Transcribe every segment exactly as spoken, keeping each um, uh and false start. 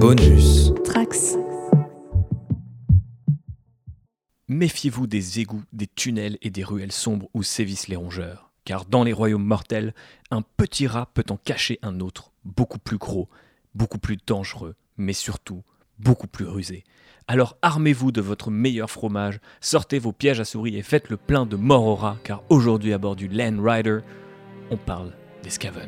Bonus. Trax. Méfiez-vous des égouts, des tunnels et des ruelles sombres où sévissent les rongeurs. Car dans les royaumes mortels, un petit rat peut en cacher un autre, beaucoup plus gros, beaucoup plus dangereux, mais surtout beaucoup plus rusé. Alors armez-vous de votre meilleur fromage, sortez vos pièges à souris et faites le plein de morts aux rats, car aujourd'hui à bord du Land Rider, on parle des Skaven.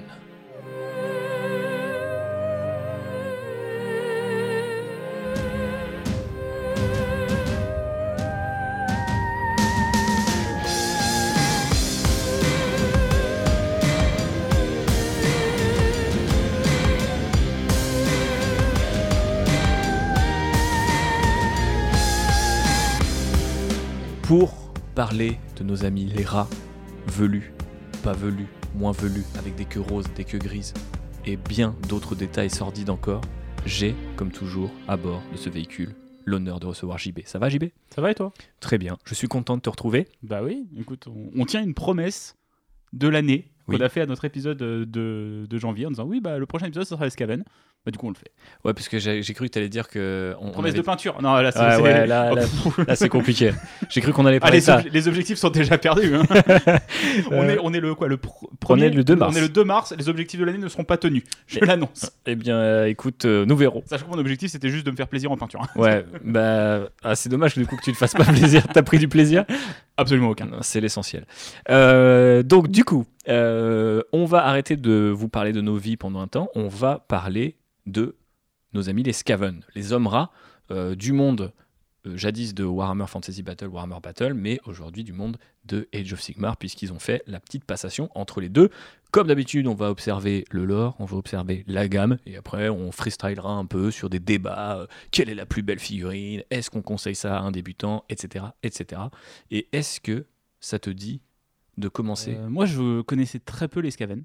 Pour parler de nos amis les rats, velus, pas velus, moins velus, avec des queues roses, des queues grises, et bien d'autres détails sordides encore, j'ai, comme toujours, à bord de ce véhicule, l'honneur de recevoir J B. Ça va J B ? Ça va et toi ? Très bien, je suis content de te retrouver. Bah oui, écoute, on, on tient une promesse de l'année Oui. qu'on a fait à notre épisode de, de janvier en disant oui, bah le prochain épisode, ça sera les Skaven. Bah du coup, on le fait. Ouais, parce que j'ai, j'ai cru que tu allais dire que... On, Promesse on avait... de peinture. Non, là, c'est... Ouais, c'est... ouais, là, là, là, c'est compliqué. J'ai cru qu'on allait Ah, parler les, de ça. ob- les objectifs sont déjà perdus. Hein. on, Euh, est, on est le quoi le pr- on premier, est le deux mars. On est le deux mars. Les objectifs de l'année ne seront pas tenus. Je l'annonce. Eh bien, euh, écoute, euh, nous verrons. Sachant que mon objectif, c'était juste de me faire plaisir en peinture. hein. Ouais, bah, ah, c'est dommage du coup que tu te fasses pas plaisir. T'as pris du plaisir ? Absolument aucun. Non, c'est l'essentiel. Euh, donc, du coup, euh, on va arrêter de vous parler de nos vies pendant un temps. On va parler de nos amis les Skaven, les hommes rats euh, du monde euh, jadis de Warhammer Fantasy Battle, Warhammer Battle, mais aujourd'hui du monde de Age of Sigmar, puisqu'ils ont fait la petite passation entre les deux. Comme d'habitude, on va observer le lore, on va observer la gamme, et après on freestylera un peu sur des débats. Euh, quelle est la plus belle figurine ? Est-ce qu'on conseille ça à un débutant ? Etc. etc. Et est-ce que ça te dit de commencer ? Euh, moi, je connaissais très peu les Skaven.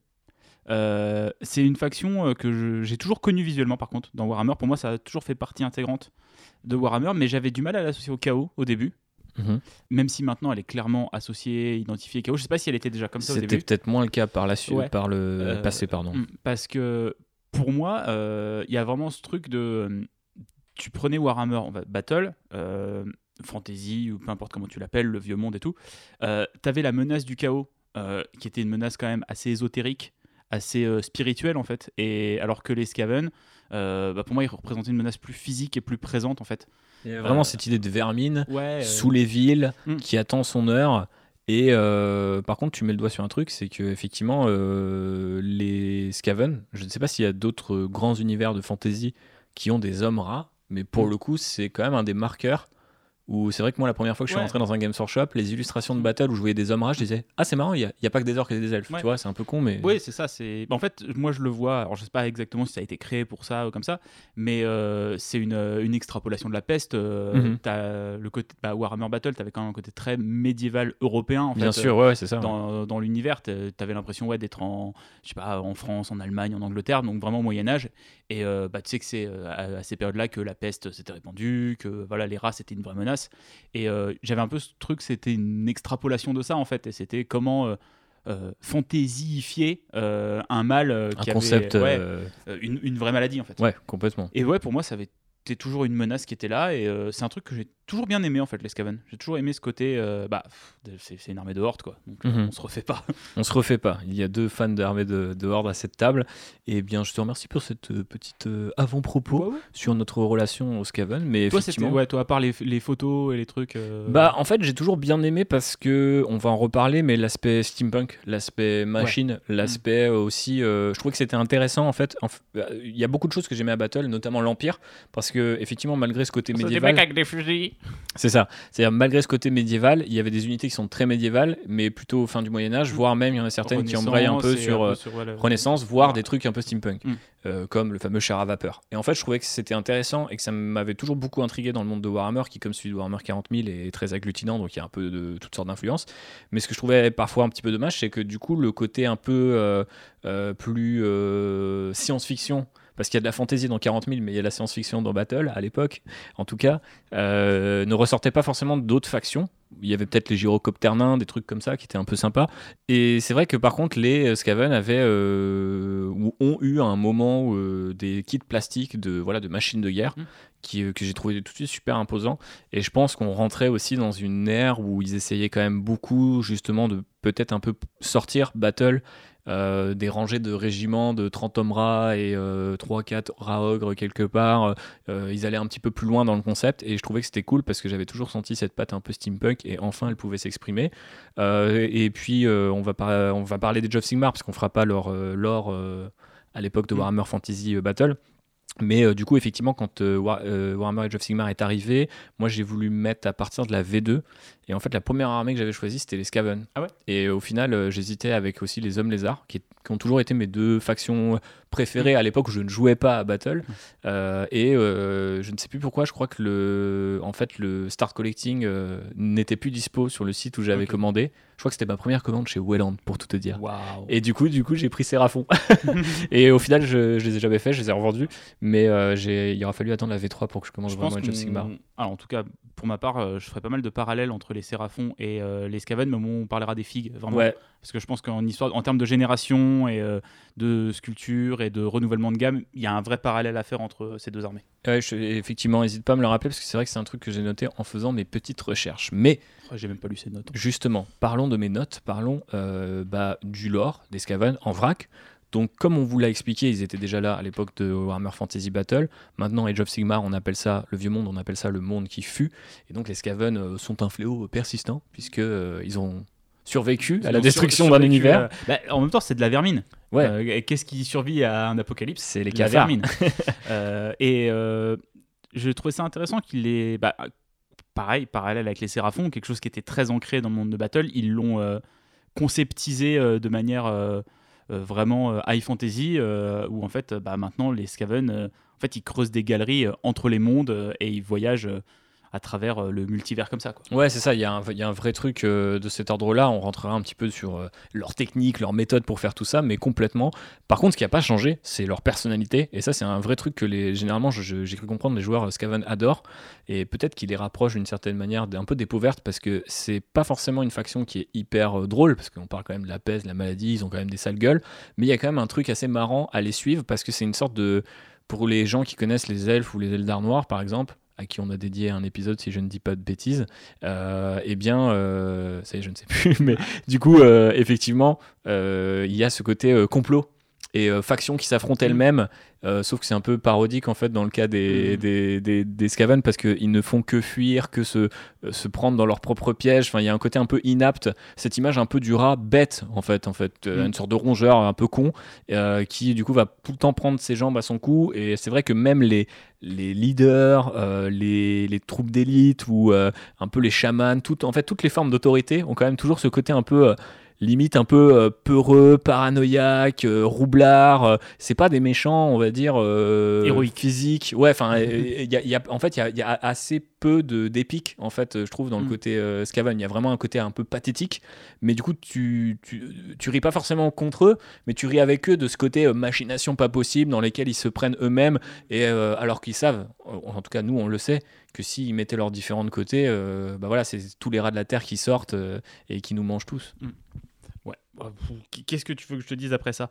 Euh, c'est une faction euh, que je- j'ai toujours connue visuellement, par contre, dans Warhammer. Pour moi, ça a toujours fait partie intégrante de Warhammer, mais j'avais du mal à l'associer au chaos au début. Mhm. Même si maintenant elle est clairement associée, identifiée chaos. Je sais pas si elle était déjà comme ça au C'était début. peut-être moins le cas par, la su- Ouais. par le Euh, passé, pardon. Mm, Parce que pour moi, euh, il y a vraiment ce truc de. euh, Tu prenais Warhammer on va- Battle, euh, Fantasy, ou peu importe comment tu l'appelles, le vieux monde et tout. Euh, T'avais la menace du chaos, euh, qui était une menace quand même assez ésotérique, assez euh, spirituelle en fait. Et alors que les Skaven, euh, bah, pour moi, ils représentaient une menace plus physique et plus présente en fait. Il y a vraiment euh, cette idée de vermine Ouais. euh, sous les villes Mm. qui attend son heure. Et euh, par contre, tu mets le doigt sur un truc, c'est que effectivement, euh, les Skaven, je ne sais pas s'il y a d'autres grands univers de fantasy qui ont des hommes rats, mais pour Mm. le coup, c'est quand même un des marqueurs. Où c'est vrai que moi, la première fois que je suis Ouais. rentré dans un Games Workshop, les illustrations de battle où je voyais des hommes rats, je disais ah c'est marrant, il n'y a, il y a pas que des orques et des elfes. Ouais. Tu vois, c'est un peu con, mais Oui, c'est ça. C'est... bah, en fait, moi, je le vois. Alors, je sais pas exactement si ça a été créé pour ça ou comme ça, mais euh, c'est une, euh, une extrapolation de la peste. Euh, Mhm. t'as le côté bah, Warhammer Battle, t'avais quand même un côté très médiéval européen. En bien fait, sûr, ouais, ouais, c'est ça. euh, Dans, dans l'univers, t'a- t'avais l'impression ouais, d'être en, je sais pas, en France, en Allemagne, en Angleterre, donc vraiment au Moyen Âge. Et euh, bah, tu sais que c'est euh, à, à ces périodes-là que la peste s'était répandue, que voilà, les rats c'était une vraie menace. Et euh, j'avais un peu ce truc, c'était une extrapolation de ça en fait, et c'était comment euh, euh, fantaisifier euh, un mal euh, Un qui concept. avait ouais, euh, euh, une, une vraie maladie en fait. Ouais, complètement. Et ouais, pour moi, ça avait été toujours une menace qui était là, et euh, c'est un truc que j'ai toujours bien aimé en fait, les Skaven. J'ai toujours aimé ce côté, euh, bah, pff, c'est, c'est une armée de horde quoi, donc euh, Mhm. on se refait pas. On se refait pas. Il y a deux fans d'armée de, de Horde à cette table. Et bien, je te remercie pour cette euh, petite euh, avant-propos Ouais, ouais. sur notre relation aux Skaven. Mais Toi, c'était, effectivement, ouais, toi, à part les, les photos et les trucs. euh, bah en fait, j'ai toujours bien aimé parce que on va en reparler, mais l'aspect steampunk, l'aspect machine, l'aspect euh, aussi, euh, je trouvais que c'était intéressant en fait. En f- euh, Il y a beaucoup de choses que j'aimais à Battle, notamment l'Empire, parce que effectivement, malgré ce côté ça, des médiéval, mecs avec des fusils. c'est ça. C'est-à-dire, malgré ce côté médiéval, il y avait des unités qui sont très médiévales, mais plutôt fin du Moyen-Âge, voire même il y en a certaines qui embrayent un peu Renaissance et sur, euh, ouais, le- Renaissance, voire Ouais. des trucs un peu steampunk, Mm. euh, comme le fameux char à vapeur. Et en fait, je trouvais que c'était intéressant et que ça m'avait toujours beaucoup intrigué dans le monde de Warhammer, qui, comme celui de Warhammer quarante mille, est très agglutinant, donc il y a un peu de toutes sortes d'influences. Mais ce que je trouvais parfois un petit peu dommage, c'est que du coup, le côté un peu euh, euh, plus euh, science-fiction, parce qu'il y a de la fantasy dans quarante mille, mais il y a de la science-fiction dans Battle, à l'époque, en tout cas, euh, ne ressortait pas forcément d'autres factions. il y avait peut-être les gyrocoptères nains, des trucs comme ça qui étaient un peu sympas. Et c'est vrai que par contre, les Skaven avaient euh, ou ont eu à un moment euh, des kits plastiques de, voilà, de machines de guerre mmh. qui, euh, que j'ai trouvé tout de suite super imposants. Et je pense qu'on rentrait aussi dans une ère où ils essayaient quand même beaucoup justement de peut-être un peu sortir Battle Euh, des rangées de régiments de trente hommes rats et euh, trois quatre rats ogres quelque part. Euh, ils allaient un petit peu plus loin dans le concept et je trouvais que c'était cool parce que j'avais toujours senti cette patte un peu steampunk et enfin elle pouvait s'exprimer. Euh, et puis euh, on, va par- on va parler des Age of Sigmar parce qu'on fera pas leur euh, lore euh, à l'époque de Warhammer Fantasy euh, Battle. Mais euh, du coup, effectivement, quand euh, War, euh, Warhammer Age of Sigmar est arrivé, moi j'ai voulu mettre à partir de la V deux. Et en fait, la première armée que j'avais choisie, c'était les Skaven. Ah ouais. Et euh, au final, euh, j'hésitais avec aussi les Hommes Lézards, qui, qui ont toujours été mes deux factions préférées mmh. à l'époque où je ne jouais pas à Battle. Mmh. Euh, et euh, je ne sais plus pourquoi, je crois que le, en fait, le Start Collecting euh, n'était plus dispo sur le site où j'avais okay. commandé. Je crois que c'était ma première commande chez Wayland, pour tout te dire. Wow. Et du coup, du coup, j'ai pris Séraphon. Et au final, je, je les ai jamais fait, je les ai revendus. Mais euh, j'ai, il aura fallu attendre la V trois pour que je commence je vraiment Age of Sigmar. Alors, en tout cas, pour ma part, euh, je ferai pas mal de parallèles entre les Séraphons et euh, les Skaven, mais on parlera des figues, vraiment. Ouais. Parce que je pense qu'en histoire, en termes de génération et euh, de sculpture et de renouvellement de gamme, il y a un vrai parallèle à faire entre ces deux armées. Ouais, je, effectivement, n'hésite pas à me le rappeler parce que c'est vrai que c'est un truc que j'ai noté en faisant mes petites recherches. Mais oh, j'ai même pas lu ces notes. Justement, parlons de mes notes, parlons euh, bah, du lore des Skaven en vrac. Donc, comme on vous l'a expliqué, ils étaient déjà là à l'époque de Warhammer Fantasy Battle. Maintenant, Age of Sigmar, on appelle ça le vieux monde, on appelle ça le monde qui fut. Et donc, les Skaven euh, sont un fléau persistant puisque euh, ils ont survécu ils à la destruction sur, d'un univers. Euh, bah, en même temps, c'est de la vermine. Ouais. Euh, qu'est-ce qui survit à un apocalypse? C'est les la vermine. euh, et euh, je trouvais ça intéressant qu'il ait, bah, pareil, parallèle avec les Séraphons, quelque chose qui était très ancré dans le monde de Battle, ils l'ont euh, conceptisé euh, de manière euh, euh, vraiment euh, high fantasy, euh, où en fait, bah, maintenant, les Skaven, euh, en fait, ils creusent des galeries euh, entre les mondes euh, et ils voyagent euh, à travers euh, le multivers comme ça, quoi. Ouais, c'est ça, il y, y a un vrai truc euh, de cet ordre-là, on rentrera un petit peu sur euh, leur technique, leur méthode pour faire tout ça, mais complètement. Par contre, ce qui n'a pas changé, c'est leur personnalité, et ça, c'est un vrai truc que les, généralement, je, je, j'ai cru comprendre, les joueurs Skaven adorent, et peut-être qu'ils les rapprochent d'une certaine manière d'un peu des peaux vertes, parce que c'est pas forcément une faction qui est hyper euh, drôle, parce qu'on parle quand même de la peste, de la maladie, ils ont quand même des sales gueules, mais il y a quand même un truc assez marrant à les suivre, parce que c'est une sorte de... Pour les gens qui connaissent les elfes ou les Eldar noirs, par exemple, à qui on a dédié un épisode, si je ne dis pas de bêtises, euh, eh bien, euh, ça y est, je ne sais plus, mais du coup, euh, effectivement, euh, il y a ce côté euh, complot et euh, factions qui s'affrontent elles-mêmes, euh, sauf que c'est un peu parodique en fait dans le cas des, mmh. des, des, des Skaven parce qu'ils ne font que fuir, que se, euh, se prendre dans leur propre piège. Enfin, il y a un côté un peu inapte, cette image un peu du rat bête en fait, en fait euh, mmh. une sorte de rongeur un peu con euh, qui du coup va tout le temps prendre ses jambes à son cou. Et c'est vrai que même les, les leaders, euh, les, les troupes d'élite ou euh, un peu les chamans, tout, en fait toutes les formes d'autorité ont quand même toujours ce côté un peu... Euh, limite un peu euh, peureux, paranoïaque, euh, roublard. Euh, c'est pas des méchants, on va dire, euh, héroïques, physiques. Ouais, enfin, il y a, y a, en fait, il y, y a assez peu de, d'épique, en fait, je trouve, dans le mm. côté euh, Skaven. Il y a vraiment un côté un peu pathétique, mais du coup, tu, tu, tu ris pas forcément contre eux, mais tu ris avec eux de ce côté euh, machination pas possible, dans lesquels ils se prennent eux-mêmes, et euh, alors qu'ils savent, en tout cas, nous, on le sait, que s'ils mettaient leurs différents de côté, euh, bah voilà, c'est tous les rats de la terre qui sortent euh, et qui nous mangent tous. Mm. Ouais. Qu'est-ce que tu veux que je te dise après ça?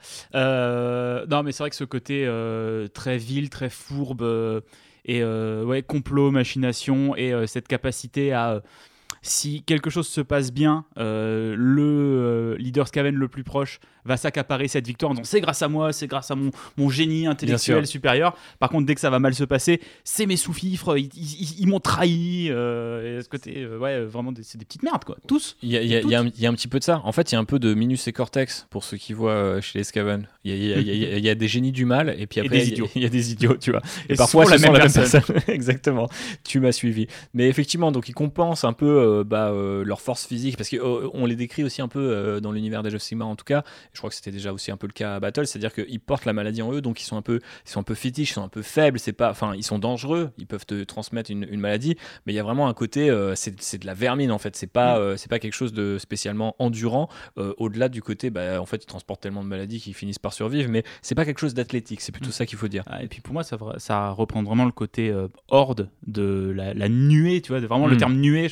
euh, Non, mais c'est vrai que ce côté euh, très vil, très fourbe, euh, et euh, ouais, complot, machination, et euh, cette capacité à, euh, si quelque chose se passe bien, euh, le euh, leader Skaven le plus proche va s'accaparer cette victoire en disant c'est grâce à moi, c'est grâce à mon, mon génie intellectuel supérieur. Par contre, dès que ça va mal se passer, c'est mes sous-fifres, ils, ils, ils m'ont trahi. Euh, et ce côté, euh, ouais, vraiment, des, c'est des petites merdes, quoi. Tous. Il y a, y, a, y, a y a un petit peu de ça. En fait, il y a un peu de Minus et Cortex pour ceux qui voient euh, chez les Skaven. Il y, y, y, y, y a des génies du mal et puis après, il y, y a des idiots, tu vois. Et, et parfois, ce sont la même personne. personne. Exactement. Tu m'as suivi. Mais effectivement, donc ils compensent un peu euh, bah, euh, leur force physique parce qu'on euh, les décrit aussi un peu euh, dans l'univers d'Age of Sigmar en tout cas. Je crois que c'était déjà aussi un peu le cas à Battle, c'est-à-dire qu'ils portent la maladie en eux, donc ils sont un peu, ils sont un peu fétiches, ils sont un peu faibles, c'est pas, enfin, ils sont dangereux, ils peuvent te transmettre une, une maladie, mais il y a vraiment un côté, euh, c'est, c'est de la vermine en fait, c'est pas, euh, c'est pas quelque chose de spécialement endurant, euh, au-delà du côté, bah, en fait, ils transportent tellement de maladies qu'ils finissent par survivre, mais c'est pas quelque chose d'athlétique, c'est plutôt mmh. ça qu'il faut dire. Ah, et puis pour moi, ça, ça reprend vraiment le côté euh, horde de la, la nuée, tu vois, vraiment mmh. le terme nuée, je pense ouais, que c'est ce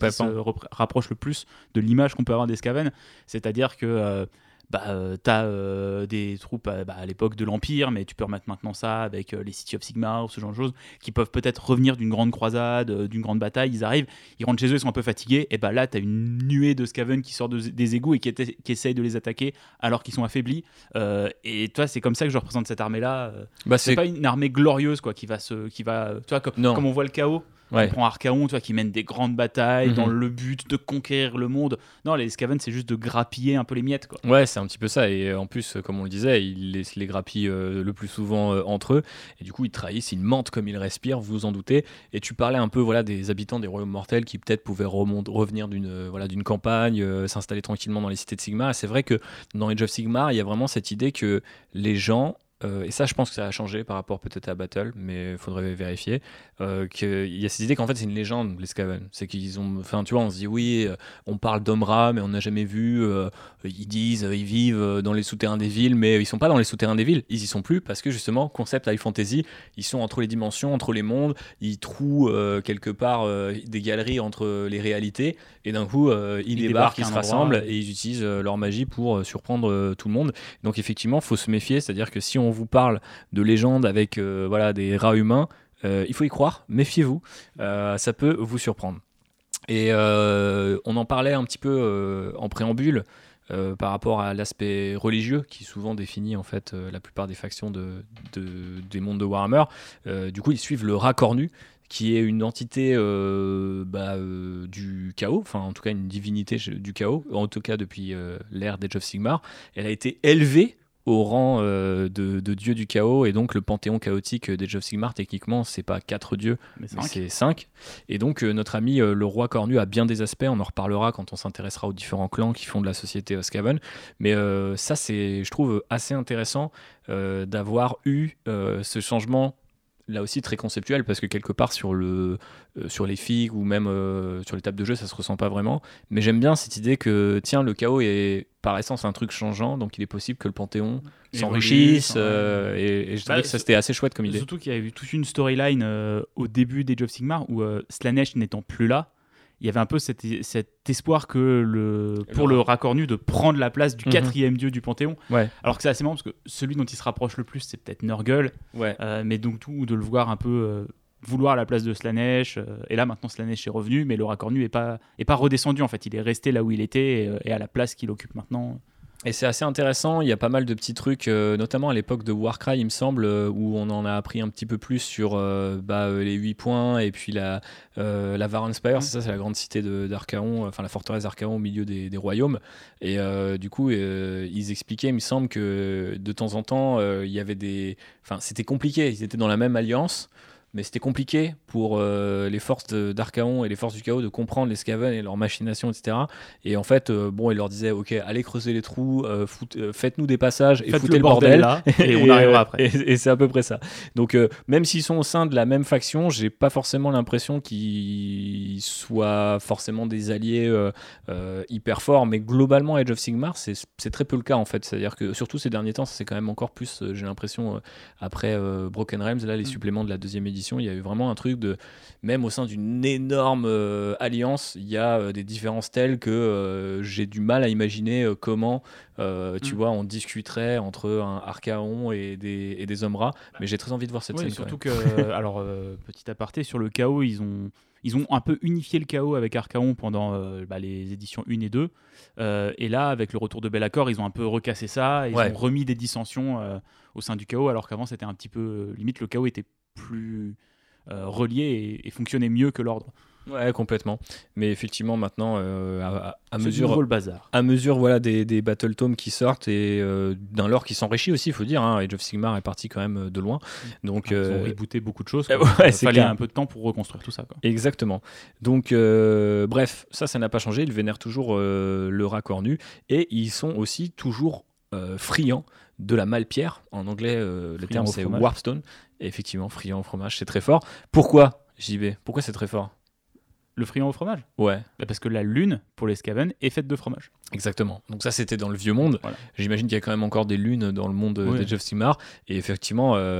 Complètement. qui se repr- rapproche le plus de l'image qu'on peut avoir des Skaven. C'est-à-dire que euh, bah, euh, tu as euh, des troupes euh, bah, à l'époque de l'Empire, mais tu peux remettre maintenant ça avec euh, les City of Sigmar ou ce genre de choses, qui peuvent peut-être revenir d'une grande croisade, euh, d'une grande bataille. Ils arrivent, ils rentrent chez eux, ils sont un peu fatigués, et bah là, tu as une nuée de Skaven qui sort de- des égouts et qui, était- qui essayent de les attaquer alors qu'ils sont affaiblis. Euh, et toi, c'est comme ça que je représente cette armée-là. Euh, Bah, c'est c'est pas une armée glorieuse quoi, qui va se, qui va, tu vois, comme, Non. comme on voit le chaos. Ouais. On prend Archaon, tu vois, qui mène des grandes batailles Mhm. dans le but de conquérir le monde. Non, les Skaven, c'est juste de grappiller un peu les miettes, quoi. Ouais, c'est un petit peu ça. Et euh, en plus, euh, comme on le disait, ils les, les grappillent euh, le plus souvent euh, entre eux. Et du coup, ils trahissent, ils mentent comme ils respirent, vous vous en doutez. Et tu parlais un peu voilà, des habitants des royaumes mortels qui peut-être pouvaient remonter, revenir d'une euh, voilà, d'une campagne, euh, s'installer tranquillement dans les cités de Sigmar. Et c'est vrai que dans Age of Sigmar, il y a vraiment cette idée que les gens. Euh, et ça, je pense que ça a changé par rapport peut-être à Battle, mais il faudrait vérifier. Euh, qu'il y a cette idée qu'en fait, c'est une légende, les Skaven. C'est qu'ils ont. Enfin, tu vois, on se dit, oui, euh, on parle d'Omra, mais on n'a jamais vu. Euh, ils disent, euh, ils vivent euh, dans les souterrains des villes, mais ils sont pas dans les souterrains des villes. Ils y sont plus parce que justement, concept high fantasy, ils sont entre les dimensions, entre les mondes. Ils trouent euh, quelque part euh, des galeries entre les réalités. Et d'un coup, euh, ils, Ils débarquent, débarquent ils à se un endroit, rassemblent ouais. et ils utilisent euh, leur magie pour euh, surprendre euh, tout le monde. Donc effectivement, faut se méfier, c'est-à-dire que si on vous parle de légendes avec euh, voilà, des rats humains, euh, il faut y croire, méfiez-vous, euh, ça peut vous surprendre. Et euh, on en parlait un petit peu euh, en préambule euh, par rapport à l'aspect religieux qui souvent définit en fait euh, la plupart des factions de, de- des mondes de Warhammer. Euh, du coup, ils suivent le rat cornu, qui est une entité euh, bah, euh, du chaos, enfin en tout cas une divinité du chaos, en tout cas depuis euh, l'ère d'Age of Sigmar. Elle a été élevée au rang euh, de, de dieu du chaos, et donc le panthéon chaotique d'Age of Sigmar, techniquement, c'est pas quatre dieux, Mais mais cinq. c'est cinq. Et donc euh, notre ami euh, le roi cornu a bien des aspects, on en reparlera quand on s'intéressera aux différents clans qui font de la société Skaven. Mais euh, ça, c'est, je trouve, assez intéressant euh, d'avoir eu euh, ce changement là aussi très conceptuel, parce que quelque part sur, le, euh, sur les figues ou même euh, sur les tables de jeu, ça se ressent pas vraiment. Mais j'aime bien cette idée que, tiens, le chaos est par essence un truc changeant, donc il est possible que le panthéon Évolue, s'enrichisse. ouais. euh, et, et je trouvais Bah, que ça, c'était assez chouette comme idée. Surtout qu'il y a eu toute une storyline euh, au début d'Age of Sigmar où euh, Slaanesh n'étant plus là, il y avait un peu cet, cet espoir que le, pour Le le rat- Racornu de prendre la place du Mhm. quatrième dieu du Panthéon. Ouais, Alors que c'est assez marrant parce que celui dont il se rapproche le plus, c'est peut-être Nurgle, ouais. euh, mais donc tout de le voir un peu euh, vouloir la place de Slaanesh. euh, et là maintenant Slaanesh est revenu, mais le Racornu est pas est pas redescendu en fait. Il est resté là où il était et, euh, et à la place qu'il occupe maintenant. Et c'est assez intéressant, il y a pas mal de petits trucs, euh, notamment à l'époque de Warcry, il me semble, euh, où on en a appris un petit peu plus sur euh, bah, euh, les huit points et puis la, euh, la Varan Spire, Mm. c'est ça, c'est la grande cité de- d'Archaon, enfin la forteresse d'Archaon au milieu des, des royaumes. Et euh, du coup, euh, ils expliquaient, il me semble, que de temps en temps, euh, il y avait des. Enfin, c'était compliqué, ils étaient dans la même alliance. Mais c'était compliqué pour euh, les forces de- d'Archaon et les forces du chaos de comprendre les Skaven et leurs machinations, et cetera. Et en fait, euh, bon, il leur disait, ok, allez creuser les trous, euh, fout- euh, faites-nous des passages et Faites foutez le le bordel bordel. là et on arrivera euh, après. Et, et c'est à peu près ça. Donc, euh, même s'ils sont au sein de la même faction, j'ai pas forcément l'impression qu'ils soient forcément des alliés euh, euh, hyper forts. Mais globalement, Age of Sigmar, c'est c'est très peu le cas en fait. C'est-à-dire que surtout ces derniers temps, c'est quand même encore plus, euh, j'ai l'impression, euh, après euh, Broken Realms, là, les Mm. suppléments de la deuxième édition, il y a eu vraiment un truc de, même au sein d'une énorme euh, alliance, il y a euh, des différences telles que euh, j'ai du mal à imaginer euh, comment, euh, tu Mm. vois, on discuterait entre un Archaon et des, et des hommes rats. Mais j'ai très envie de voir cette Oui, scène. surtout quand que, alors, euh, petit aparté, sur le chaos, ils ont, ils ont un peu unifié le chaos avec Archaon pendant euh, bah, les éditions un et deux. Euh, et là, avec le retour de Be'lakor, ils ont un peu recassé ça. Et ils Ouais. ont remis des dissensions euh, au sein du chaos, alors qu'avant, c'était un petit peu. euh, limite, le chaos était plus euh, relié et, et fonctionnait mieux que l'ordre. même. Ouais, complètement. Mais effectivement, maintenant, euh, à, à- à C'est mesure. nouveau le bazar. à mesure voilà, des, des battle tomes qui sortent et euh, d'un lore qui s'enrichit aussi, il faut dire. Hein. Age of Sigmar est parti quand même de loin. Donc, Ils ont euh, rebooté beaucoup de choses. euh, quoi. ouais, Il c'est fallait clair. un peu de temps pour reconstruire tout ça. Quoi. Exactement. Donc, euh, bref, ça, ça n'a pas changé. Ils vénèrent toujours euh, le rat cornu et ils sont aussi toujours euh, friands de la malpierre. En anglais, euh, le Friands terme au c'est fromage. warpstone. Et effectivement, friand au fromage, c'est très fort. Pourquoi, J B? Pourquoi c'est très fort? Le friand au fromage. Ouais, Bah, parce que la lune, pour les Skaven, est faite de fromage. exactement. Donc ça, c'était dans le vieux monde. Voilà. J'imagine qu'il y a quand même encore des lunes dans le monde Oui. d'Age of Sigmar. Et effectivement, enfin,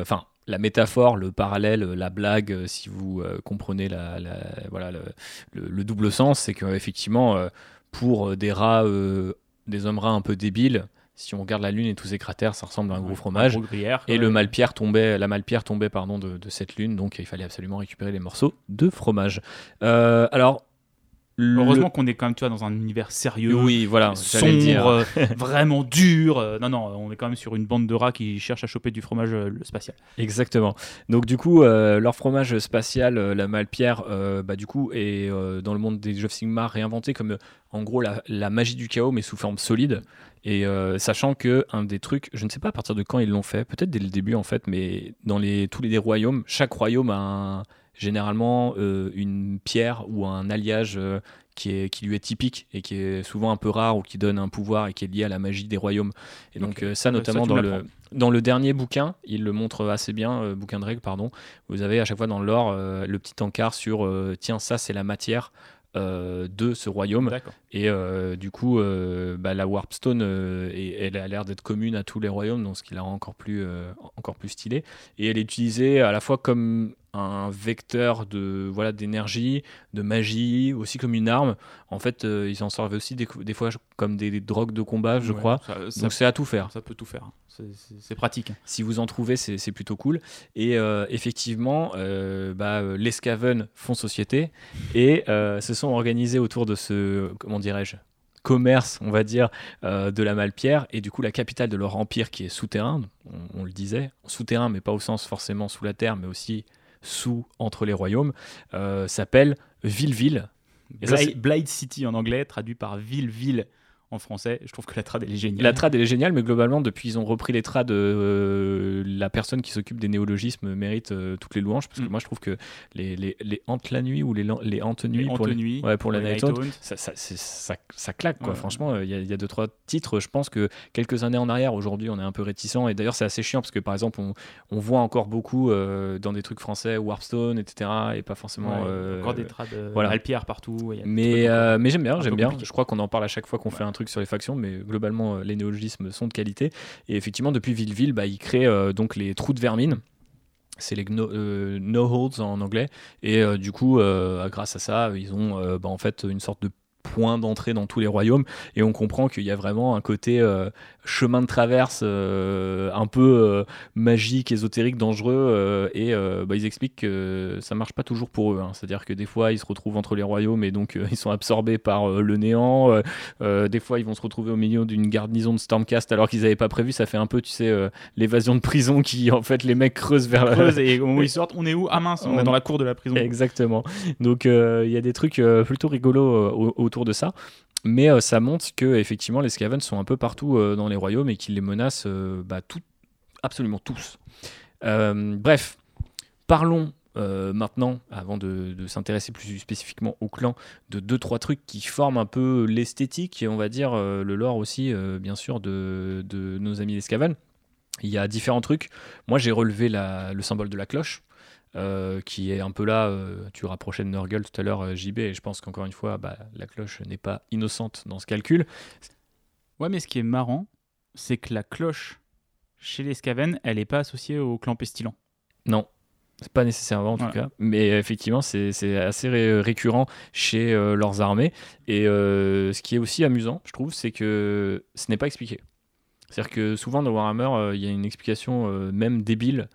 la métaphore, le parallèle, la blague, euh, si vous euh, comprenez la, la- voilà, le, le- le double sens, c'est qu'effectivement, euh, pour des rats, euh, des hommes rats un peu débiles, si on regarde la Lune et tous ses cratères, ça ressemble à un Ouais, gros fromage. gros gruyère, Et quoi, le malpierre tombait, la malpierre tombait pardon, de, de cette Lune, donc il fallait absolument récupérer les morceaux de fromage. Euh, alors, le- Heureusement qu'on est quand même, tu vois, dans un univers sérieux, oui, voilà, j'allais le dire. sombre, euh, vraiment dur. euh, non, non, on est quand même sur une bande de rats qui cherchent à choper du fromage euh, spatial. Exactement. Donc du coup, euh, leur fromage spatial, euh, la Malpierre, euh, bah, du coup, est euh, dans le monde des Age of Sigmar réinventé comme euh, en gros la, la magie du chaos, mais sous forme solide. Et euh, sachant que un des trucs, je ne sais pas à partir de quand ils l'ont fait, peut-être dès le début en fait, mais dans les, tous les des royaumes, chaque royaume a un- généralement euh, une pierre ou un alliage euh, qui, est, qui lui est typique et qui est souvent un peu rare ou qui donne un pouvoir et qui est lié à la magie des royaumes. Et donc Ok. euh, ça Euh, ça, notamment tu dans me le, l'apprends. dans le dernier bouquin, il le montre assez bien, euh, bouquin de règles, pardon. Vous avez à chaque fois dans le lore euh, le petit encart sur euh, tiens, ça c'est la matière euh, de ce royaume. D'accord. Et euh, du coup, euh, bah, la Warpstone, euh, et- elle a l'air d'être commune à tous les royaumes, donc ce qui la rend encore plus, euh, encore plus stylée. Et elle est utilisée à la fois comme un vecteur de voilà d'énergie, de magie, aussi comme une arme. En fait, euh, ils en servent aussi des, des fois comme des, des drogues de combat, je Ouais, crois. Ça, ça- Donc c'est à tout faire. ça peut tout faire. C'est- C'est c'est pratique. Si vous en trouvez, c'est c'est plutôt cool. Et euh, effectivement, euh, bah, euh, les Skaven font société et euh, se sont organisés autour de ce, comment dirais-je, commerce, on va dire, euh, de la Malpierre. Et du coup, la capitale de leur empire, qui est souterrain, on, on le disait, souterrain, mais pas au sens forcément sous la terre, mais aussi sous, entre les royaumes, euh, s'appelle Villeville. Et ça, Blythe, c'est- Blythe City en anglais, traduit par ville-ville en français. Je trouve que la trad, elle est géniale. La trad, elle est géniale, mais globalement, depuis ils ont repris les trades, euh, la personne qui s'occupe des néologismes mérite euh, toutes les louanges, parce que Mm. moi je trouve que les, les, les hantes la nuit ou les, lan- les hantes nuit Les pour, les, Antonuits, ouais, pour la les Night Hunt, Night Hunt. ça, ça, c'est- ça, ça claque, quoi. Ouais. Franchement, il y, a- il y a deux, trois titres, je pense que quelques années en arrière, aujourd'hui, on est un peu réticent, et d'ailleurs, c'est assez chiant, parce que par exemple, on, on voit encore beaucoup euh, dans des trucs français, Warpstone, et cetera, et pas forcément. Ouais, euh, encore des trades euh, voilà. Malpierre partout. il y a des Mais, trucs encore. euh, mais j'aime bien, un j'aime peu bien. compliqué. Je crois qu'on en parle à chaque fois qu'on Ouais. fait un truc sur les factions, mais globalement, euh, les néologismes sont de qualité. Et effectivement, depuis Villeville, bah, ils créent euh, donc les trous de vermine. C'est les gno- euh, no holds en anglais. Et euh, du coup, euh, grâce à ça, ils ont euh, bah, en fait une sorte de point d'entrée dans tous les royaumes. Et on comprend qu'il y a vraiment un côté euh, chemin de traverse euh, un peu euh, magique, ésotérique, dangereux. euh, et euh, bah, ils expliquent que ça marche pas toujours pour eux. hein. C'est-à-dire que des fois, ils se retrouvent entre les royaumes et donc euh, ils sont absorbés par euh, le néant. Euh, euh, des fois, ils vont se retrouver au milieu d'une garnison de Stormcast alors qu'ils n'avaient pas prévu. Ça fait un peu, tu sais, euh, l'évasion de prison qui, en fait, les mecs creusent vers la... Creuse et au moment où ils sortent, on est où? Ah mince, on On- est dans la cour de la prison. Exactement. Donc euh, il y a des trucs euh, plutôt rigolos euh, au- autour de ça. Mais euh, ça montre que effectivement les Skaven sont un peu partout euh, dans les royaumes et qu'ils les menacent euh, bah, tout- absolument tous. Euh, bref, parlons euh, maintenant, avant de, de s'intéresser plus spécifiquement au clan, de deux trois trucs qui forment un peu l'esthétique et on va dire euh, le lore aussi, euh, bien sûr, de, de nos amis les Skaven. Il y a différents trucs. Moi, j'ai relevé la- le symbole de la cloche, euh, qui est un peu là. euh, tu rapprochais de Nurgle tout à l'heure, euh, J B, et je pense qu'encore une fois, bah, la cloche n'est pas innocente dans ce calcul. Ouais, mais ce qui est marrant, c'est que la cloche chez les Skaven, elle n'est pas associée au clan pestilent. Non, c'est pas nécessairement en tout Voilà. cas, mais effectivement, c'est c'est assez ré- récurrent chez euh, leurs armées. Et euh, ce qui est aussi amusant, je trouve, c'est que ce n'est pas expliqué. C'est-à-dire que souvent dans Warhammer, euh, il y a une explication euh, même débile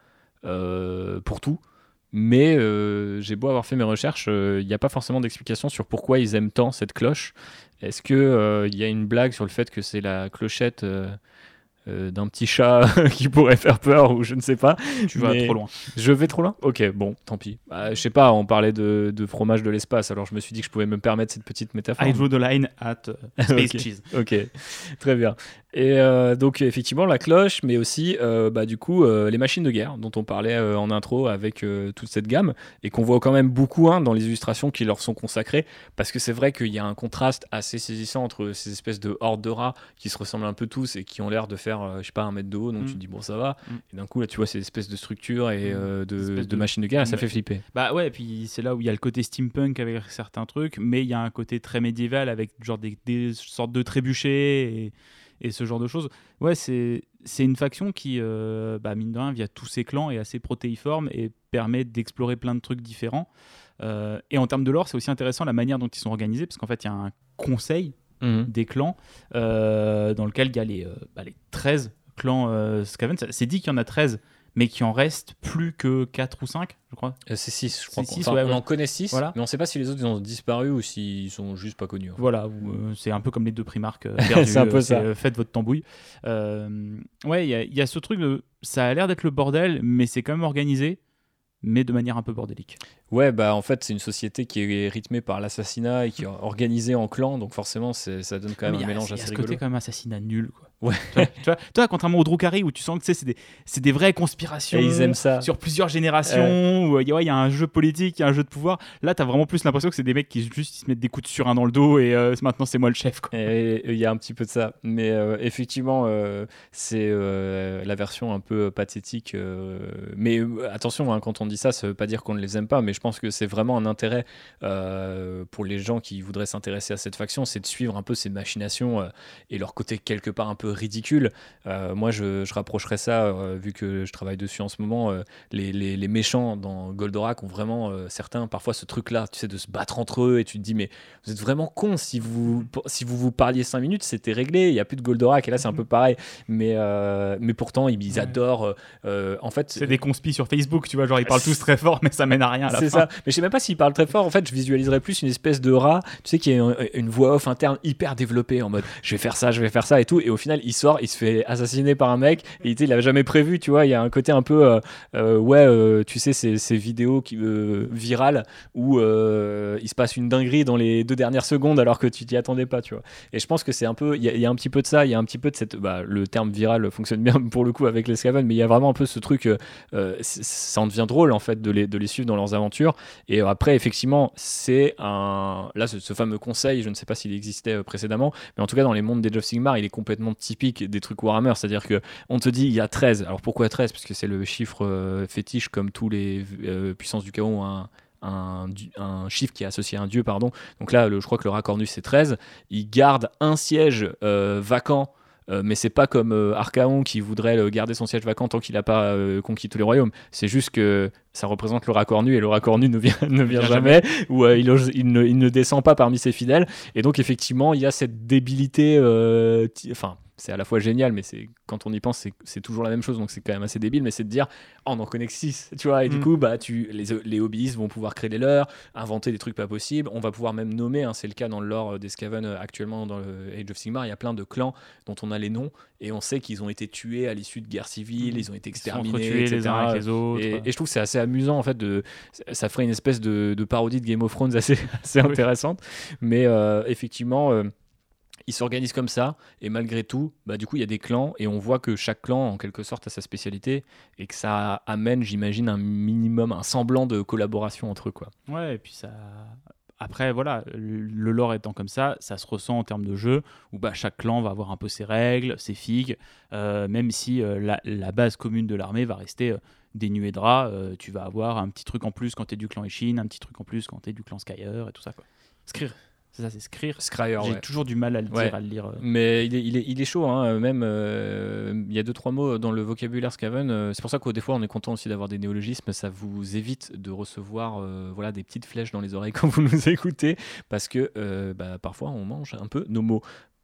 euh, pour tout. Mais euh, j'ai beau avoir fait mes recherches, euh, il n'y a pas forcément d'explication sur pourquoi ils aiment tant cette cloche. Est-ce qu'il il y a une blague sur le fait que c'est la clochette euh, euh, d'un petit chat qui pourrait faire peur ou je ne sais pas. Tu vas Mais- trop loin. Je vais trop loin. Ok, bon, tant pis. Bah, je sais pas, on parlait de, de fromage de l'espace, alors je me suis dit que je pouvais me permettre cette petite métaphore. I draw the line at uh, Space Ok. Cheese. Ok, très bien. Et euh, donc effectivement la cloche, mais aussi euh, bah, du coup euh, les machines de guerre dont on parlait euh, en intro avec euh, toute cette gamme et qu'on voit quand même beaucoup hein, dans les illustrations qui leur sont consacrées, parce que c'est vrai qu'il y a un contraste assez saisissant entre ces espèces de hordes de rats qui se ressemblent un peu tous et qui ont l'air de faire euh, je sais pas un mètre de haut, donc Mm. tu te dis bon ça va, Mm. et d'un coup là tu vois ces espèces de structures et Mm. euh, Des de, espèces de de- machines de guerre et ça Ouais. fait flipper. Bah ouais, et puis c'est là où il y a le côté steampunk avec certains trucs, mais il y a un côté très médiéval avec genre des, des sortes de trébuchets et, et ce genre de choses. Ouais, c'est, c'est une faction qui, euh, bah, mine de rien, via tous ses clans, est assez protéiforme et permet d'explorer plein de trucs différents. Euh, et en termes de lore, c'est aussi intéressant la manière dont ils sont organisés, parce qu'en fait, il y a un conseil Mhm. des clans euh, dans lequel il y a les, euh, bah, les treize clans euh, Skaven. Ça- C'est dit qu'il y en a treize, mais qu'il en reste plus que quatre ou cinq, je crois. Euh, C'est six, je crois. C'est qu'on- six, enfin, ouais, on ouais. en connaît six, Voilà. mais on ne sait pas si les autres ils ont disparu ou s'ils sont juste pas connus. en fait. Voilà, ou, euh, c'est un peu comme les deux primarques euh, perdus. C'est un peu euh, ça. euh, faites votre tambouille. Euh, ouais, il y, a- il y a ce truc de. Ça a l'air d'être le bordel, mais c'est quand même organisé, mais de manière un peu bordélique. Ouais, bah en fait, c'est une société qui est rythmée par l'assassinat et qui est organisée en clans, donc forcément, c'est- ça donne quand même Mais il un y a- mélange il y a assez ce rigolo. côté quand même assassinat nul, quoi. Ouais. Tu vois, tu vois, toi, contrairement au Drukhari, où tu sens que tu sais, c'est des, c'est des vraies conspirations. Et ils aiment ça. Sur plusieurs générations, où il y, a- ouais, il y a un jeu politique, il y a un jeu de pouvoir. Là, t'as vraiment plus l'impression que c'est des mecs qui juste ils se mettent des coups de surin dans le dos et euh, maintenant c'est moi le chef, quoi. Et il y a un petit peu de ça. Mais euh, effectivement, euh, c'est euh, la version un peu pathétique. euh, mais euh, attention, hein, quand on dit ça, ça veut pas dire qu'on ne les aime pas. Mais je pense que c'est vraiment un intérêt euh, pour les gens qui voudraient s'intéresser à cette faction, c'est de suivre un peu ces machinations euh, et leur côté quelque part un peu ridicule. Euh, moi, je, je rapprocherais ça, euh, vu que je travaille dessus en ce moment, euh, les, les, les méchants dans Goldorak ont vraiment, euh, certains, parfois ce truc-là, tu sais, de se battre entre eux et tu te dis, mais vous êtes vraiment cons, si vous si vous, vous parliez cinq minutes, c'était réglé, il n'y a plus de Goldorak, et là c'est un peu pareil. Mais, euh, mais pourtant, ils, ils Ouais. adorent. euh, en fait, C'est des conspis sur Facebook, tu vois, genre ils parlent tous très fort, mais ça mène à rien à la c'est fin. ça. Mais je sais même pas s'il parle très fort. En fait, je visualiserais plus une espèce de rat, tu sais, qui a une, une voix off interne hyper développée en mode je vais faire ça, je vais faire ça et tout. Et au final, il sort, il se fait assassiner par un mec. Et tu sais, il avait jamais prévu, tu vois. Il y a un côté un peu, euh, euh, ouais, euh, tu sais, ces, ces vidéos qui, euh, virales où euh, il se passe une dinguerie dans les deux dernières secondes alors que tu t'y attendais pas, tu vois. Et je pense que c'est un peu, il y, a- il y a un petit peu de ça, il y a un petit peu de cette, bah, le terme viral fonctionne bien pour le coup avec les Skaven, mais il y a vraiment un peu ce truc, euh, euh, c- ça en devient drôle en fait de les, de les suivre dans leurs aventures. Et après, effectivement, c'est un, là, ce, ce fameux conseil, je ne sais pas s'il existait euh, précédemment, mais en tout cas dans les mondes d'Age of Sigmar, il est complètement typique des trucs Warhammer, c'est-à-dire que on te dit il y a treize. Alors pourquoi treize? Parce que c'est le chiffre euh, fétiche, comme tous les euh, puissances du chaos ont un un, du- un chiffre qui est associé à un dieu, pardon. Donc là, le- je crois que le Racornus c'est treize. Il garde un siège euh, vacant, euh, mais c'est pas comme euh, Archaon qui voudrait le garder son siège vacant tant qu'il n'a pas euh, conquis tous les royaumes. C'est juste que ça représente le Racornu et le Racornu ne vient, ne vient vient jamais, ou euh, il, ose- il ne, il ne descend pas parmi ses fidèles. Et donc effectivement, il y a cette débilité. euh, ti- Enfin, c'est à la fois génial, mais c'est quand on y pense, c'est, c'est toujours la même chose, donc c'est quand même assez débile. Mais c'est de dire, oh, on n'en connaît que six, tu vois. Et du Mm. coup, bah, tu, les, les hobbyistes vont pouvoir créer les leurs, inventer des trucs pas possibles. On va pouvoir même nommer, hein, c'est le cas dans le lore des Skaven euh, actuellement dans le Age of Sigmar. Il y a plein de clans dont on a les noms et on sait qu'ils ont été tués à l'issue de guerres civiles, ils ont été Ils se sont exterminés, entretués et cetera. les uns avec les autres. Et, et je trouve que c'est assez amusant en fait. De, ça ferait une espèce de, de parodie de Game of Thrones assez, assez Oui. intéressante. Mais euh, effectivement. euh, ils s'organisent comme ça, et malgré tout, bah, du coup, il y a des clans, et on voit que chaque clan, en quelque sorte, a sa spécialité, et que ça amène, j'imagine, un minimum, un semblant de collaboration entre eux, quoi. Ouais, et puis ça. Après, voilà, le lore étant comme ça, ça se ressent en termes de jeu, où bah, chaque clan va avoir un peu ses règles, ses figues, euh, même si euh, la, la base commune de l'armée va rester euh, dénuée de rats. Euh, tu vas avoir un petit truc en plus quand t'es du clan Ishin, un petit truc en plus quand t'es du clan Skyer, et tout ça, quoi. Skryr, c'est ça, c'est Skryr. Scryer, J'ai ouais. toujours du mal à le dire, Ouais. à le lire. euh. Mais il est, il est, il est chaud, hein. Même euh, il y a deux trois mots dans le vocabulaire Skaven. euh, c'est pour ça que des fois on est content aussi d'avoir des néologismes. Ça vous évite de recevoir euh, voilà, des petites flèches dans les oreilles quand vous nous écoutez, parce que euh, bah, parfois on mange un peu nos mots.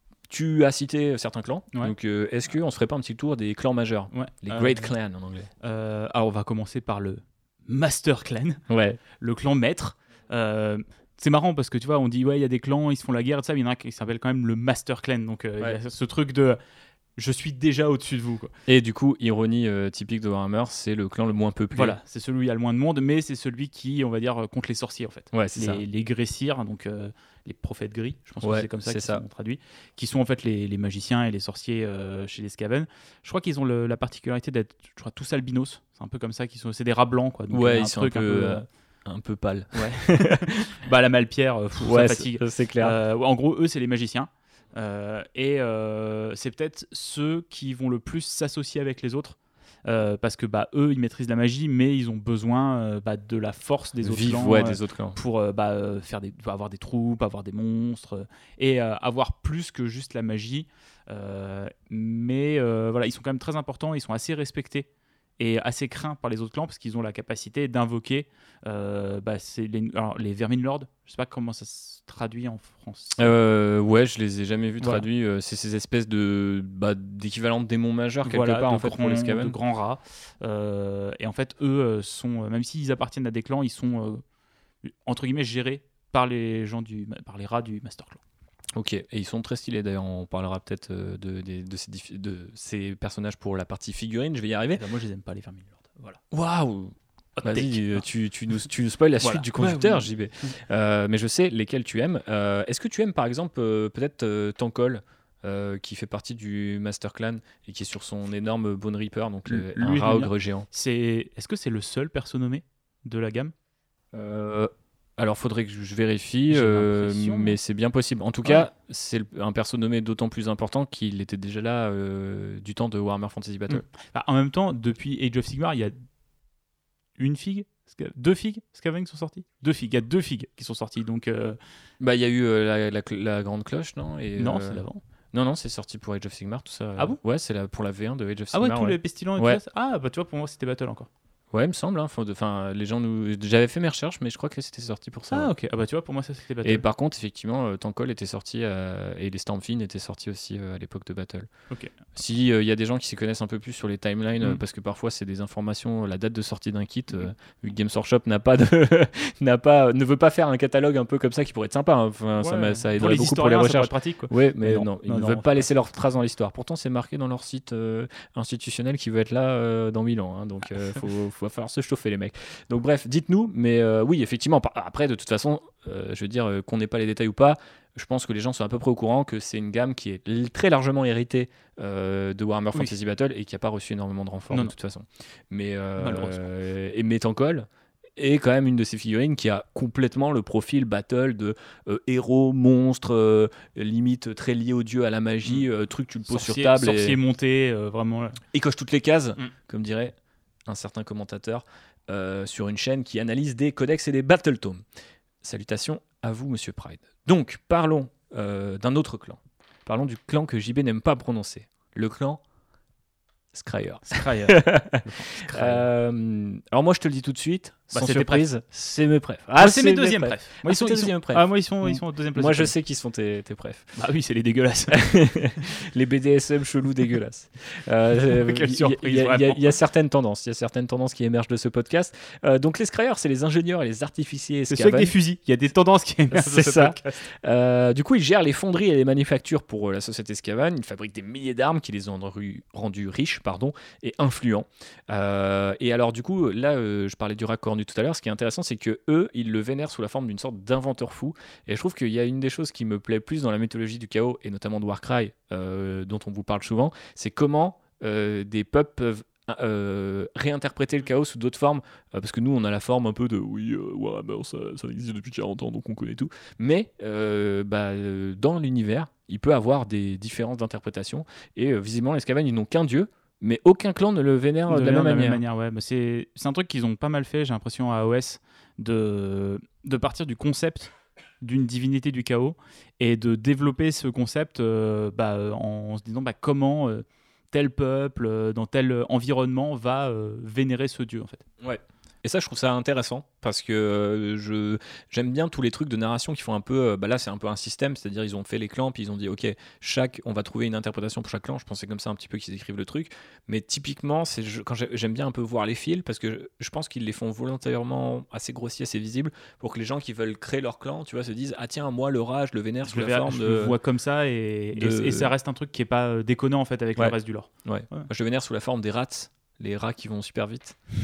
Tu as cité certains clans, Ouais. donc euh, est-ce qu'on se ferait pas un petit tour des clans majeurs, Ouais. les Euh, Great Clans en anglais? euh, alors, on va commencer par le Master Clan, Ouais. le clan maître. Euh, c'est marrant parce que tu vois, on dit ouais, il y a des clans, ils se font la guerre et tout ça, mais il y en a un qui s'appelle quand même le Master Clan. Donc euh, il Ouais. y a ce truc de je suis déjà au-dessus de vous, quoi. Et du coup, ironie euh, typique de Warhammer, c'est le clan le moins peuplé. Voilà, c'est celui où il y a le moins de monde, mais c'est celui qui, on va dire, euh, contre les sorciers en fait. Ouais, c'est ça. Les, les Gressir, donc euh, les prophètes gris, je pense Ouais, que c'est comme ça c'est qu'ils ça. sont traduits, qui sont en fait les, les magiciens et les sorciers euh, chez les Skaven. Je crois qu'ils ont le- la particularité d'être, je crois, tous albinos. C'est un peu comme ça qu'ils sont. C'est des rats blancs, quoi. Donc, il y a Ouais, un ils sont un truc peu, peu, euh, un peu pâles. Ouais. Bah la Malpierre, euh, pff, Ouais, ça fatigue. c'est, c'est clair. Euh, en gros, eux, c'est les magiciens. Euh, et euh, c'est peut-être ceux qui vont le plus s'associer avec les autres. euh, parce que bah, eux, ils maîtrisent la magie, mais ils ont besoin euh, bah, de la force des autres Vive, clans ouais, euh, des autres clans. pour euh, bah, euh, faire des, avoir des troupes, avoir des monstres, euh, et euh, avoir plus que juste la magie. Euh, mais euh, voilà, ils sont quand même très importants, ils sont assez respectés et assez craints par les autres clans parce qu'ils ont la capacité d'invoquer euh, bah, c'est les, alors, les Vermin Lords. Je sais pas comment ça se traduit en français. Euh, ouais, je les ai jamais vus Voilà. traduits. Euh, c'est ces espèces de bah, d'équivalent de démons majeurs quelque Voilà, part de en fait grands, pour les Skaven. de grands rats. Euh, et en fait, eux euh, sont, euh, même s'ils appartiennent à des clans, ils sont euh, entre guillemets gérés par les gens du, par les rats du Master Clan. Ok, et ils sont très stylés d'ailleurs. On parlera peut-être euh, de, de, de, ces, diffi- de ces personnages pour la partie figurine. Je vais y arriver. Et ben, moi, je les aime pas les Vermin Lords. Voilà. Waouh! Hot Vas-y, take. euh, tu, tu, nous, tu nous spoil la Voilà. suite du conducteur, Ouais, J B. Euh, mais je sais lesquels tu aimes. Euh, est-ce que tu aimes par exemple euh, peut-être euh, Tankol euh, qui fait partie du Master Clan et qui est sur son énorme Bone Reaper, donc le- Lui, un je rat l'aime bien. ogre géant? C'est, est-ce que c'est le seul perso nommé de la gamme? Euh, alors, faudrait que je vérifie, J'ai euh, l'impression. mais c'est bien possible. En tout Ouais. cas, c'est le- un perso nommé d'autant plus important qu'il était déjà là euh, du temps de Warhammer Fantasy Battle. Ah, en même temps, depuis Age of Sigmar, il y a une figue, Sca- deux figues Skaven qui sont sorties. Deux figues, il y a deux figues qui sont sorties. Donc euh, Bah, il y a eu euh, la, la cl- la grande cloche, non? Et, non, euh, c'est d'avant. Non, non, c'est sorti pour Age of Sigmar, tout ça. Ah bon? Ouais, c'est la, pour la V un de Age of Ah ouais, Sigmar. tous ouais. les pestilents et Ouais. tout ça. Ah bah tu vois, pour moi c'était Battle encore. Ouais, il me semble. Hein, faut de- enfin, les gens nous. J'avais fait mes recherches, mais je crois que c'était sorti pour ça. Ah ouais. ok. Ah bah tu vois, pour moi ça c'était Battle. Et par contre, effectivement, euh, Tankol était sorti euh, et les Stormfiend étaient sortis aussi euh, à l'époque de Battle. Ok. Si il y a des gens qui s'y connaissent un peu plus sur les timelines, euh, Mm. parce que parfois c'est des informations, la date de sortie d'un kit, euh, vu que Games Workshop n'a pas de, n'a pas, ne veut pas faire un catalogue un peu comme ça qui pourrait être sympa. Hein. Enfin, ça, Ouais. m'a- ça Pour aiderait les beaucoup pour les historiens, ça pourrait recherches. être pratique quoi. Oui, mais Mais non, non, ils non, ne non, veulent on pas fait laisser leur trace dans l'histoire. Pourtant, c'est marqué dans leur site euh, institutionnel qui veut être là euh, dans mille ans. Hein. Donc, il faut, faut falloir se chauffer, les mecs. Donc, bref, dites-nous. Mais euh, oui, effectivement, par- après, de toute façon, euh, je veux dire, euh, qu'on n'ait pas les détails ou pas, je pense que les gens sont à peu près au courant que c'est une gamme qui est l- très largement héritée euh, de Warhammer Oui. Fantasy Battle et qui n'a pas reçu énormément de renforts Non, de non. toute façon. Mais, euh, Malheureusement. euh, et Metancol est quand même une de ces figurines qui a complètement le profil battle de euh, héros, monstre, euh, limite très lié au dieu, à la magie, euh, truc tu le poses sur Sorcier, table sorcier et monté, euh, vraiment. là. il coche toutes les cases, Mm. comme dirait un certain commentateur euh, sur une chaîne qui analyse des codex et des battletomes. Salutations à vous, monsieur Pride. Donc, parlons euh, d'un autre clan. Parlons du clan que J B n'aime pas prononcer. Le clan Scryer. Scryer. Euh, alors moi, je te le dis tout de suite, Bah, sans c'est tes surprise, c'est mes préfs. Ah, c'est mes deuxièmes préfs. préf. Ah, Moi, ils c'est sont, tes ils sont- deuxièmes préf. ah, moi, ils sont, ils sont en deuxième place. Moi, je sais qui sont tes, tes préfs. Bah oui, c'est les dégueulasses. Les B D S M chelous dégueulasses. Euh, Quelle il y a- surprise, il y a- il y, a- vraiment. il y a certaines tendances. Il y a certaines tendances qui émergent de ce podcast. Euh, donc les Scryers, c'est les ingénieurs et les artificiers C'est ceux avec Skaven. des fusils. Il y a des tendances qui émergent de C'est ce ça. podcast. Euh, du coup, ils gèrent les fonderies et les manufactures pour euh, la société Skaven. Ils fabriquent des milliers d'armes qui les ont rendus, rendus riches pardon, et influents. Euh, et alors, du coup, là, euh, je parlais du rat cornu tout à l'heure. Ce qui est intéressant, c'est que eux, ils le vénèrent sous la forme d'une sorte d'inventeur fou. Et je trouve qu'il y a une des choses qui me plaît plus dans la mythologie du chaos, et notamment de Warcry, euh, dont on vous parle souvent, c'est comment euh, des peuples peuvent euh, réinterpréter le chaos sous d'autres formes, euh, parce que nous on a la forme un peu de oui euh, Warhammer ça, ça existe depuis quarante ans donc on connaît tout, mais euh, bah, euh, dans l'univers il peut avoir des différences d'interprétation et euh, visiblement les Skaven ils n'ont qu'un dieu mais aucun clan ne le vénère de, De la la même manière. ouais. Bah, c'est, c'est un truc qu'ils ont pas mal fait, j'ai l'impression, à A O S, de, de partir du concept d'une divinité du chaos et de développer ce concept euh, bah, en se disant bah, comment euh, tel peuple, euh, dans tel environnement, va euh, vénérer ce dieu, en fait. Ouais. Et ça, je trouve ça intéressant parce que euh, je, j'aime bien tous les trucs de narration qui font un peu. Euh, bah là, c'est un peu un système, c'est-à-dire ils ont fait les clans, puis ils ont dit ok, chaque, on va trouver une interprétation pour chaque clan. Je pensais comme ça un petit peu qu'ils écrivent le truc. Mais typiquement, c'est je- quand j'ai- j'aime bien un peu voir les fils parce que je, je pense qu'ils les font volontairement assez grossiers, assez visibles pour que les gens qui veulent créer leur clan, tu vois, se disent ah tiens, moi le rat, je le vénère Je sous le, la verrai- forme je de. le vois comme ça et, et- de- et ça reste un truc qui est pas euh, déconnant en fait avec Ouais. le reste du lore. Ouais. Moi, je le vénère sous la forme des rats, les rats qui vont super vite.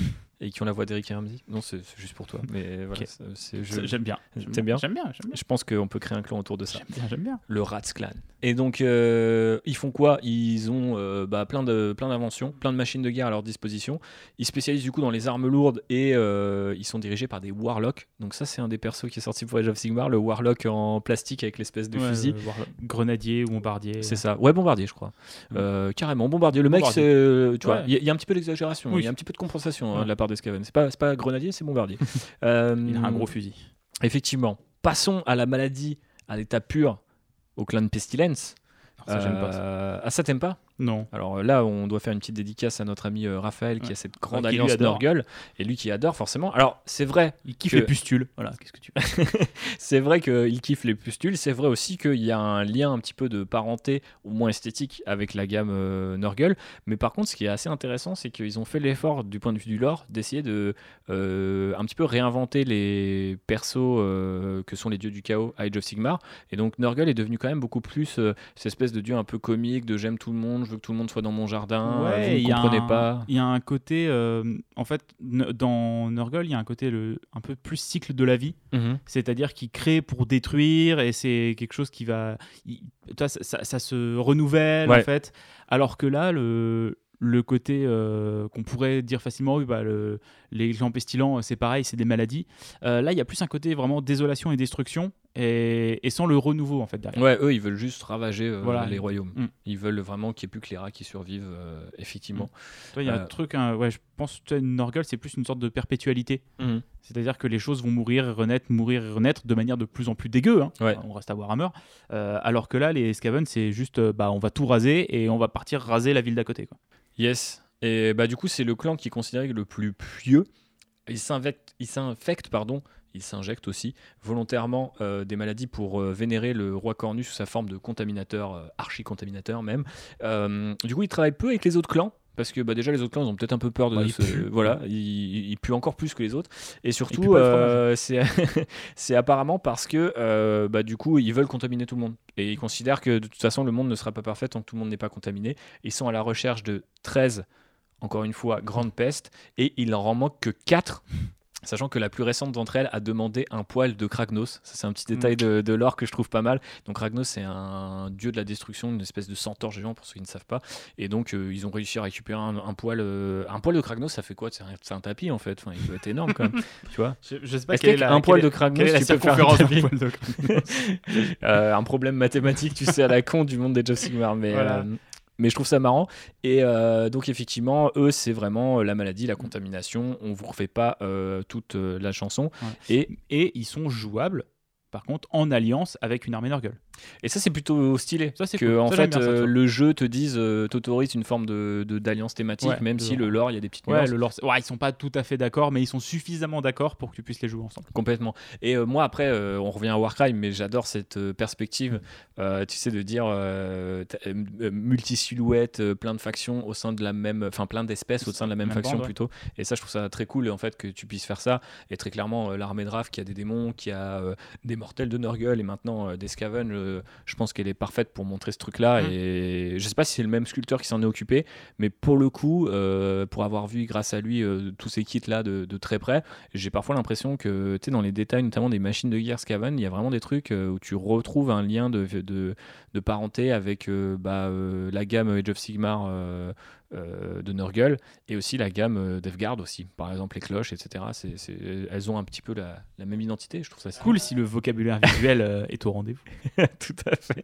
et qui ont la voix d'Eric et Ramsey. Non, c'est, c'est juste pour toi. Mais voilà, Ok. c'est, c'est- je- J'aime bien. T'aimes bien J'aime bien. J'aime bien. Je pense qu'on peut créer un clan autour de ça. J'aime bien. J'aime bien. Le Rats Clan. Et donc, euh, ils font quoi? Ils ont euh, bah, plein, de, plein d'inventions, plein de machines de guerre à leur disposition. Ils spécialisent du coup dans les armes lourdes et euh, ils sont dirigés par des Warlocks. Donc ça, c'est un des persos qui est sorti pour Age of Sigmar, le Warlock en plastique avec l'espèce de Ouais, fusil. euh, voir- Grenadier ou bombardier. C'est ça. Ouais, bombardier, je crois. Mm. Euh, carrément, bombardier. Le mec, Bombardier. c'est, euh, tu Ouais. vois, il y, a- il y a un petit peu d'exagération, il Oui. y a un petit peu de compensation hein, Ouais. de la part des Skaven. C'est pas, c'est pas grenadier, c'est bombardier. Euh, Il a un gros fusil. Effectivement. Passons à la maladie à l'état pur, au clan de Pestilence. Alors, ça, j'aime pas ça. Euh, Ah, ça t'aimes pas? Non. Alors euh, là, on doit faire une petite dédicace à notre ami euh, Raphaël qui Ouais. a cette grande Ouais, qui lui alliance adore. Norgul et lui qui adore forcément. Alors c'est vrai, Il kiffe que- les pustules. Voilà. Qu'est-ce que tu c'est vrai qu'il kiffe les pustules. C'est vrai aussi qu'il y a un lien un petit peu de parenté, au moins esthétique, avec la gamme euh, Norgul. Mais par contre, ce qui est assez intéressant, c'est qu'ils ont fait l'effort du point de vue du lore d'essayer de euh, un petit peu réinventer les persos euh, que sont les dieux du chaos à Age of Sigmar. Et donc Norgul est devenu quand même beaucoup plus euh, cette espèce de dieu un peu comique, de j'aime tout le monde, je veux que tout le monde soit dans mon jardin, Ouais, vous il ne y a comprenez un- pas. Il y a un côté, euh, en fait, n- dans Nurgle, il y a un côté le, un peu plus cycle de la vie, Mhm. c'est-à-dire qu'il crée pour détruire et c'est quelque chose qui va, il- toi, ça, ça- ça se renouvelle Ouais. en fait, alors que là, le le côté euh, qu'on pourrait dire facilement, oui, bah, le- les gens pestilents, c'est pareil, c'est des maladies. Euh, là, il y a plus un côté vraiment désolation et destruction, et, et sans le renouveau en fait derrière. Ouais, eux, ils veulent juste ravager euh, Voilà. les royaumes. Mm. Ils veulent vraiment qu'il n'y ait plus que les rats qui survivent, euh, effectivement. Toi, il y a Euh, un truc, hein, ouais, je pense que Nurgle, c'est plus une sorte de perpétualité. Mhm. C'est-à-dire que les choses vont mourir et renaître, mourir et renaître de manière de plus en plus dégueu. Hein. Ouais. On reste à Warhammer. Euh, alors que là, les Skaven, c'est juste, euh, bah, on va tout raser et on va partir raser la ville d'à côté. Quoi. Yes. Et bah, du coup, c'est le clan qui est considéré le plus pieux. Il s'infecte, il s'infecte pardon, il s'injecte aussi volontairement euh, des maladies pour euh, vénérer le roi cornu sous sa forme de contaminateur, euh, archi-contaminateur même. Euh, du coup, il travaille peu avec les autres clans. Parce que bah, déjà les autres clans ils ont peut-être un peu peur de Bah, ils ce- puent. voilà ils, ils puent encore plus que les autres et Ils surtout puent pas le euh, c'est c'est apparemment parce que euh, bah, du coup ils veulent contaminer tout le monde et ils considèrent que de toute façon le monde ne sera pas parfait tant que tout le monde n'est pas contaminé. Ils sont à la recherche de treize, encore une fois, grandes pestes et il en manque que quatre. Sachant que la plus récente d'entre elles a demandé un poil de Kragnos. Ça, c'est un petit détail de, de lore que je trouve pas mal. Donc, Kragnos, c'est un dieu de la destruction, une espèce de centaure géant, pour ceux qui ne savent pas. Et donc, euh, ils ont réussi à récupérer un, un poil. euh, un poil de Kragnos, ça fait quoi? C'est un, c'est un tapis, en fait. Enfin, il doit être énorme, quand même. Tu vois? Je, je sais pas Est-ce quelle est qu'avec la, un poil quelle de est- Kragnos, quelle est la tu peux faire un circonférence d'un tapis? poil de Kragnos. Euh, un problème mathématique, tu sais, à la con du monde des Age of Sigmar. Mais, Voilà. euh, mais je trouve ça marrant. Et euh, donc, effectivement, eux, c'est vraiment la maladie, la contamination. On vous refait pas euh, toute euh, la chanson. Ouais. Et, Et ils sont jouables, par contre, en alliance avec une armée Nurgle. et ça, c'est plutôt stylé. Ça, c'est que, cool. en Ça, j'aime fait, bien ça, euh, tu vois. le jeu te dise, euh, t'autorise une forme de, de- d'alliance thématique, Ouais, même de si lore. le lore, il y a des petites Ouais, nuances. le lore, c'est- ouais, ils sont pas tout à fait d'accord, mais ils sont suffisamment d'accord pour que tu puisses les jouer ensemble. Complètement. Et euh, moi, après, euh, on revient à Warcry, mais j'adore cette euh, perspective, euh, tu sais, de dire euh, t'as, euh, euh, multi-silhouettes, euh, plein de factions au sein de la même, enfin plein d'espèces au sein de la même, Même faction bande, ouais. plutôt. Et ça, je trouve ça très cool, en fait, que tu puisses faire ça. Et très clairement, euh, l'armée Draft qui a des démons, qui a euh, des mortels de Nurgle et maintenant euh, des Skaven, euh, je pense qu'elle est parfaite pour montrer ce truc-là. Mm. Et je sais pas si c'est le même sculpteur qui s'en est occupé, mais pour le coup, euh, pour avoir vu grâce à lui euh, tous ces kits-là de, de très près, j'ai parfois l'impression que tu sais, dans les détails, notamment des machines de guerre Skaven, il y a vraiment des trucs euh, où tu retrouves un lien de, de, de parenté avec euh, bah, euh, la gamme Age of Sigmar euh, euh, de Nurgle et aussi la gamme euh, Deathguard aussi. Par exemple, les cloches, et cetera. C'est, c'est, elles ont un petit peu la, la même identité. Je trouve ça Cool si le vocabulaire visuel euh, est au rendez-vous. Tout à fait.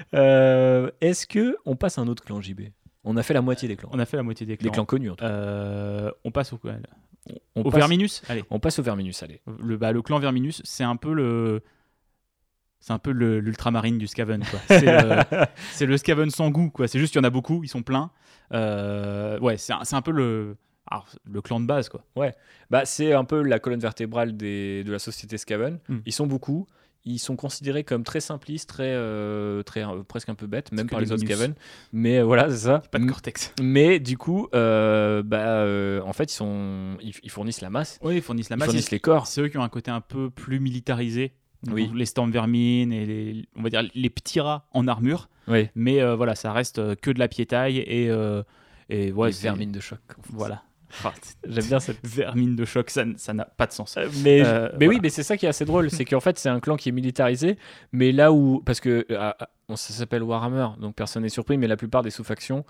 Euh, est-ce que on passe à un autre clan, J B? On a fait la moitié des clans. On a fait la moitié des clans. Des clans connus, en tout cas. Euh, on passe au, On au passe- Verminus. Allez. On passe au Verminus, allez. Le, bah, le clan Verminus, c'est un peu le. C'est un peu le- l'ultramarine du Skaven. Quoi. C'est, le, c'est le Skaven sans goût. Quoi. C'est juste qu'il y en a beaucoup, ils sont pleins. Euh, ouais, c'est un, c'est un peu le, alors, le clan de base. Quoi. Bah, c'est un peu la colonne vertébrale des, de la société Skaven. Mm. Ils sont beaucoup. Ils sont considérés comme très simplistes, très, euh, très euh, presque un peu bêtes, même que par des les autres minus. Skaven. Mais euh, voilà, c'est ça. Pas de M- cortex. Mais du coup, euh, bah, euh, en fait, ils, sont, ils, ils fournissent la masse. Oui, ils fournissent la Ils masse. fournissent les corps. C'est eux qui ont un côté un peu plus militarisé. Donc, Oui. Les storm vermines et les, on va dire les petits rats en armure. Oui. Mais euh, voilà, ça reste euh, que de la piétaille et, euh, et ouais, les c'est- vermines de choc. en fait. Voilà. Ah, J'aime bien cette vermine de choc, ça, ça n'a pas de sens. Euh, mais Euh, mais voilà. oui, mais c'est ça qui est assez drôle, c'est qu'en fait c'est un clan qui est militarisé, mais là où parce que euh, bon, ça s'appelle Warhammer, donc personne n'est surpris, mais la plupart des sous-factions,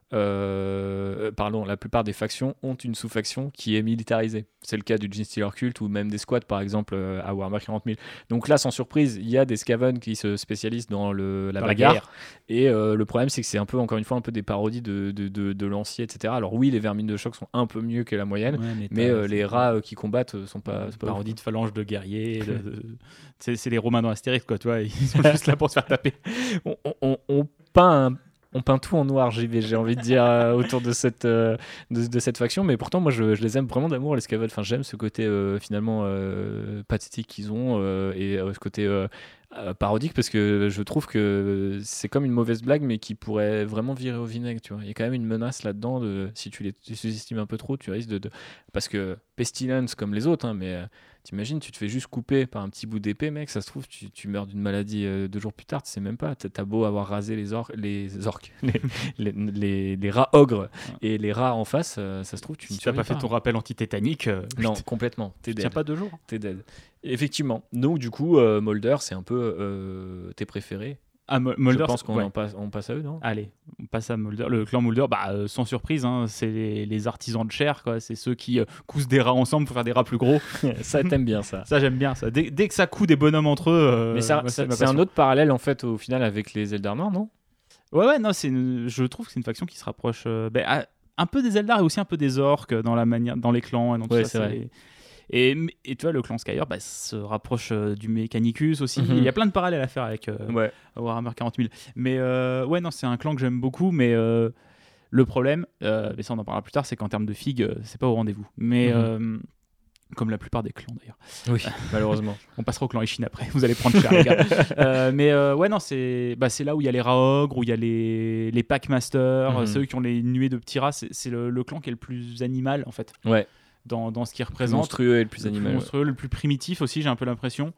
euh, pardon, la plupart des factions ont une sous-faction qui est militarisée. C'est le cas du Genestealer Cult ou même des squads par exemple euh, à Warhammer quarante mille. Donc là, sans surprise, il y a des Skaven qui se spécialisent dans le, la Dans la bagarre. guerre. Et euh, le problème, c'est que c'est un peu, encore une fois, un peu des parodies de, de, de, de Lancier, et cetera. Alors oui, les vermines de choc sont un peu mieux que la moyenne, Ouais, mais mais t'as- euh, c'est- les rats euh, qui combattent euh, sont pas, c'est pas parodie ouf, de phalange de guerriers. de- de- c'est, c'est les Romains dans Astérix, quoi, tu vois. Ils sont juste là pour se faire taper. quoi. On, on, on peint un- on peint tout en noir, J V, j'ai envie de dire, euh, autour de cette, euh, de, de cette faction, mais pourtant, moi, je, je les aime vraiment d'amour, les Skaven. Enfin, j'aime ce côté, euh, finalement, euh, pathétique qu'ils ont, euh, et euh, ce côté euh, euh, parodique, parce que je trouve que c'est comme une mauvaise blague, mais qui pourrait vraiment virer au vinaigre, tu vois. Il y a quand même une menace là-dedans, de, si tu les tu sous-estimes un peu trop, tu risques de... de... Parce que Pestilence, comme les autres, hein, mais... euh, T'imagines, tu te fais juste couper par un petit bout d'épée, mec, ça se trouve, tu, tu meurs d'une maladie euh, deux jours plus tard, tu sais même pas. T'as, t'as beau avoir rasé les, or- les orques, les, les, les, les rats ogres et les rats en face, euh, ça se trouve, tu Si ne tu n'as survis pas fait ton rappel anti-tétanique, euh, Non, putain, complètement, t'es tu tiens dead. pas deux jours. T'es dead. Effectivement. Donc, du coup, euh, Molder, c'est un peu euh, tes préférés. Ah, Mo- Mulder, Je pense c'est- qu'on ouais. en passe, on passe à eux, non Allez, on passe à Mulder. Le clan Mulder, bah, euh, sans surprise, hein, c'est les, les artisans de chair, quoi. C'est ceux qui euh, coussent des rats ensemble pour faire des rats plus gros. Ça, t'aimes bien ça. Ça, j'aime bien ça. Dès, dès que ça coud des bonhommes entre eux, euh, Mais ça, moi, ça- ma c'est un passion. autre parallèle, en fait, au final, avec les Eldarmor, non Ouais, ouais, non, c'est une- je trouve que c'est une faction qui se rapproche euh, ben, à- un peu des Eldar et aussi un peu des orques dans la manière, dans les clans et dans tout Ouais, ça. c'est vrai. Et, et tu vois, le clan Skyer bah, se rapproche euh, du Mechanicus aussi. Mhm. Il y a plein de parallèles à faire avec euh, Ouais. Warhammer quarante mille. Mais euh, ouais, non, c'est un clan que j'aime beaucoup, mais euh, le problème, euh, mais ça on en parlera plus tard, c'est qu'en termes de figues, euh, c'est pas au rendez-vous. Mais Mhm. euh, comme la plupart des clans d'ailleurs. Oui, malheureusement. On passera au clan Ishin après, vous allez prendre cher les gars. Euh, mais euh, ouais, non, c'est bah, c'est là où il y a les rats ogres, où il y a les, les Packmasters, Mhm. ceux qui ont les nuées de petits rats, c'est c'est le, le clan qui est le plus animal en fait, Ouais. dans, dans ce qu'il Le plus représente. monstrueux et le plus Le plus animal. ouais. monstrueux, le plus primitif aussi, j'ai un peu l'impression.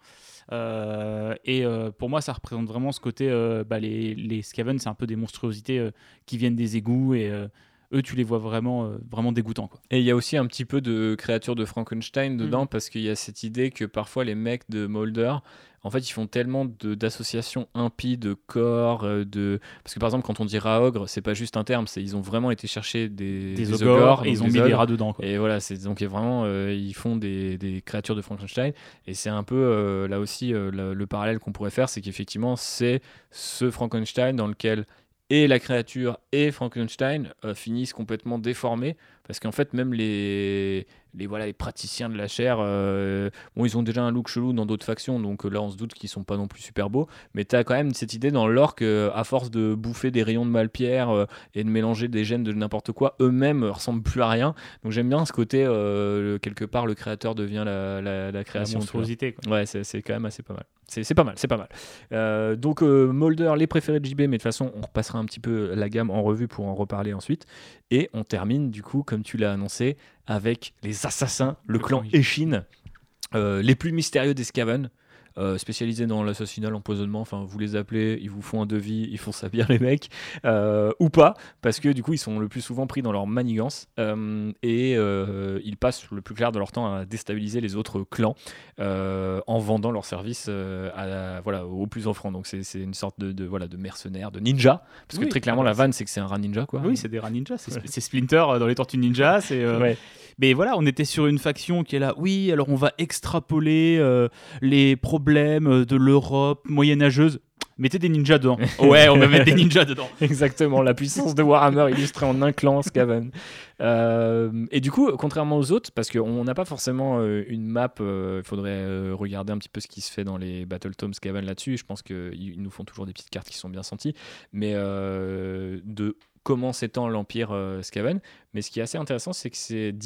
Euh, et euh, pour moi, ça représente vraiment ce côté. Euh, bah, les, les Skaven, c'est un peu des monstruosités euh, qui viennent des égouts et euh, eux, tu les vois vraiment, euh, vraiment dégoûtants. Quoi. Et il y a aussi un petit peu de créatures de Frankenstein dedans, Mhm. parce qu'il y a cette idée que parfois les mecs de Molder, en fait, ils font tellement de- d'associations impies de corps, euh, de... parce que par exemple, quand on dit rat ogre, c'est pas juste un terme, c'est ils ont vraiment été chercher des, Des, des ogres, et donc ils ont des mis des ogres. rats dedans. Quoi. Et voilà, c'est donc il y a vraiment, euh, ils font des, des créatures de Frankenstein. Et c'est un peu euh, là aussi euh, le, le parallèle qu'on pourrait faire, c'est qu'effectivement, c'est ce Frankenstein dans lequel et la créature et Frankenstein euh, finissent complètement déformés. Parce qu'en fait, même les, les, voilà, les praticiens de la chair, euh, bon, ils ont déjà un look chelou dans d'autres factions, donc euh, là, on se doute qu'ils sont pas non plus super beaux. Mais tu as quand même cette idée dans l'orque, euh, à force de bouffer des rayons de malpierre euh, et de mélanger des gènes de n'importe quoi, eux-mêmes euh, ressemblent plus à rien. Donc j'aime bien ce côté, euh, le- quelque part, le créateur devient la, la, la La création. tu vois. monstruosité. Quoi. Ouais, c'est c'est quand même assez pas mal. C'est c'est pas mal, c'est pas mal. Euh, donc euh, Molder, les préférés de J B, mais de toute façon, on repassera un petit peu la gamme en revue pour en reparler ensuite. Et on termine, du coup, comme tu l'as annoncé, avec les assassins, le, Le clan clan Eshin, euh, les plus mystérieux des Skaven. Euh, spécialisés dans l'assassinat, l'empoisonnement, enfin vous les appelez, ils vous font un devis, ils font ça bien les mecs, euh, ou pas, parce que du coup ils sont le plus souvent pris dans leur manigance euh, et euh, ils passent le plus clair de leur temps à déstabiliser les autres clans euh, en vendant leurs services euh, à, voilà, aux plus offrants. Donc c'est c'est une sorte de, de, voilà, de mercenaires, de ninja, parce que Oui, très clairement ah bah, la vanne c'est que c'est un rat ninja quoi. Oui, c'est des rats ninja, c'est, c'est Splinter euh, dans les Tortues Ninja. C'est, euh, Ouais. Mais voilà, on était sur une faction qui est là. Oui, alors on va extrapoler euh, les problèmes de l'Europe moyenâgeuse. Mettez des ninjas dedans. Ouais, on va mettre des ninjas dedans. Exactement, la puissance de Warhammer illustrée en un clan, Skaven. Euh, et du coup, contrairement aux autres, parce qu'on n'a pas forcément euh, une map, il euh, faudrait euh, regarder un petit peu ce qui se fait dans les Battletomes Skaven là-dessus. Je pense qu'ils nous font toujours des petites cartes qui sont bien senties, mais euh, de comment s'étend l'Empire euh, Skaven. Mais ce qui est assez intéressant, c'est que c'est dit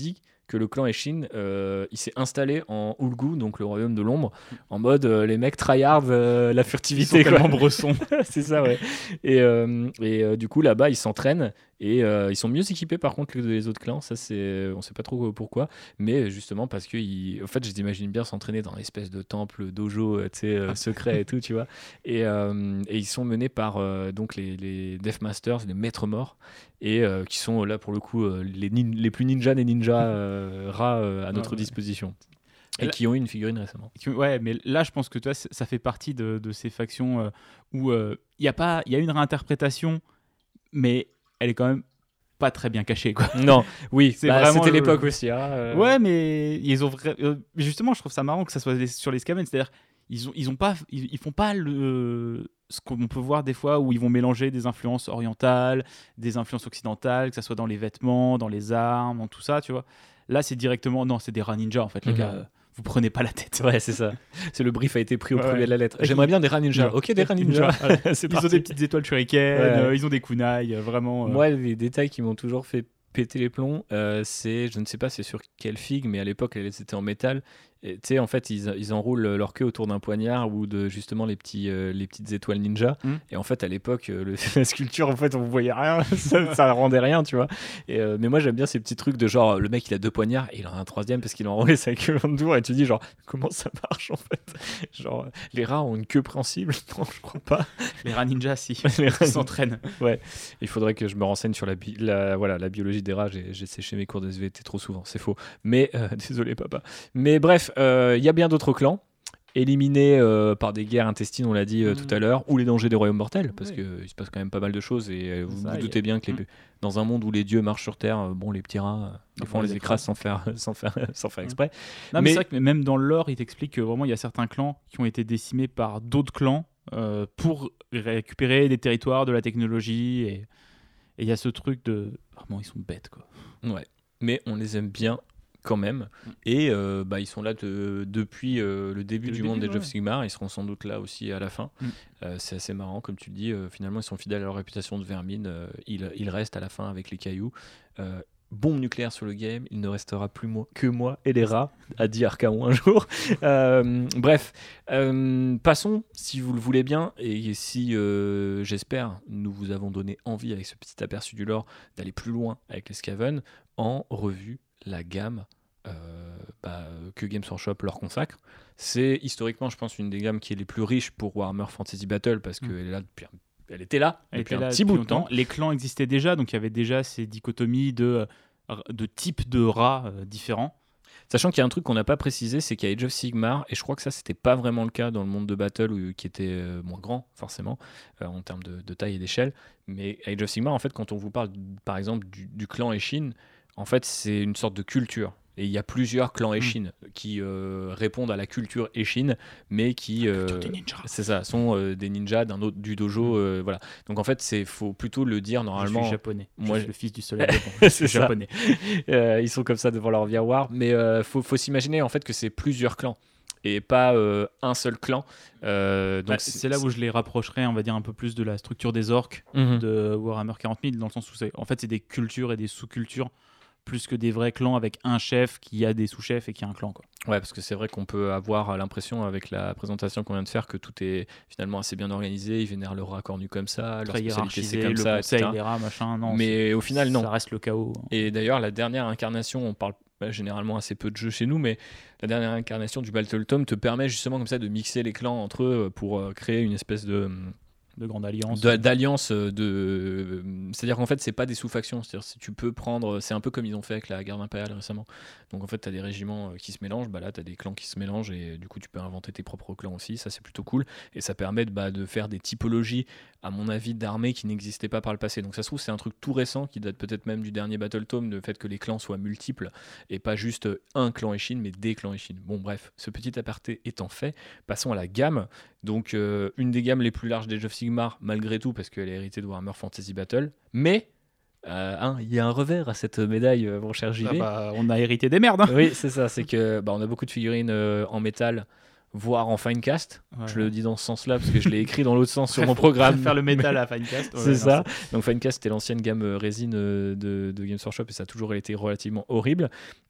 que le clan Eshin, euh, il s'est installé en Ulgu, donc le royaume de l'ombre, en mode euh, les mecs tryhard euh, la furtivité. Ils sont tellement bressons. C'est ça, ouais. Et, euh, et euh, du coup, là-bas, ils s'entraînent et euh, ils sont mieux équipés par contre que les autres clans. Ça, c'est, on sait pas trop pourquoi, mais justement parce que, ils... en fait, je t'imagine bien s'entraîner dans une espèce de temple, dojo, euh, tu sais, euh, secret et tout, tu vois. Et, euh, et ils sont menés par euh, donc les, les Death Masters, les maîtres morts, et euh, qui sont là pour le coup euh, les, nin- les plus ninjas des ninjas euh, rats euh, à notre Ouais, ouais. disposition. Et Et là- qui ont eu une figurine récemment. Ouais, mais là, je pense que toi, ça fait partie de, de ces factions euh, où il y a pas, il y a une réinterprétation, mais elle est quand même pas très bien cachée, quoi. Non, oui, C'est bah, vraiment c'était le- l'époque aussi. Hein, euh. Ouais, mais ils ont vra- euh, justement, je trouve ça marrant que ça soit des- sur les Skaven, c'est-à-dire ils ont, ils ont pas, ils, ils font pas le ce qu'on peut voir des fois où ils vont mélanger des influences orientales, des influences occidentales, que ça soit dans les vêtements, dans les armes, dans tout ça, tu vois. Là, c'est directement, non, c'est des rats ninja en fait, les Mhm. gars. euh, Vous prenez pas la tête. Ouais, c'est ça. C'est le brief a été pris au Ouais, premier ouais. de la lettre. Et J'aimerais qui- bien des rats ninja. Ok, des rats ninja. Voilà. C'est Ils ont parti. des petites étoiles shuriken, Ouais. euh, ils ont des kunai, euh, vraiment. euh, Moi, les détails qui m'ont toujours fait péter les plombs, euh, c'est, je ne sais pas c'est sur quelle figue, mais à l'époque, elles étaient en métal. Et tu sais, en fait, ils, ils enroulent leur queue autour d'un poignard ou de justement les, petits, euh, les petites étoiles ninja. Mm. Et en fait, à l'époque, euh, le- la sculpture, en fait, on voyait rien, ça, ça rendait rien, tu vois. Et, euh, mais moi, j'aime bien ces petits trucs de genre, le mec, il a deux poignards et il en a un troisième parce qu'il a enroulé sa queue en tour. Et tu dis, genre, comment ça marche en fait? Genre, euh, les rats ont une queue prensible? Non, je crois pas. Les rats ninja, si. Les rats Ils s'entraînent. Il faudrait que je me renseigne sur la, bi- la, voilà, la biologie des rats. J'ai, j'ai séché mes cours de S V T trop souvent, c'est faux. Mais euh, désolé, papa. Mais bref, euh, il y a bien d'autres clans éliminés euh, par des guerres intestines, on l'a dit euh, Mm. tout à l'heure, ou les dangers des royaumes mortels, parce Oui. qu'il se passe quand même pas mal de choses. Et euh, vous Ça, vous y a- doutez bien que les, Mm. dans un monde où les dieux marchent sur Terre, euh, bon, les petits rats, euh, des Ah, fois on on les les écrase écrase. sans faire, sans faire, sans faire Mm. exprès. Non, mais, Mais- c'est vrai que même dans le lore, il t'explique que vraiment, il y a certains clans qui ont été décimés par d'autres clans euh, pour récupérer des territoires, de la technologie. Et et il y a ce truc de. Vraiment, ils sont bêtes, quoi. Ouais, mais on les aime bien quand même. Mm. Et euh, bah, ils sont là de- depuis euh, le début Le du début, monde d'Age ouais. of Sigmar. Ils seront sans doute là aussi à la fin. Mm. Euh, c'est assez marrant, comme tu le dis. Euh, finalement, ils sont fidèles à leur réputation de vermine. Euh, ils, ils restent à la fin avec les cailloux. Euh, bombe nucléaire sur le game. Il ne restera plus moi, que moi et les rats, a dit Archaon un jour. Euh, bref, euh, passons, si vous le voulez bien, et si, euh, j'espère, nous vous avons donné envie avec ce petit aperçu du lore d'aller plus loin avec les Skaven, en revue la gamme euh, bah, que Games Workshop leur consacre. C'est historiquement, je pense, une des gammes qui est les plus riches pour Warhammer Fantasy Battle parce Mm. qu'elle est là depuis un- elle était là Elle depuis était un là petit depuis bout de temps. longtemps. Les clans existaient déjà, donc il y avait déjà ces dichotomies de, euh, de types de rats euh, différents. Sachant qu'il y a un truc qu'on n'a pas précisé, c'est qu'il y a Age of Sigmar, et je crois que ça, c'était pas vraiment le cas dans le monde de Battle, où- qui était euh, moins grand, forcément, euh, en termes de, de taille et d'échelle. Mais Age of Sigmar, en fait, quand on vous parle, par exemple, du, du clan Eshin, en fait, c'est une sorte de culture. Et il y a plusieurs clans Eshin qui euh, répondent à la culture Eshin, mais qui... euh, Culture des ninjas. c'est ça, sont euh, des ninjas d'un autre, du dojo, euh, voilà. Donc en fait, c'est faut plutôt le dire Je normalement. suis japonais. Moi, je je- suis le fils du soleil. levant. Je C'est suis ça. japonais. Euh, ils sont comme ça devant leur miroir, mais euh, faut, faut s'imaginer en fait que c'est plusieurs clans et pas euh, un seul clan. Euh, donc Bah, c'est là où je les rapprocherais, on va dire, un peu plus de la structure des orques Mhm. de Warhammer quarante mille, dans le sens où c'est, en fait, c'est des cultures et des sous-cultures plus que des vrais clans avec un chef qui a des sous-chefs et qui a un clan, quoi. Ouais, parce que c'est vrai qu'on peut avoir l'impression avec la présentation qu'on vient de faire que tout est finalement assez bien organisé. Ils vénèrent leur rat cornu comme ça, leur Très spécialité c'est hiérarchisé, comme le ça, conseil, et cetera. les rats, machin, non. Mais au final, c'est- non. Ça reste le chaos. Et d'ailleurs, la dernière incarnation, on parle bah, généralement assez peu de jeux chez nous, mais la dernière incarnation du Battle Tome te permet justement comme ça de mixer les clans entre eux pour euh, créer une espèce de De grande alliance. de- d'alliance euh, de c'est-à-dire qu'en fait c'est pas des sous-factions, c'est-à-dire si tu peux prendre, c'est un peu comme ils ont fait avec la garde impériale récemment, donc en fait tu as des régiments euh, qui se mélangent, bah là tu as des clans qui se mélangent et du coup tu peux inventer tes propres clans aussi, ça c'est plutôt cool et ça permet de, bah, de faire des typologies à mon avis d'armées qui n'existaient pas par le passé, donc ça se trouve c'est un truc tout récent qui date peut-être même du dernier Battle Tome, le fait que les clans soient multiples et pas juste un clan Eshin mais des clans Eshin. Bon bref, ce petit aparté étant fait, passons à la gamme. Donc euh, une des gammes les plus larges d'Age of Sigmar malgré tout parce qu'elle est héritée de Warhammer Fantasy Battle, mais euh, hein, il y a un revers à cette médaille, euh, mon cher J Ah V. bah, on a hérité des merdes. hein. Oui, c'est ça, c'est que bah, on a beaucoup de figurines euh, en métal, voire en finecast. Ouais. Je le dis dans ce sens-là parce que je l'ai écrit dans l'autre sens sur mon Préfère- programme. préfère le métal à Finecast. Ouais, C'est non, ça. Donc Finecast c'était l'ancienne gamme euh, résine euh, de, de Games Workshop et ça a toujours été relativement horrible.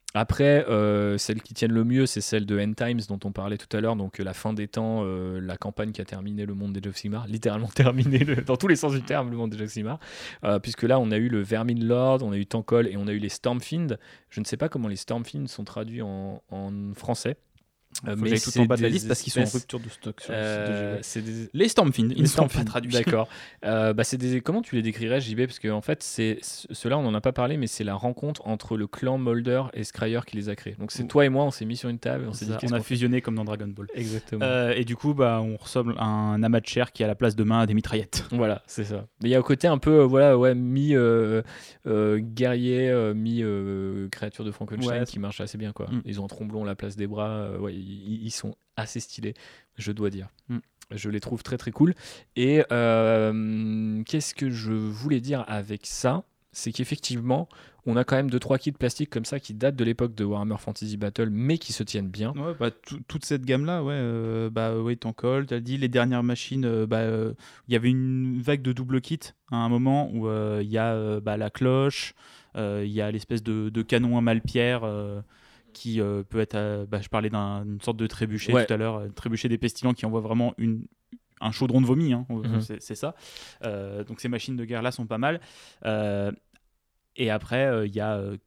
Après, euh, celles qui tiennent le mieux, c'est celle de End Times dont on parlait tout à l'heure, donc euh, la fin des temps, euh, la campagne qui a terminé le monde des Age of Sigmar, littéralement terminé le- dans tous les sens du terme le monde des Age of Sigmar, euh, puisque là on a eu le Vermin Lord, on a eu Tankol et on a eu les Stormfiend. Je ne sais pas comment les Stormfiend sont traduits en, en français. Il Euh, faut mais que j'aille tout c'est en bas de la des liste parce qu'ils sont en espèces- rupture de stock sur Euh, le site de G W. c'est des, Les Stormfiend, ils les ne sont pas Stormfiend, traduits. D'accord. Euh, bah, c'est des, comment tu les décrirais, J B? Parce qu'en en fait, c'est, ceux-là, on n'en a pas parlé, mais c'est la rencontre entre le clan Molder et Scryer qui les a créés. Donc c'est Ouh. toi et moi, on s'est mis sur une table et on s'est dit Ça, qu'est-ce on a qu'on fait. fusionné comme dans Dragon Ball. Exactement. Euh, et du coup, bah, on ressemble à un amas de chair qui a la place de main à des mitraillettes. Voilà, c'est ça. Mais il y a un côté un peu, euh, voilà, ouais, mi euh, euh, guerrier, euh, mi euh, créature de Frankenstein Ouais. qui marche assez bien, quoi. Mm. Ils ont un tromblon à la place des bras. euh, ouais, ils, ils sont assez stylés, je dois dire. Mm. Je les trouve très très cool. Et euh, qu'est-ce que je voulais dire avec ça? C'est qu'effectivement, on a quand même deux trois kits plastiques comme ça qui datent de l'époque de Warhammer Fantasy Battle, mais qui se tiennent bien. Ouais, bah, tout- toute cette gamme-là, ouais, euh, bah, ouais, Tankol, t'as dit, les dernières machines, euh, bah, euh, il y avait une vague de double kit à un moment où euh, il y a euh, bah, la cloche, euh, il y a l'espèce de, de canon à malpierre euh, qui euh, peut être, euh, bah, je parlais d'un- d'une sorte de trébuchet Ouais. tout à l'heure, euh, trébuchet des pestilents qui envoie vraiment une, un chaudron de vomi, hein, Mhm. c'est c'est ça. Euh, donc ces machines de guerre-là sont pas mal. Euh, et après, euh, il y a euh,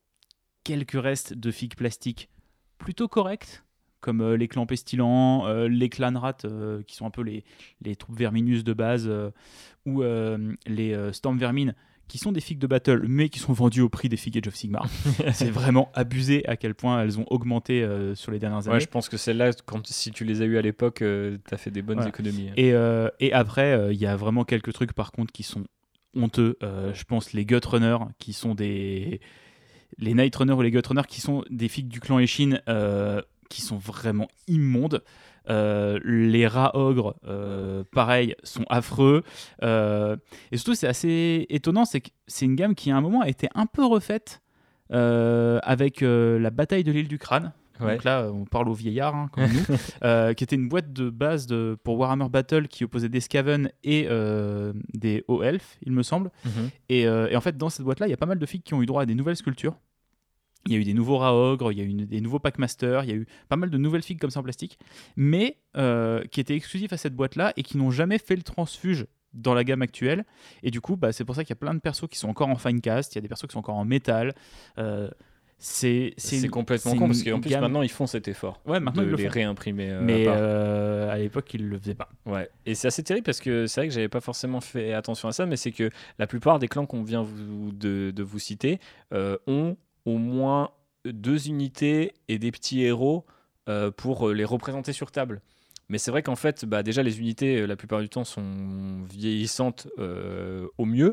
quelques restes de figues plastiques plutôt corrects, comme euh, les clans pestilents, euh, les clans rats, euh, qui sont un peu les, les troupes verminus de base, euh, ou euh, les euh, storm vermines, qui sont des figues de battle, mais qui sont vendues au prix des figues Age of Sigmar. C'est vraiment abusé à quel point elles ont augmenté euh, sur les dernières années. Ouais, je pense que celles-là, quand, si tu les as eues à l'époque, euh, t'as fait des bonnes Voilà. économies. Et, euh, et après, il y a vraiment quelques trucs par contre qui sont honteux. Euh, je pense les Gut Runners, qui sont des. Les Night Runners ou les Gut Runners, qui sont des figues du clan Eshin, euh, qui sont vraiment immondes. Euh, les rats ogres, euh, pareil, sont affreux. Euh, et surtout, c'est assez étonnant, c'est que c'est une gamme qui à un moment a été un peu refaite euh, avec euh, la bataille de l'île du crâne. Ouais. Donc là, on parle aux vieillards, hein, comme nous, euh, qui était une boîte de base de, pour Warhammer Battle qui opposait des Skaven et euh, des Hauts Elfes, il me semble. Mhm. Et, euh, et en fait, dans cette boîte-là, il y a pas mal de figues qui ont eu droit à des nouvelles sculptures. Il y a eu des nouveaux rats ogres, il y a eu une- des nouveaux Packmasters, il y a eu pas mal de nouvelles figues comme ça en plastique, mais euh, qui étaient exclusifs à cette boîte-là et qui n'ont jamais fait le transfuge dans la gamme actuelle. Et du coup, bah, c'est pour ça qu'il y a plein de persos qui sont encore en fine cast, il y a des persos qui sont encore en métal. Euh, c'est C'est une- complètement c'est con une parce qu'en plus gamme- maintenant ils font cet effort Ouais, maintenant, de ils le les font. réimprimer. euh, à Mais part. euh, à l'époque, ils le faisaient pas. Ouais, et c'est assez terrible parce que c'est vrai que j'avais pas forcément fait attention à ça, mais c'est que la plupart des clans qu'on vient vous, de, de vous citer euh, ont au moins deux unités et des petits héros euh, pour euh, les représenter sur table. Mais c'est vrai qu'en fait, bah, déjà les unités, euh, la plupart du temps, sont vieillissantes euh, au mieux.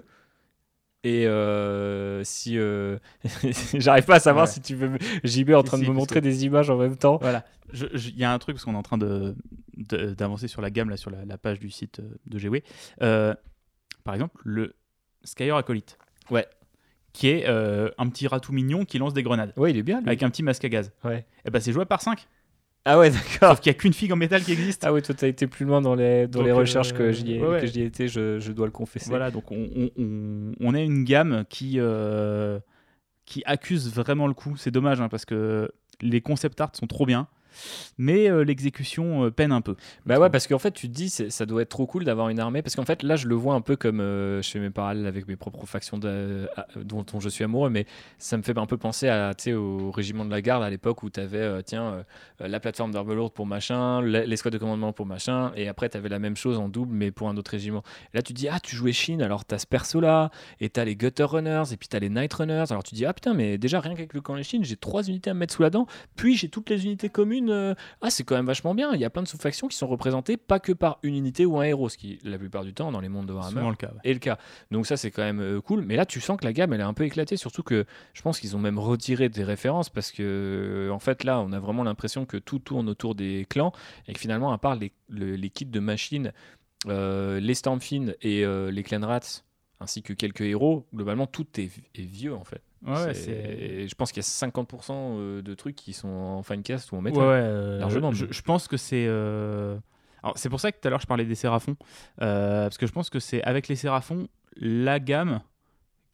Et euh, si euh, j'arrive pas à savoir Ouais. si tu veux, me- J B est en Si, train si, de me parce montrer que- des images en même temps. Voilà. Je- je- Il y a un truc, parce qu'on est en train de, de- d'avancer sur la gamme, là, sur la, la page du site euh, de G W. Euh, par exemple, le Skyer Acolyte. Ouais. Qui est euh, un petit rat tout mignon qui lance des grenades. Ouais, il est bien lui. Avec un petit masque à gaz. Ouais. Et ben c'est jouable par cinq. Ah ouais, d'accord. Sauf qu'il n'y a qu'une figue en métal qui existe. Ah oui, toi, t'as été plus loin dans les, dans Donc, les recherches euh, que j'y ai, ouais, ouais. que j'y ai été, je, je dois le confesser. Voilà, donc on, on, on, on a une gamme qui, euh, qui accuse vraiment le coup. C'est dommage, hein, parce que les concept art sont trop bien. Mais euh, l'exécution euh, peine un peu. Bah ouais, parce qu'en fait, tu te dis, c'est- ça doit être trop cool d'avoir une armée. Parce qu'en fait, là, je le vois un peu comme euh, je fais mes parallèles avec mes propres factions de- à- dont, dont je suis amoureux, mais ça me fait un peu penser à, tu sais, au régiment de la garde à l'époque où tu avais tiens, euh, la plateforme d'Arbalord pour machin, la- l'escouade de commandement pour machin, et après, tu avais la même chose en double, mais pour un autre régiment. Et là, tu te dis, ah, tu jouais Shin, alors tu as ce perso-là, et tu as les Gutter Runners, et puis tu as les Night Runners. Alors tu te dis, ah putain, mais déjà, rien qu'avec le camp Shin, j'ai trois unités à me mettre sous la dent, puis j'ai toutes les unités communes. euh, ah, c'est quand même vachement bien. Il y a plein de sous-factions qui sont représentées pas que par une unité ou un héros, ce qui, la plupart du temps, dans les mondes de C'est Warhammer, souvent le cas. ouais. est le cas. Donc ça, c'est quand même euh, cool. Mais là, tu sens que la gamme, elle est un peu éclatée, surtout que je pense qu'ils ont même retiré des références parce que, euh, en fait, là, on a vraiment l'impression que tout tourne autour des clans et que finalement, à part les, le- les kits de machines, euh, les Stormfiend et euh, les Clan Rats, ainsi que quelques héros, globalement, tout est, est vieux, en fait. Ouais, C'est- c'est. Je pense qu'il y a cinquante pour cent de trucs qui sont en finecast ou en Ouais, métal. ouais, euh, largement, Je, mais- je pense que c'est. euh, Alors, c'est pour ça que tout à l'heure je parlais des Séraphons. euh, parce que je pense que c'est avec les Séraphons la gamme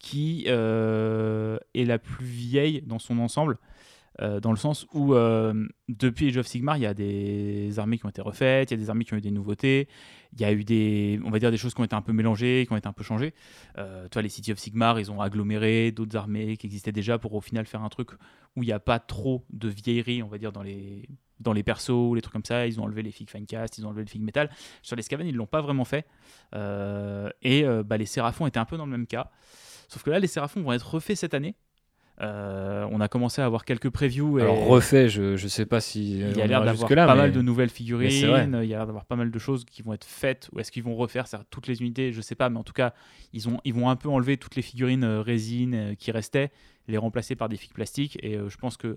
qui euh, est la plus vieille dans son ensemble. Euh, dans le sens où euh, depuis Age of Sigmar, il y a des armées qui ont été refaites, il y a des armées qui ont eu des nouveautés, il y a eu des, on va dire, des choses qui ont été un peu mélangées, qui ont été un peu changées. Euh, toi, les City of Sigmar, ils ont aggloméré d'autres armées qui existaient déjà pour au final faire un truc où il n'y a pas trop de vieilleries, on va dire, dans les, dans les persos, les trucs comme ça. Ils ont enlevé les Fig Finecast, ils ont enlevé les Fig Metal. Sur les Skaven, ils ne l'ont pas vraiment fait. Euh, et euh, bah, les Séraphons étaient un peu dans le même cas. Sauf que là, les Séraphons vont être refaits cette année. Euh, on a commencé à avoir quelques previews. Et Alors refait, je je sais pas si il y a l'air d'avoir là, pas mais... mal de nouvelles figurines. Il y a l'air d'avoir pas mal de choses qui vont être faites. Ou est-ce qu'ils vont refaire ça, toutes les unités? Je sais pas, mais en tout cas, ils ont ils vont un peu enlever toutes les figurines euh, résine euh, qui restaient, les remplacer par des figues plastiques. Et euh, je pense que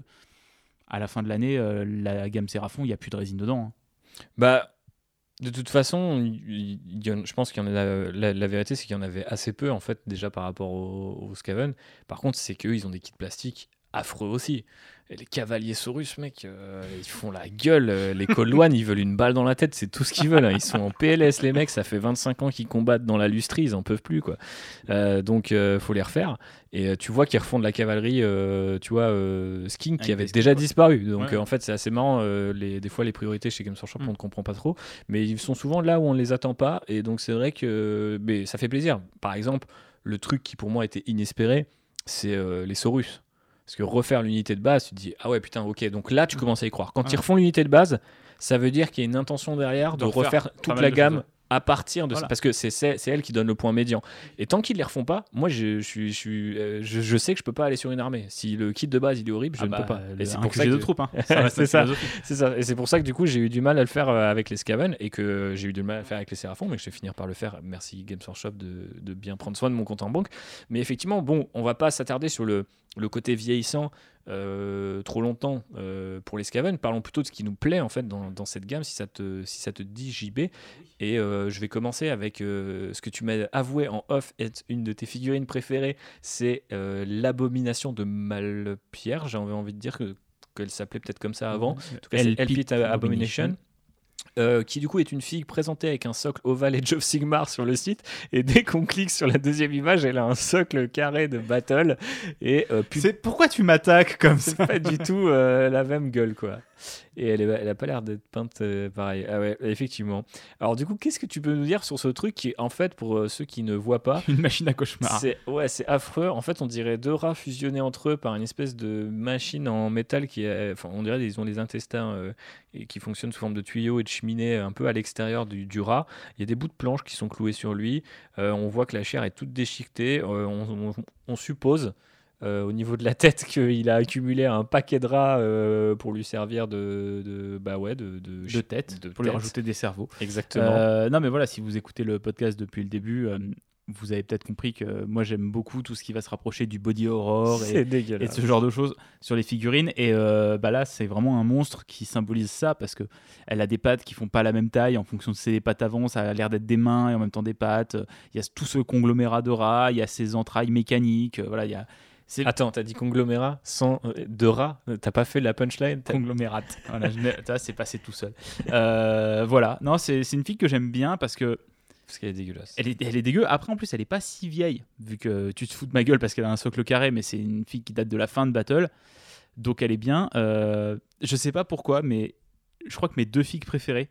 à la fin de l'année, euh, la gamme Séraphon, il y a plus de résine dedans. Hein. Bah. De toute façon, il, il y en, je pense qu'il y en a la, la, la vérité, c'est qu'il y en avait assez peu en fait déjà par rapport aux au Skaven. Par contre, c'est qu'eux, ils ont des kits plastiques affreux aussi. Et les cavaliers Saurus, mec, euh, ils font la gueule. Euh, les Cold One, ils veulent une balle dans la tête, c'est tout ce qu'ils veulent. Hein. Ils sont en P L S, les mecs. Ça fait vingt-cinq ans qu'ils combattent dans la lustrie, ils en peuvent plus, quoi. Euh, donc, euh, faut les refaire. Et euh, tu vois qu'ils refont de la cavalerie, euh, tu vois, euh, skin qui Avec avait des déjà skins, disparu. Donc, ouais. euh, en fait, c'est assez marrant. Euh, les, des fois, les priorités chez Games Workshop, mm. on ne comprend pas trop. Mais ils sont souvent là où on ne les attend pas. Et donc, c'est vrai que mais ça fait plaisir. Par exemple, le truc qui pour moi était inespéré, c'est euh, les Saurus. Parce que refaire l'unité de base, tu te dis, ah ouais, putain, ok. Donc là, tu commences à y croire. Quand ils refont l'unité de base, ça veut dire qu'il y a une intention derrière de, de refaire, refaire toute la gamme à partir de voilà. ça. Parce que c'est, c'est, c'est elle qui donne le point médian. Et tant qu'ils ne les refont pas, moi, je, je, je, je, je sais que je ne peux pas aller sur une armée. Si le kit de base, il est horrible, je ah ne bah, peux pas. Et c'est pour ça que de troupes. Hein. Ça c'est, ça, c'est ça. Et c'est pour ça que du coup, j'ai eu du mal à le faire avec les Skaven et que j'ai eu du mal à le faire avec les Séraphons, mais que je vais finir par le faire. Merci Games Workshop de, de bien prendre soin de mon compte en banque. Mais effectivement, bon, on ne va pas s'attarder sur le, le côté vieillissant Euh, trop longtemps euh, pour les Skaven. Parlons plutôt de ce qui nous plaît en fait dans, dans cette gamme, si ça te, si ça te dit J B. Et euh, je vais commencer avec euh, ce que tu m'as avoué en off être une de tes figurines préférées, c'est euh, l'abomination de Malpierre. J'ai envie de dire que, qu'elle s'appelait peut-être comme ça avant. En tout cas, c'est Elpit Abomination. Euh, qui du coup est une figue présentée avec un socle ovale Age of Sigmar sur le site, et dès qu'on clique sur la deuxième image, elle a un socle carré de battle. Et euh, puis... c'est pourquoi tu m'attaques comme c'est ça? Pas du tout euh, la même gueule, quoi. Et elle, est, elle a pas l'air d'être peinte euh, pareil. Ah ouais, effectivement. Alors du coup, qu'est-ce que tu peux nous dire sur ce truc qui est en fait, pour euh, ceux qui ne voient pas, une machine à cauchemar? C'est, ouais, c'est affreux. En fait, on dirait deux rats fusionnés entre eux par une espèce de machine en métal qui est, enfin, on dirait qu'ils ont les intestins euh, et qui fonctionnent sous forme de tuyaux et de cheminées un peu à l'extérieur du, du rat. Il y a des bouts de planche qui sont cloués sur lui. Euh, on voit que la chair est toute déchiquetée. Euh, on, on, on suppose. Euh, au niveau de la tête, qu'il a accumulé un paquet de rats euh, pour lui servir de, de, bah ouais, de, de, de tête, de pour tête. lui rajouter des cerveaux. Exactement. Euh, non, mais voilà, si vous écoutez le podcast depuis le début, euh, vous avez peut-être compris que moi j'aime beaucoup tout ce qui va se rapprocher du body horror et, et de ce genre de choses sur les figurines. Et euh, bah là, c'est vraiment un monstre qui symbolise ça parce que elle a des pattes qui font pas la même taille en fonction de ses pattes avant. Ça a l'air d'être des mains et en même temps des pattes. Il y a tout ce conglomérat de rats, il y a ses entrailles mécaniques. Voilà, il y a C'est... Attends, t'as dit conglomérat sans euh, de rats? T'as pas fait la punchline? T'as... Conglomérat. Voilà, je ça, c'est passé tout seul. Euh, voilà. Non, c'est, c'est une fille que j'aime bien parce que. Parce qu'elle est dégueulasse. Elle est, elle est dégueu. Après, en plus, elle est pas si vieille, vu que tu te fous de ma gueule parce qu'elle a un socle carré, mais c'est une fille qui date de la fin de Battle. Donc, elle est bien. Euh, je sais pas pourquoi, mais je crois que mes deux figues préférées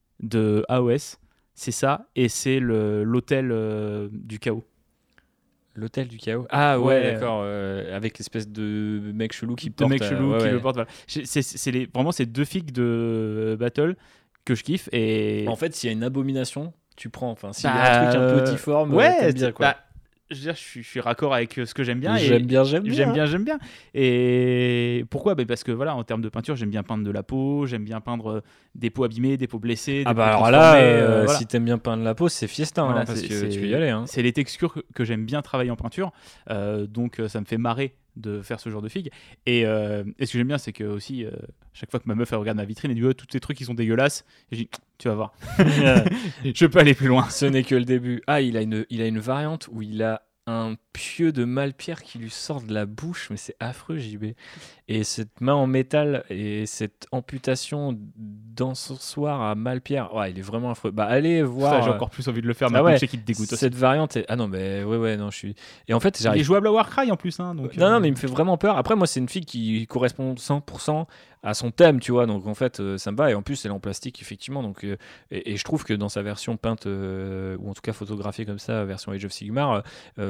de A O S, c'est ça et c'est le, l'hôtel euh, du chaos. L'hôtel du chaos. Ah ouais, ouais d'accord. Euh, avec l'espèce de mec chelou qui porte. De mec chelou euh, ouais, qui ouais. le porte. Voilà. C'est, c'est, c'est les, vraiment ces deux figues de Battle que je kiffe. Et en fait, s'il y a une abomination, tu prends. Enfin, s'il bah, y a un truc un peu difforme, ouais, t'aimes bien quoi. Bah, je veux dire, je suis, je suis raccord avec ce que j'aime bien. Et j'aime bien, j'aime bien. J'aime bien, j'aime bien. Et pourquoi? bah Parce que voilà, en termes de peinture, j'aime bien peindre de la peau, j'aime bien peindre des peaux abîmées, des peaux blessées. Des ah bah peaux alors là, euh, euh, voilà. si t'aimes bien peindre la peau, c'est fiesta, voilà, hein, parce c'est, que c'est, tu peux y aller. Hein. C'est les textures que, que j'aime bien travailler en peinture, euh, donc ça me fait marrer de faire ce genre de figues. Et, euh, et ce que j'aime bien, c'est que aussi, euh, chaque fois que ma meuf elle regarde ma vitrine, elle dit oh, tous ces trucs qui sont dégueulasses. Et je dis tu vas voir, je peux aller plus loin. Ce n'est que le début. Ah, il a une, il a une variante où il a un pieu de Malpierre qui lui sort de la bouche, mais c'est affreux, J B. Et cette main en métal et cette amputation d'encensoir à Malpierre, ouais, il est vraiment affreux. Bah, allez voir. Ça, j'ai encore plus envie de le faire, Ah maintenant ouais, je sais qu'il te dégoûte aussi. cette variante. Est... Ah non, mais ouais, ouais, non, je suis. Et en fait, Il j'arrive. est jouable à Warcry en plus, hein, donc. Non, euh, non, mais il me fait vraiment peur. Après, moi, c'est une fille qui correspond cent pour cent à son thème, tu vois. Donc, en fait, euh, ça me va. Et en plus, elle est en plastique, effectivement. Donc, euh, et, et je trouve que dans sa version peinte, euh, ou en tout cas photographiée comme ça, version Age of Sigmar,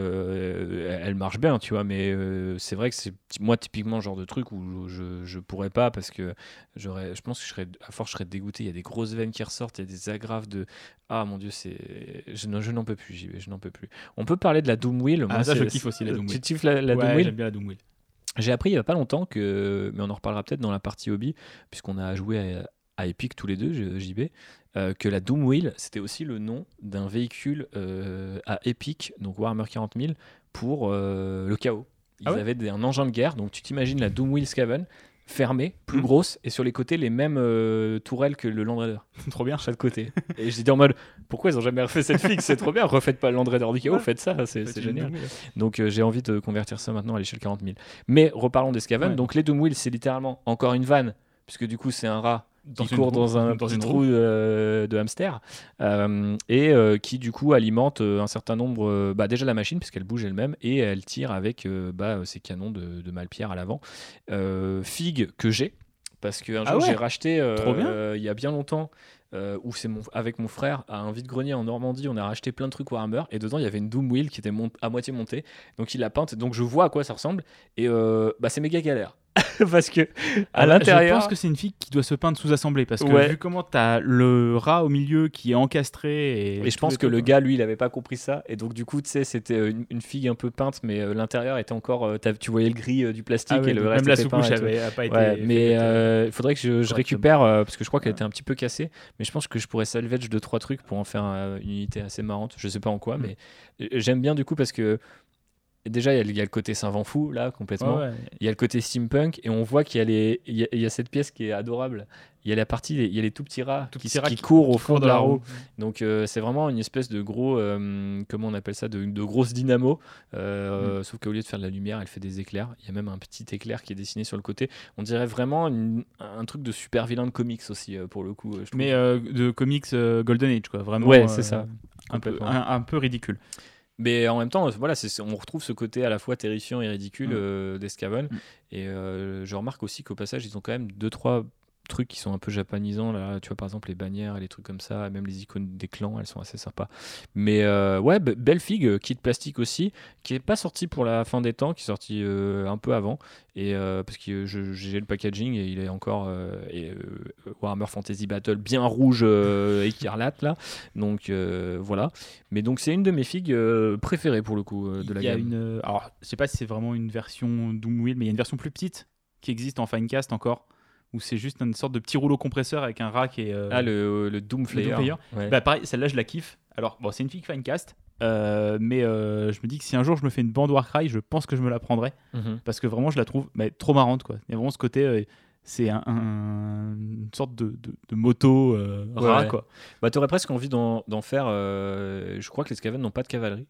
euh, elle marche bien, tu vois. Mais euh, c'est vrai que c'est moi, typiquement, le genre de truc où je, je pourrais pas parce que j'aurais, je pense que je serais, à force, je serais dégoûté. Il y a des grosses veines qui ressortent, il y a des agrafes de. Ah mon dieu, c'est. Je, non, je n'en peux plus, j'y vais, je n'en peux plus. On peut parler de la Doomwheel. Ah, Moi, ça, c'est- je kiffe aussi, la c'est- Doomwheel. Tu kiffes la, la ouais, Doomwheel? j'aime bien la Doomwheel. J'ai appris il n'y a pas longtemps que, mais on en reparlera peut-être dans la partie hobby, puisqu'on a joué à, à Epic tous les deux, J- JB, euh, que la Doomwheel, c'était aussi le nom d'un véhicule euh, à Epic, donc Warhammer quarante mille, pour euh, le chaos. Ils Ah ouais avaient des- un engin de guerre, donc tu t'imagines la Doomwheel Skaven, fermée, plus Mhm. grosse, et sur les côtés, les mêmes euh, tourelles que le Land Raider, Trop bien. chaque côté. Et j'étais en mode, pourquoi ils ont jamais refait cette fixe? C'est trop bien, refaites pas le Land Raider du chaos, Ouais. faites ça, c'est Faites c'est une génial. Doomwheel. Donc euh, j'ai envie de convertir ça maintenant à l'échelle quarante mille. Mais reparlons des Skaven. Ouais. Donc les Doomwheel, c'est littéralement encore une vanne, puisque du coup c'est un rat Dans qui une court roue. dans un Dans petit une trou roue. euh, de hamster euh, et euh, qui du coup alimente euh, un certain nombre, euh, bah, déjà la machine puisqu'elle bouge elle-même et elle tire avec euh, bah, ses canons de, de Malpierre à l'avant. Euh, Fig que j'ai parce qu'un Ah jour ouais, j'ai racheté euh, trop bien. euh, il y a bien longtemps. Euh, où c'est mon, avec mon frère à un vide-grenier en Normandie, on a racheté plein de trucs Warhammer et dedans il y avait une Doomwheel qui était mont- à moitié montée, donc il l'a peinte, donc je vois à quoi ça ressemble et euh, bah, c'est méga galère parce que à Ah, l'intérieur Je pense que c'est une fille qui doit se peindre sous-assemblée parce que Ouais. vu comment t'as le rat au milieu qui est encastré et. et je tous pense les que trucs, le quoi. gars lui il avait pas compris ça et donc du coup tu sais c'était une, une figue un peu peinte mais euh, l'intérieur était encore euh, t'as- tu voyais le gris euh, du plastique Ah ouais, et le donc reste même la était peint sous-couche et tout. avait a pas été. Ouais, faite, mais euh, il faudrait que je, je correctement. récupère euh, parce que je crois qu'elle Ouais. était un petit peu cassée mais je pense que je pourrais salvage deux trois trucs pour en faire euh, une unité assez marrante, je sais pas en quoi Mm. mais euh, j'aime bien du coup parce que déjà il y, a le- il y a le côté Saint-Van fou là complètement. Ouais, ouais. Il y a le côté steampunk et on voit qu'il y a, les, il y a, il y a cette pièce qui est adorable. Il y a la partie, il y a les tout petits rats Tout qui, petit rat qui qui- courent au qui fond court de la dans la roue. roue. Donc euh, c'est vraiment une espèce de gros, euh, comment on appelle ça, de, de grosse dynamo. Euh, Sauf qu'au lieu de faire de la lumière, elle fait des éclairs. Il y a même un petit éclair qui est dessiné sur le côté. On dirait vraiment une- un truc de super vilain de comics aussi euh, pour le coup. euh, je trouve. Mais euh, de comics euh, Golden Age, quoi. Vraiment. Ouais, euh, c'est ça. Un peu, Complètement. un, un peu ridicule. Mais en même temps, euh, voilà, c'est- c'est- on retrouve ce côté à la fois terrifiant et ridicule Mm. euh, des Skaven. Mm. Et euh, je remarque aussi qu'au passage, ils ont quand même deux, trois trucs qui sont un peu japonisants. Là. Tu vois, par exemple, les bannières et les trucs comme ça, même les icônes des clans, elles sont assez sympas. Mais euh, ouais, be- belle figue, euh, kit plastique aussi, qui est pas sorti pour la fin des temps, qui est sorti euh, un peu avant. Et euh, parce que je- j'ai le packaging et il est encore euh, et, euh, Warhammer Fantasy Battle bien rouge euh, écarlate là. Donc euh, voilà. Mais donc c'est une de mes figues euh, préférées pour le coup euh, de la Il y a gamme. une. euh, Alors, je sais pas si c'est vraiment une version Doomwheel, mais il y a une version plus petite qui existe en Finecast encore, où c'est juste une sorte de petit rouleau compresseur avec un rat qui est. euh, Ah le, le Doom Slayer. Slayer. Ouais. Bah pareil, celle-là je la kiffe. Alors bon, c'est une fille Finecast, euh, mais euh, je me dis que si un jour je me fais une bande Warcry, je pense que je me la prendrai Mhm. parce que vraiment je la trouve bah, trop marrante, quoi. Il y a vraiment ce côté, euh, c'est un, un- une sorte de, de, de moto euh, Ouais, rat, ouais. quoi. Bah t'aurais presque envie d'en d'en faire. euh, je crois que les Skaven n'ont pas de cavalerie.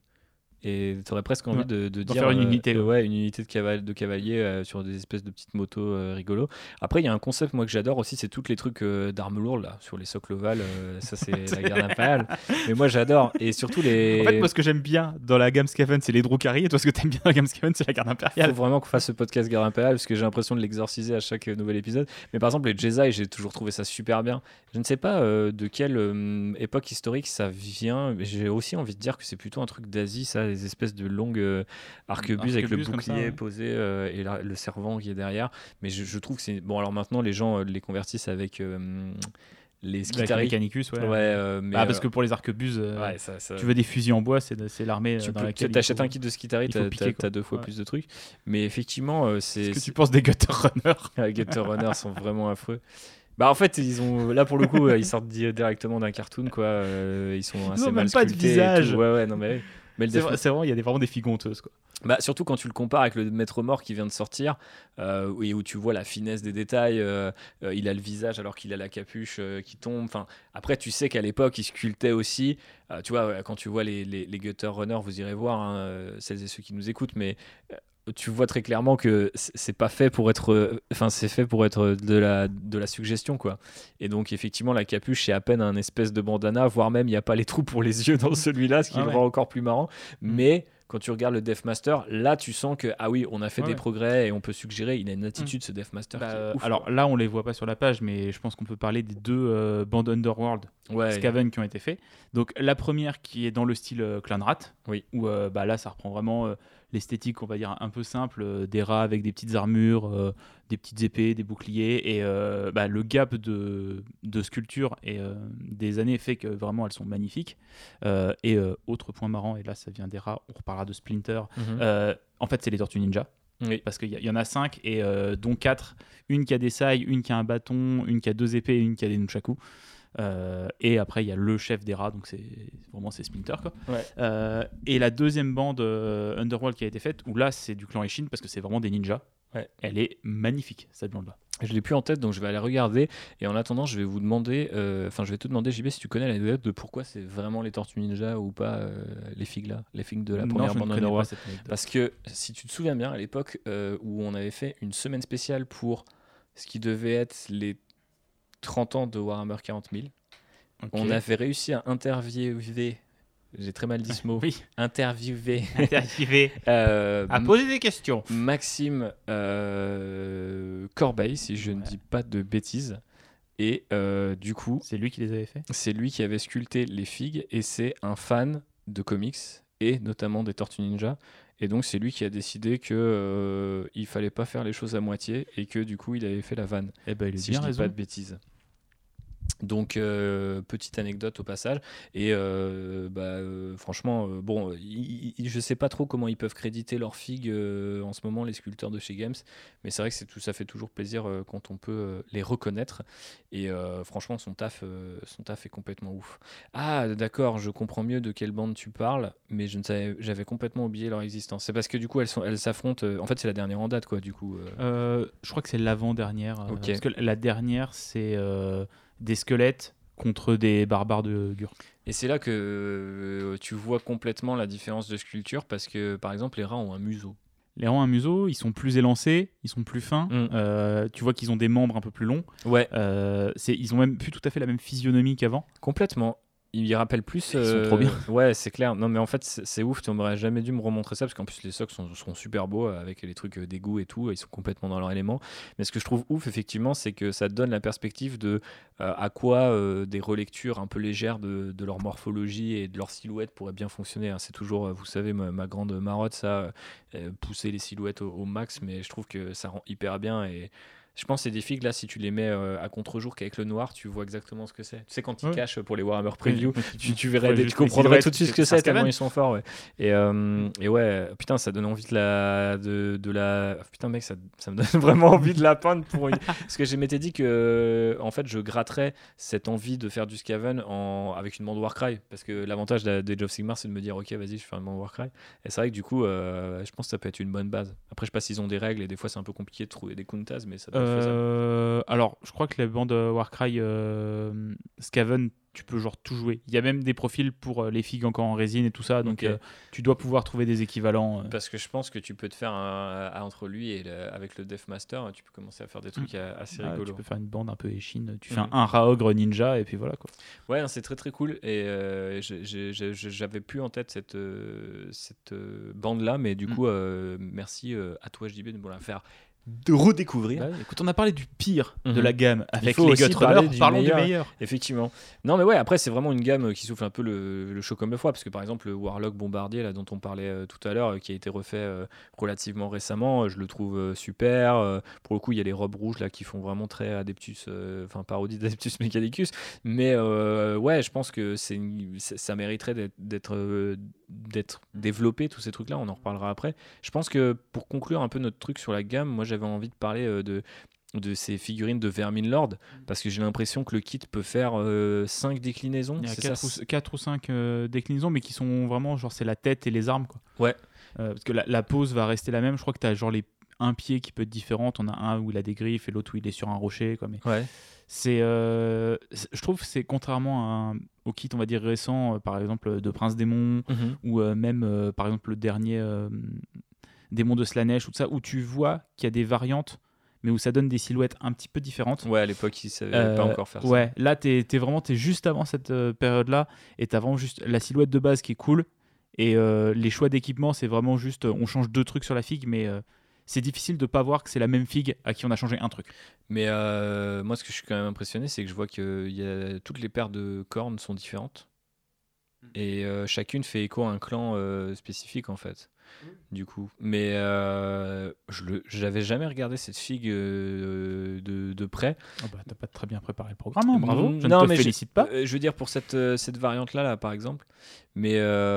Et t'aurais presque envie Ouais. de, de D'en dire faire une euh, unité, euh, ouais. ouais, une unité de, caval de cavalier euh, sur des espèces de petites motos euh, rigolo. Après il y a un concept moi que j'adore aussi, c'est tous les trucs euh, d'armes lourdes là sur les socles ovales. euh, ça c'est la garde impériale. Mais moi j'adore et surtout les. En fait, moi ce que j'aime bien dans la gamme Skaven, c'est les Drukhari, et toi ce que t'aimes bien dans la gamme Skaven, c'est la garde Il impériale. faut vraiment qu'on fasse ce podcast Garde Impériale parce que j'ai l'impression de l'exorciser à chaque euh, nouvel épisode. Mais par exemple, les Jedi, j'ai toujours trouvé ça super bien. Je ne sais pas euh, de quelle euh, époque historique ça vient. Mais j'ai aussi envie de dire que c'est plutôt un truc d'Asie, ça, les espèces de longues euh, arquebuses avec le Arquebuses comme ça, bouclier ouais. posé euh, et la- le servant qui est derrière. Mais je, je trouve que c'est. Bon, alors maintenant, les gens euh, les convertissent avec euh, les Avec Skitarii. Mechanicus, ouais. Ouais, euh, mais. Bah, parce euh, que pour les arquebuses, euh, ouais, ça, ça- tu veux des fusils en bois, c'est c'est l'armée euh, tu dans peux, laquelle. il t'achètes faut- un kit de Skitarii, il faut t'as, piquer, t'as- quoi. t'as deux fois Ouais. plus de trucs. Mais effectivement, euh, c'est. Qu'est-ce que c'est- tu penses des Gutter Runners? Les Gutter Runners sont vraiment affreux. Bah en fait ils ont là pour le coup euh, ils sortent di- directement d'un cartoon quoi. Euh, ils sont assez ont mal même pas de sculptés et visage. tout. Ouais ouais non mais mais le C'est défaut- vrai- c'est vraiment, il y a des, vraiment des filles honteuses, quoi. Bah, surtout quand tu le compares avec le Maître Mort qui vient de sortir, euh, et où tu vois la finesse des détails, euh, euh, il a le visage alors qu'il a la capuche euh, qui tombe. Enfin, après, tu sais qu'à l'époque, il sculptait aussi. Euh, tu vois, quand tu vois les, les, les Gutter Runners, vous irez voir, hein, euh, celles et ceux qui nous écoutent, mais euh, tu vois très clairement que c- c'est pas fait pour être, euh, enfin, c'est fait pour être de la, de la suggestion, quoi. Et donc, effectivement, la capuche, c'est à peine un espèce de bandana, voire même, il n'y a pas les trous pour les yeux dans celui-là, ce qui Ah le ouais. rend encore plus marrant. Mm. Mais quand tu regardes le Deathmaster, là tu sens que ah oui, on a fait Ouais, des ouais. progrès et on peut suggérer. Il a une attitude ce Deathmaster Bah, qui est euh, ouf. alors quoi. là, on les voit pas sur la page, mais je pense qu'on peut parler des deux euh, bandes Underworld ouais, Skaven qui ont été faits. Donc la première qui est dans le style euh, Clanrat, Oui. où euh, bah, là ça reprend vraiment euh, l'esthétique, on va dire un peu simple, euh, des rats avec des petites armures, euh, des petites épées, des boucliers, et euh, bah, le gap de, de sculpture et euh, des années fait que vraiment elles sont magnifiques. Euh, et euh, autre point marrant, et là ça vient des rats, on reparlera de Splinter. Mhm. Euh, en fait, c'est les Tortues Ninja. Oui. Parce qu'il y, y en a cinq, et euh, dont quatre. Une qui a des sailles, une qui a un bâton, une qui a deux épées et une qui a des nunchaku. Euh, et après, il y a le chef des rats, donc c'est vraiment c'est Splinter. Quoi. Ouais. Euh, et la deuxième bande euh, Underworld qui a été faite, où là, c'est du clan Ishin, parce que c'est vraiment des ninjas. Ouais. Elle est magnifique, cette bande-là. Je l'ai plus en tête, donc je vais aller regarder. Et en attendant, je vais vous demander, enfin, euh, je vais te demander, J B, si tu connais l'anecdote de pourquoi c'est vraiment les Tortues Ninja ou pas euh, les figues là, les figues de la Non, première je ne bande connais Underworld. pas cette anecdote. Parce que si tu te souviens bien, à l'époque euh, où on avait fait une semaine spéciale pour ce qui devait être les trente ans de Warhammer quarante mille, Ok. on avait réussi à interviewer. J'ai très mal dit ce mot. Oui. Interviewer. Interviewer. euh, À poser des questions. Maxime euh, Corbeil, si je Ouais. ne dis pas de bêtises. Et euh, du coup, C'est lui qui les avait fait. c'est lui qui avait sculpté les figues et c'est un fan de comics et notamment des Tortues Ninja. Et donc, c'est lui qui a décidé qu'il euh, ne fallait pas faire les choses à moitié et que du coup, il avait fait la vanne. Eh ben, il a Si bien je dis raison. pas de bêtises. Donc, euh, petite anecdote au passage. Et euh, bah, euh, franchement, euh, bon, il, il, je sais pas trop comment ils peuvent créditer leurs figues euh, en ce moment, les sculpteurs de chez Games. Mais c'est vrai que c'est tout, ça fait toujours plaisir euh, quand on peut euh, les reconnaître. Et euh, franchement, son taf, euh, son taf est complètement ouf. Ah, d'accord, je comprends mieux de quelle bande tu parles, mais je ne savais, j'avais complètement oublié leur existence. C'est parce que du coup, elles, sont, elles s'affrontent. Euh, en fait, c'est la dernière en date, quoi, du coup. Euh... Euh, je crois que c'est l'avant-dernière. euh, Ok. Parce que la dernière, c'est euh, des squelettes contre des barbares de Gur. Et c'est là que euh, tu vois complètement la différence de sculpture parce que, par exemple, les rats ont un museau. Les rats à museau, ils sont plus élancés, ils sont plus fins. Mm. Euh, tu vois qu'ils ont des membres un peu plus longs. Ouais, Euh, c'est, ils ont même plus tout à fait la même physionomie qu'avant. complètement. Il y rappelle plus. Ils sont trop bien. Ouais, c'est clair. Non, mais en fait, c'est, c'est ouf. Tu n'aurais jamais dû me remontrer ça parce qu'en plus, les socks sont, seront super beaux euh, avec les trucs euh, d'égout et tout. Ils sont complètement dans leur élément. Mais ce que je trouve ouf, effectivement, c'est que ça te donne la perspective de euh, à quoi euh, des relectures un peu légères de, de leur morphologie et de leur silhouette pourraient bien fonctionner. Hein. C'est toujours, euh, vous savez, ma, ma grande marotte, ça, euh, pousser les silhouettes au, au max. Mais je trouve que ça rend hyper bien et. Je pense que c'est des figues, là, si tu les mets euh, à contre-jour qu'avec le noir, tu vois exactement ce que c'est. Tu sais, quand ils Ouais. cachent pour les Warhammer Preview, Oui, tu, tu verrais, ouais, des- juste tu les comprendrais silhouettes, tout de suite ce c'est que c'est, un tellement Skaven. ils sont forts. Ouais. Et, euh, et ouais, putain, ça donne envie de la. De, de la... Putain, mec, ça, ça me donne vraiment envie de la peindre. Pour une... Parce que je m'étais dit que, en fait, je gratterais cette envie de faire du Skaven en... avec une bande Warcry. Parce que l'avantage d'Age of Sigmar, c'est de me dire, ok, vas-y, je fais une bande Warcry. Et c'est vrai que du coup, euh, je pense que ça peut être une bonne base. Après, je sais pas s'ils ont des règles et des fois, c'est un peu compliqué de trouver des kuntas, mais ça doit être faisable. Euh, alors, je crois que les bandes euh, Warcry euh, Skaven, tu peux genre tout jouer. Il y a même des profils pour euh, les figues encore en résine et tout ça, donc Ok. euh, tu dois pouvoir trouver des équivalents. euh. Parce que je pense que tu peux te faire un, un- entre lui et le- avec le Deathmaster, tu peux commencer à faire des trucs euh, assez Ah, rigolos. tu peux faire une bande un peu échine. Tu Mhm. fais un, un rat ogre ninja et puis voilà quoi. Ouais, non, c'est très très cool. Et euh, j'ai- j'ai- j'ai- j'avais plus en tête cette, euh, cette euh, bande-là, mais du Mm. coup, euh, merci euh, à toi, J B, de me la faire de redécouvrir. Bah, écoute, on a parlé du pire de Mhm. la gamme avec faut les aussi Gutrunners. parler du Parlons meilleur. du meilleur. Effectivement. Non, mais ouais, après, c'est vraiment une gamme qui souffle un peu le, le chaud comme le froid. Parce que par exemple, le Warlock Bombardier, là, dont on parlait euh, tout à l'heure, euh, qui a été refait euh, relativement récemment, euh, je le trouve euh, super. Euh, pour le coup, il y a les robes rouges là qui font vraiment très Adeptus, euh, enfin, parodie d'Adeptus Mechanicus. Mais euh, ouais, je pense que c'est une- ça ça mériterait d'être, d'être, euh, d'être développé, tous ces trucs-là. On en reparlera après. Je pense que pour conclure un peu notre truc sur la gamme, moi, j'avais envie de parler euh, de de ces figurines de Vermin Lord parce que j'ai l'impression que le kit peut faire cinq déclinaisons. Il y a c'est quatre ça, ou cinq déclinaisons, mais qui sont vraiment genre c'est la tête et les armes quoi. Ouais. Euh, parce que la, la pose va rester la même. Je crois que tu as genre les, un pied qui peut être différent. On a un où il a des griffes et l'autre où il est sur un rocher. Quoi. Mais Ouais. c'est, euh, c'est- je trouve que c'est contrairement à un- au kit, on va dire récent, euh, par exemple de Prince Démon, Mhm. ou euh, même euh, par exemple le dernier euh, Démon de Slanesh, ou tout ça, où tu vois qu'il y a des variantes, mais où ça donne des silhouettes un petit peu différentes. Ouais, à l'époque, ils savaient Euh, pas encore faire ouais, là t'es, t'es vraiment t'es juste avant cette euh, période-là, et t'as vraiment juste la silhouette de base qui est cool, et euh, les choix d'équipement, c'est vraiment juste euh, on change deux trucs sur la figue, mais euh, c'est difficile de pas voir que c'est la même figue à qui on a changé un truc. ça. Mais euh, moi, ce que je suis quand même impressionné, c'est que je vois que il y a... toutes les paires de cornes sont différentes. Et euh, chacune fait écho à un clan euh, spécifique, en fait. Du coup. Mais euh, je le, j'avais jamais regardé cette figue euh, de, de près. Oh bah, t'as pas très bien préparé le programme, hein, bravo. Mm, Je non, ne te mais je- félicite pas. euh, je veux dire pour cette, euh, cette variante-là, là, par exemple. Mais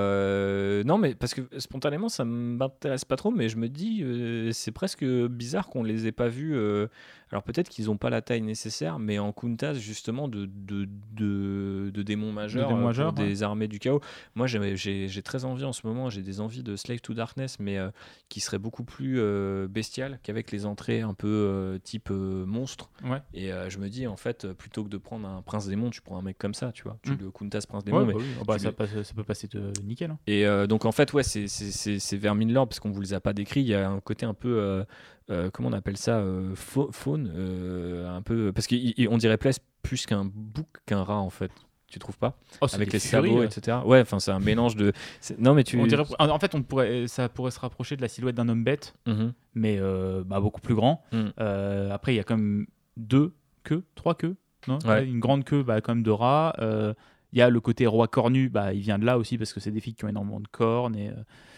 euh, non, mais parce que spontanément, ça m'intéresse pas trop, mais je me dis, euh, c'est presque bizarre qu'on les ait pas vus. euh, alors peut-être qu'ils ont pas la taille nécessaire, mais en Kuntas, justement, de, de, de, de démons majeurs démons euh, majeurs, pour des armées du chaos. Moi, j'ai, j'ai, j'ai très envie en ce moment, j'ai des envies de Slave to Darkness, mais euh, qui serait beaucoup plus euh, bestial qu'avec les entrées un peu euh, type euh, monstre. Ouais. Et euh, je me dis, en fait, euh, plutôt que de prendre un prince démon, tu prends un mec comme ça, tu vois. Tu Mm. le Kuntas prince démon. Ouais, mais bah oui. Oh, bah, tu ça, le- passe- ça peut passer de nickel. Hein. Et euh, donc, en fait, ouais, c'est, c'est, c'est, c'est Vermine Lord, parce qu'on vous les a pas décrits. Il y a un côté un peu. euh, euh, comment on appelle ça euh, fau- Faune. euh, un peu. Parce qu'on dirait plus, plus qu'un bouc qu'un rat, en fait. Tu trouves pas Oh, c'est avec des les furies, sabots, ouais. et cetera. Ouais, enfin, c'est un mélange de. c'est- Non, mais tu. On dirait, en en fait, on pourrait, ça pourrait se rapprocher de la silhouette d'un homme bête, Mhm. mais euh, bah, beaucoup plus grand. Mm. Euh, après, il y a quand même deux queues, trois queues, non Ouais. Ouais, une grande queue, bah, quand même de rat. Euh, Il y a le côté roi cornu, bah, il vient de là aussi parce que c'est des filles qui ont énormément de cornes. Et, euh,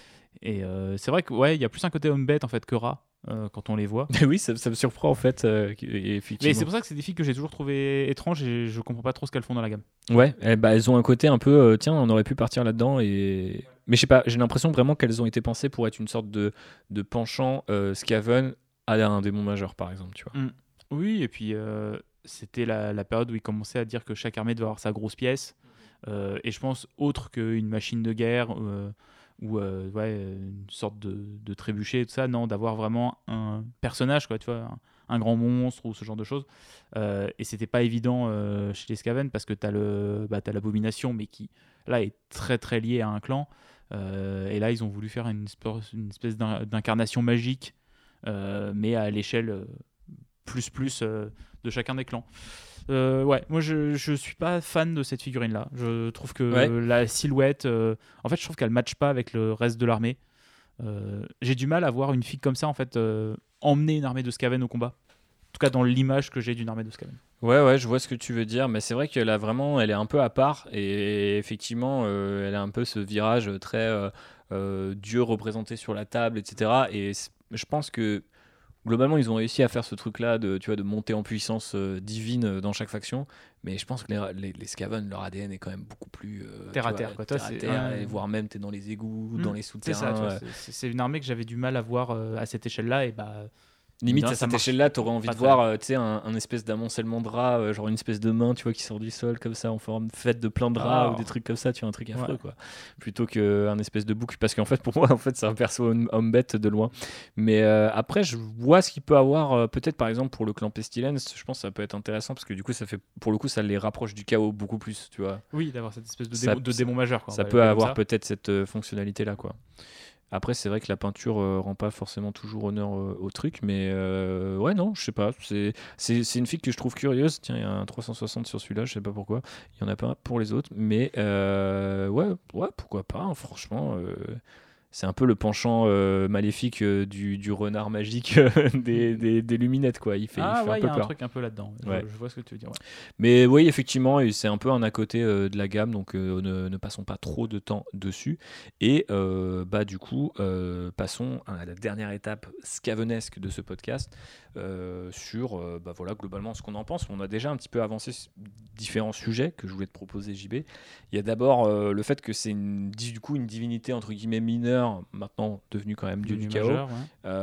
et euh, c'est vrai que ouais, il y a plus un côté homme bête en fait que rat euh, quand on les voit. Oui, ça, ça me surprend, en fait. euh, et Mais effectivement. c'est pour ça que c'est des filles que j'ai toujours trouvé étranges et je comprends pas trop ce qu'elles font dans la gamme. Ouais, eh bah, elles ont un côté un peu, euh, tiens, on aurait pu partir là-dedans. Et... Mais je sais pas, j'ai l'impression vraiment qu'elles ont été pensées pour être une sorte de, de penchant euh, Skaven à un démon majeur, par exemple, tu vois. Mm. Oui, et puis euh, c'était la, la période où ils commençaient à dire que chaque armée devait avoir sa grosse pièce. Euh, et je pense, autre qu'une machine de guerre euh, ou euh, ouais, une sorte de, de trébuchet et tout ça, non, d'avoir vraiment un personnage, quoi, tu vois, un, un grand monstre ou ce genre de choses. Euh, et c'était pas évident euh, chez les Skaven parce que t'as le, bah, t'as l'abomination, mais qui là est très très lié à un clan. Euh, et là, ils ont voulu faire une espèce, une espèce d'in- d'incarnation magique, euh, mais à l'échelle euh, plus plus euh, de chacun des clans. Euh, ouais, moi je, je suis pas fan de cette figurine là. Je trouve que Ouais. la silhouette, euh, en fait, je trouve qu'elle matche pas avec le reste de l'armée. Euh, j'ai du mal à voir une fille comme ça en fait euh, emmener une armée de Skaven au combat. En tout cas, dans l'image que j'ai d'une armée de Skaven. Ouais, ouais, je vois ce que tu veux dire, mais c'est vrai qu'elle a vraiment, elle est un peu à part, et effectivement, euh, elle a un peu ce virage très euh, euh, Dieu représenté sur la table, et cetera. Et c- je pense que globalement, ils ont réussi à faire ce truc-là de, tu vois, de monter en puissance euh, divine euh, dans chaque faction, mais je pense que les, les, les Skaven, leur A D N est quand même beaucoup plus euh, Terre tu à vois, terre, quoi. Toi, terre à c'est- terre, ouais. et voire même t'es dans les égouts, Hmm, dans les C'est ça, tu souterrains. vois, euh, c'est- c'est une armée que j'avais du mal à voir euh, à cette échelle-là et bah Limite, non, à ça cette marche échelle-là, t'aurais envie pas de très voir bien. euh, tu sais, un, un espèce d'amoncellement de draps, euh, genre une espèce de main, tu vois, qui sort du sol comme ça, en forme faite de plein de draps Ah. ou des trucs comme ça, tu vois, un truc affreux, Ouais. quoi. Plutôt qu'un espèce de bouc, parce qu'en fait, pour moi, en fait, c'est un perso homme, homme bête de loin. Mais euh, après, je vois ce qu'il peut avoir, euh, peut-être par exemple pour le clan Pestilence, je pense que ça peut être intéressant parce que du coup, ça fait, pour le coup, ça les rapproche du chaos beaucoup plus, tu vois. Oui, d'avoir cette espèce de Ça- démon, de démon majeur. Quoi, on Ça va peut l'appeler comme avoir ça. peut-être cette euh, fonctionnalité-là, quoi. Après, c'est vrai que la peinture euh, rend pas forcément toujours honneur euh, au truc, mais euh, ouais, non, je sais pas. C'est, c'est, c'est une fille que je trouve curieuse. Tiens, il y a un trois cent soixante sur celui-là, je sais pas pourquoi. Il y en a pas pour les autres, mais euh, ouais, ouais, pourquoi pas, hein, franchement. euh, c'est un peu le penchant euh, maléfique euh, du, du renard magique euh, des, des, des luminettes, quoi. Il fait, il Ah fait ouais, un il y peu a un peur. truc un peu là-dedans. Je- Ouais. Je, vois ce que tu veux dire. Ouais. Mais oui, effectivement, et c'est un peu un à côté euh, de la gamme, donc euh, ne, ne passons pas trop de temps dessus. Et euh, bah du coup, euh, passons à la dernière étape scavenesque de ce podcast euh, sur euh, bah voilà globalement ce qu'on en pense. On a déjà un petit peu avancé sur différents sujets que je voulais te proposer, J B. Il y a d'abord euh, le fait que c'est une, du coup une divinité entre guillemets mineure, maintenant devenue quand même dieu du Devenu chaos. majeur, ouais.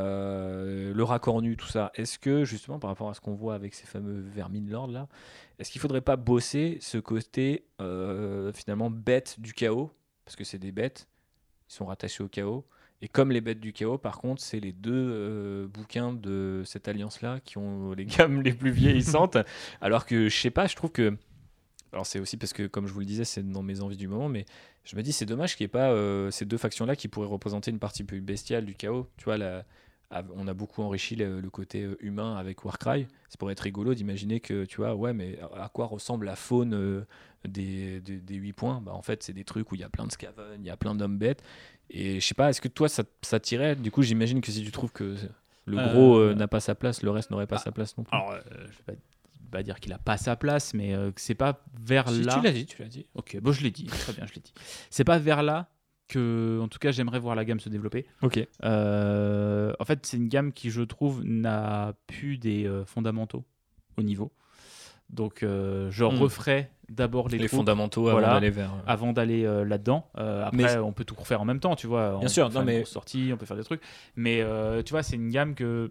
Euh, le racornu, tout ça. Est-ce que justement par rapport à ce qu'on voit avec ces fameux Vermine Lord là, est-ce qu'il faudrait pas bosser ce côté euh, finalement bête du chaos, parce que c'est des bêtes, ils sont rattachés au chaos, Et comme les bêtes du chaos, par contre, c'est les deux euh, bouquins de cette alliance-là qui ont les gammes les plus vieillissantes. Alors que, je sais pas, je trouve que... Alors c'est aussi parce que, comme je vous le disais, c'est dans mes envies du moment, mais je me dis c'est dommage qu'il n'y ait pas euh, ces deux factions-là qui pourraient représenter une partie plus bestiale du chaos. Tu vois, la- av- on a beaucoup enrichi le, le côté euh, humain avec Warcry. Ça pourrait être rigolo d'imaginer que, tu vois, ouais, mais à à quoi ressemble la faune euh, des, des, des huit points? Bah, en fait, c'est des trucs où il y a plein de scaven, il y a plein d'hommes bêtes. Et je sais pas, est-ce que toi, ça, ça t'irait? Du coup, j'imagine que si tu trouves que le gros euh, Euh, n'a pas sa place, le reste n'aurait pas bah, sa place non plus. Alors, euh, je vais pas, pas dire qu'il a pas sa place, mais euh, que c'est pas vers Si, là. tu l'as dit, tu l'as dit. Ok, bon, je l'ai dit, très bien, je l'ai dit. C'est pas vers là que, en tout cas, j'aimerais voir la gamme se développer. Ok. Euh, en fait, c'est une gamme qui, je trouve, n'a plus des euh, fondamentaux au niveau. Donc, euh, je Mm. referai d'abord les, Les troupes fondamentaux voilà, avant d'aller vers. euh, avant d'aller euh, là-dedans. Euh, après, Mais- on peut tout refaire en même temps, tu vois. Bien on sûr, peut non, faire mais- une grosse sortie, on peut faire des trucs. Mais euh, tu vois, c'est une gamme que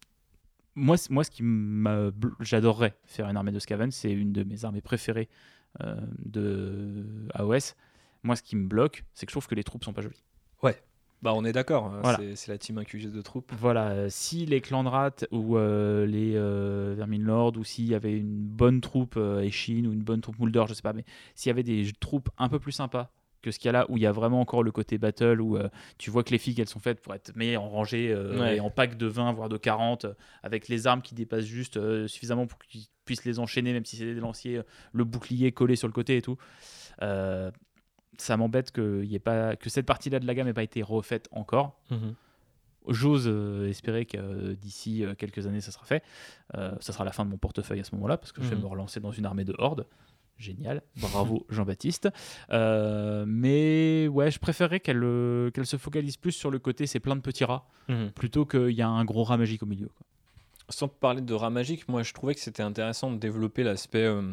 moi, c- moi ce qui m'a, bl- j'adorerais faire une armée de Skaven, c'est une de mes armées préférées euh, de A O S. Moi, ce qui me bloque, c'est que je trouve que les troupes sont pas jolies. Bah, on est d'accord. hein, Voilà. C'est, c'est la team Q G de troupes. Voilà, euh, si les clans de rats ou euh, les euh, Vermin Lord, ou s'il y avait une bonne troupe euh, Eshin ou une bonne troupe Mulder, je sais pas, mais s'il y avait des j- troupes un peu plus sympas que ce qu'il y a là, où il y a vraiment encore le côté battle, où euh, tu vois que les figues elles sont faites pour être mais en rangée euh, Ouais. et en pack de vingt voire de quarante, euh, avec les armes qui dépassent juste euh, suffisamment pour qu'ils puissent les enchaîner, même si c'est des lanciers, euh, le bouclier collé sur le côté et tout. Euh, ça m'embête que, y ait pas, que cette partie-là de la gamme n'ait pas été refaite encore. J'ose euh, espérer que euh, d'ici euh, quelques années, ça sera fait. Euh, ça sera la fin de mon portefeuille à ce moment-là, parce que je vais Mhm. me relancer dans une armée de horde. Génial, bravo Jean-Baptiste. Euh, mais ouais, je préférerais qu'elle euh, qu'elle se focalise plus sur le côté c'est plein de petits rats, plutôt qu'il y a un gros rat magique au milieu, quoi. Sans parler de rat magique, moi je trouvais que c'était intéressant de développer l'aspect euh,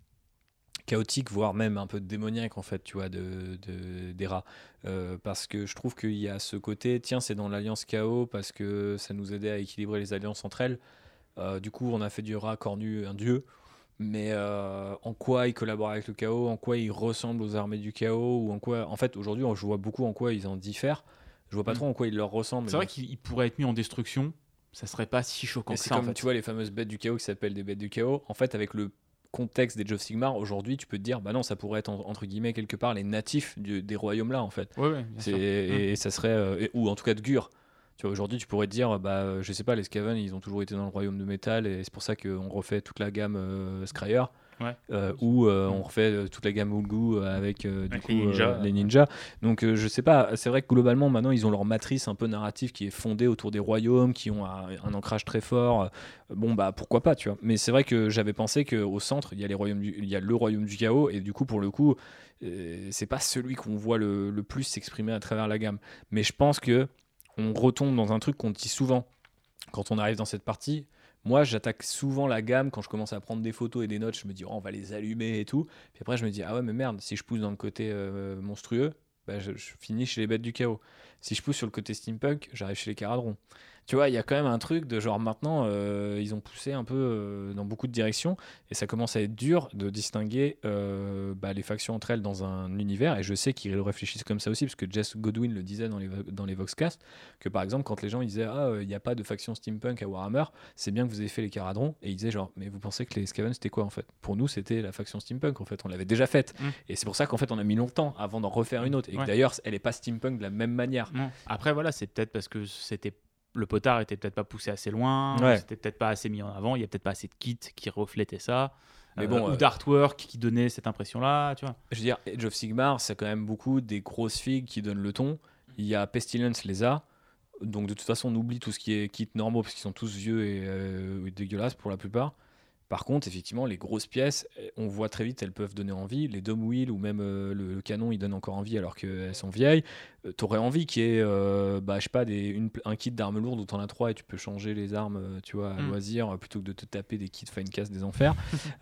chaotique, voire même un peu démoniaque en fait, tu vois, de, de- des rats. Euh, parce que je trouve qu'il y a ce côté, tiens, c'est dans l'alliance chaos parce que ça nous aidait à équilibrer les alliances entre elles. Euh, du coup, on a fait du rat cornu un dieu. Mais euh, en quoi il collabore avec le chaos, en quoi il ressemble aux armées du chaos, ou en quoi. En fait, aujourd'hui, je vois beaucoup en quoi ils en diffèrent. Je vois pas Mm. trop en quoi ils leur ressemblent. C'est vrai qu'il il pourrait être mis en destruction, ça serait pas si choquant Mais que c'est ça, comme, en fait. tu vois, les fameuses bêtes du chaos qui s'appellent des bêtes du chaos. En fait, avec le contexte des Age of Sigmar, aujourd'hui, tu peux te dire, bah non, ça pourrait être en- entre guillemets quelque part les natifs du- des royaumes là, en fait. Ouais, ouais, bien C'est- sûr. et, et ça serait, euh, et- ou en tout cas de Gur. Tu vois, aujourd'hui, tu pourrais te dire, bah, euh, je sais pas, les Skaven, ils ont toujours été dans le royaume de métal, et c'est pour ça qu'on refait toute la gamme euh, Scryer. Ouais. Euh, ou euh, Mm. on refait euh, toute la gamme Ulgu euh, avec euh, du Avec coup les ninjas, euh, les ouais. ninjas. Donc euh, je sais pas, c'est vrai que globalement maintenant ils ont leur matrice un peu narrative qui est fondée autour des royaumes, qui ont un, un ancrage très fort. Euh, bon bah pourquoi pas, tu vois. Mais c'est vrai que j'avais pensé qu'au centre il y a les royaumes du, il y a le royaume du chaos et du coup pour le coup euh, c'est pas celui qu'on voit le, le plus s'exprimer à travers la gamme. Mais je pense que on retombe dans un truc qu'on dit souvent quand on arrive dans cette partie. Moi, j'attaque souvent la gamme quand je commence à prendre des photos et des notes. Je me dis, oh, on va les allumer et tout. Puis après, je me dis, ah ouais, mais merde, si je pousse dans le côté euh, monstrueux, bah, je, je finis chez les bêtes du chaos. Si je pousse sur le côté steampunk, j'arrive chez les caradrons. Tu vois, il y a quand même un truc de genre maintenant, euh, ils ont poussé un peu euh, dans beaucoup de directions et ça commence à être dur de distinguer euh, bah, les factions entre elles dans un univers. Et je sais qu'ils le réfléchissent comme ça aussi, parce que Jess Godwin le disait dans les, vo- dans les Voxcasts, que par exemple, quand les gens ils disaient, ah, il n'y a pas de faction steampunk à Warhammer, c'est bien que vous ayez fait les caradrons. Et ils disaient, genre, mais vous pensez que les Skaven c'était quoi en fait? Pour nous, c'était la faction steampunk en fait, on l'avait déjà faite. Mm. Et c'est pour ça qu'en fait, on a mis longtemps avant d'en refaire une autre. Et que Ouais. d'ailleurs, elle est pas steampunk de la même manière. Non. Après, voilà, c'est peut-être parce que c'était le potard était peut-être pas poussé assez loin, Ouais. c'était peut-être pas assez mis en avant, il y a peut-être pas assez de kits qui reflétaient ça, Mais euh, bon, ou euh, d'artwork qui donnait cette impression-là, tu vois. Je veux dire, Age of Sigmar, c'est quand même beaucoup des grosses figues qui donnent le ton. Il y a Pestilence les a. Donc de toute façon, on oublie tout ce qui est kits normaux parce qu'ils sont tous vieux et euh, dégueulasses pour la plupart. Par contre, effectivement, les grosses pièces, eh, on voit très vite, elles peuvent donner envie. Les dome wheels ou même euh, le, le canon, ils donnent encore envie alors qu'elles sont vieilles. Euh, T'aurais envie qu'il y ait, euh, bah, je sais pas, des, une- un kit d'armes lourdes où t'en as trois et tu peux changer les armes, euh, tu vois, à Mm. loisir, euh, plutôt que de te taper des kits Finecast des enfers.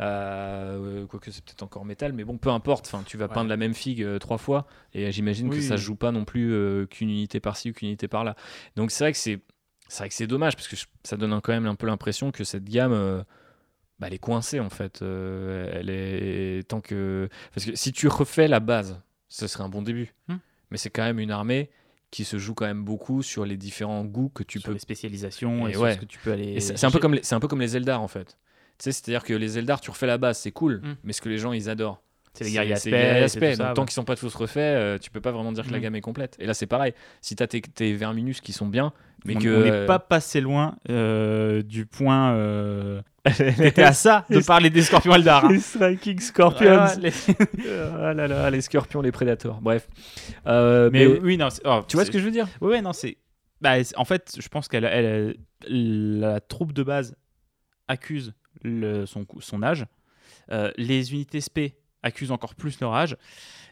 Euh, quoique c'est peut-être encore métal, mais bon, peu importe. Enfin, tu vas Ouais. peindre la même figue euh, trois fois et j'imagine que Oui. ça se joue pas non plus euh, qu'une unité par-ci ou qu'une unité par-là. Donc c'est vrai que c'est, c'est vrai que c'est dommage parce que je- ça donne un- quand même un peu l'impression que cette gamme. euh, bah, elle est coincée en fait. Euh, elle est tant que parce que si tu refais la base, ce serait un bon début. Hmm. Mais c'est quand même une armée qui se joue quand même beaucoup sur les différents goûts que tu sur peux. les spécialisations et, Et sur ouais. ce que tu peux aller. Et c'est, c'est un peu comme les, c'est un peu comme les Eldar en fait. Tu sais, c'est-à-dire que les Eldar, tu refais la base, c'est cool, Mm. mais ce que les gens ils adorent. C'est les guerriers c'est les guerriers aspects. aspects. c'est tout ça, Donc tant ouais. qu'ils sont pas tous refaits, euh, tu peux pas vraiment dire que la Mm. gamme est complète. Et là c'est pareil. Si t'as tes, tes Verminus qui sont bien, mais on que on n'est euh, pas passé loin euh, du point. Euh... T'étais à ça de parler des scorpions Eldar. hein. les Striking Scorpions. Ah, les- Ah là là, les scorpions, les prédateurs. Bref. Euh, Mais, mais oui, non. c'est- oh, tu vois c'est- ce que je veux dire? Ouais, ouais, non, c'est. Bah, c'est- en fait, je pense qu'elle, elle, la troupe de base accuse le- son, cou- son âge. Euh, les unités spé accusent encore plus leur âge.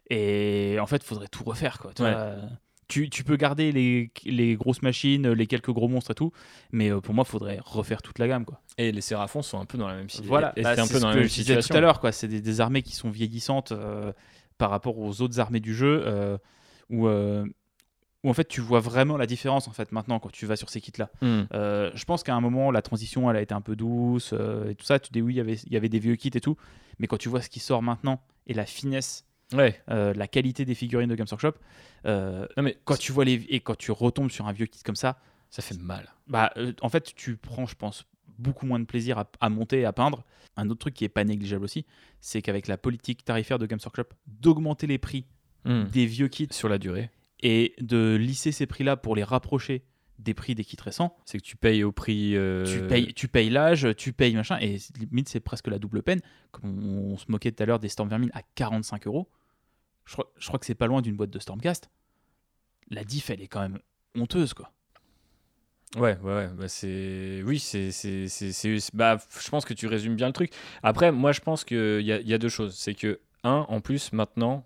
Et en fait, il faudrait tout refaire. Quoi, tu, Ouais. vois. Tu- tu peux garder les, les grosses machines, les quelques gros monstres et tout. Mais euh, pour moi, il faudrait refaire toute la gamme. Quoi. Et les Séraphons sont un peu dans la même situation. Voilà, Et bah, c'est un c'est peu ce dans la que même je disais situation. tout à l'heure. Quoi. C'est des, des armées qui sont vieillissantes euh, par rapport aux autres armées du jeu. Euh, où, euh, où en fait, tu vois vraiment la différence en fait, maintenant quand tu vas sur ces kits-là. Hmm. Euh, je pense qu'à un moment, la transition, elle a été un peu douce euh, et tout ça. Tu dis oui, il y avait- il y avait des vieux kits et tout. Mais quand tu vois ce qui sort maintenant et la finesse, Ouais. euh, la qualité des figurines de Games Workshop, euh, Non mais quand tu vois les et quand tu retombes sur un vieux kit comme ça, ça fait mal. bah euh, en fait, tu prends, je pense, beaucoup moins de plaisir à, à monter et à peindre. Un autre truc qui est pas négligeable aussi, c'est qu'avec la politique tarifaire de Games Workshop, d'augmenter les prix Hmm. des vieux kits Sur la durée, et de lisser ces prix-là pour les rapprocher des prix des kits récents. c'est que tu payes au prix. euh, Tu payes, tu payes l'âge, tu payes machin, et limite c'est presque la double peine. Comme on, on se moquait tout à l'heure des Storm Vermin à quarante-cinq euros, je crois, je crois que c'est pas loin d'une boîte de Stormcast. La diff, elle est quand même honteuse, quoi. Ouais, ouais, ouais. Bah c'est... Oui, c'est, c'est, c'est, c'est- c'est- Bah, je pense que tu résumes bien le truc. Après, moi, je pense qu'il y a, il y a deux choses. C'est que, un, en plus, maintenant,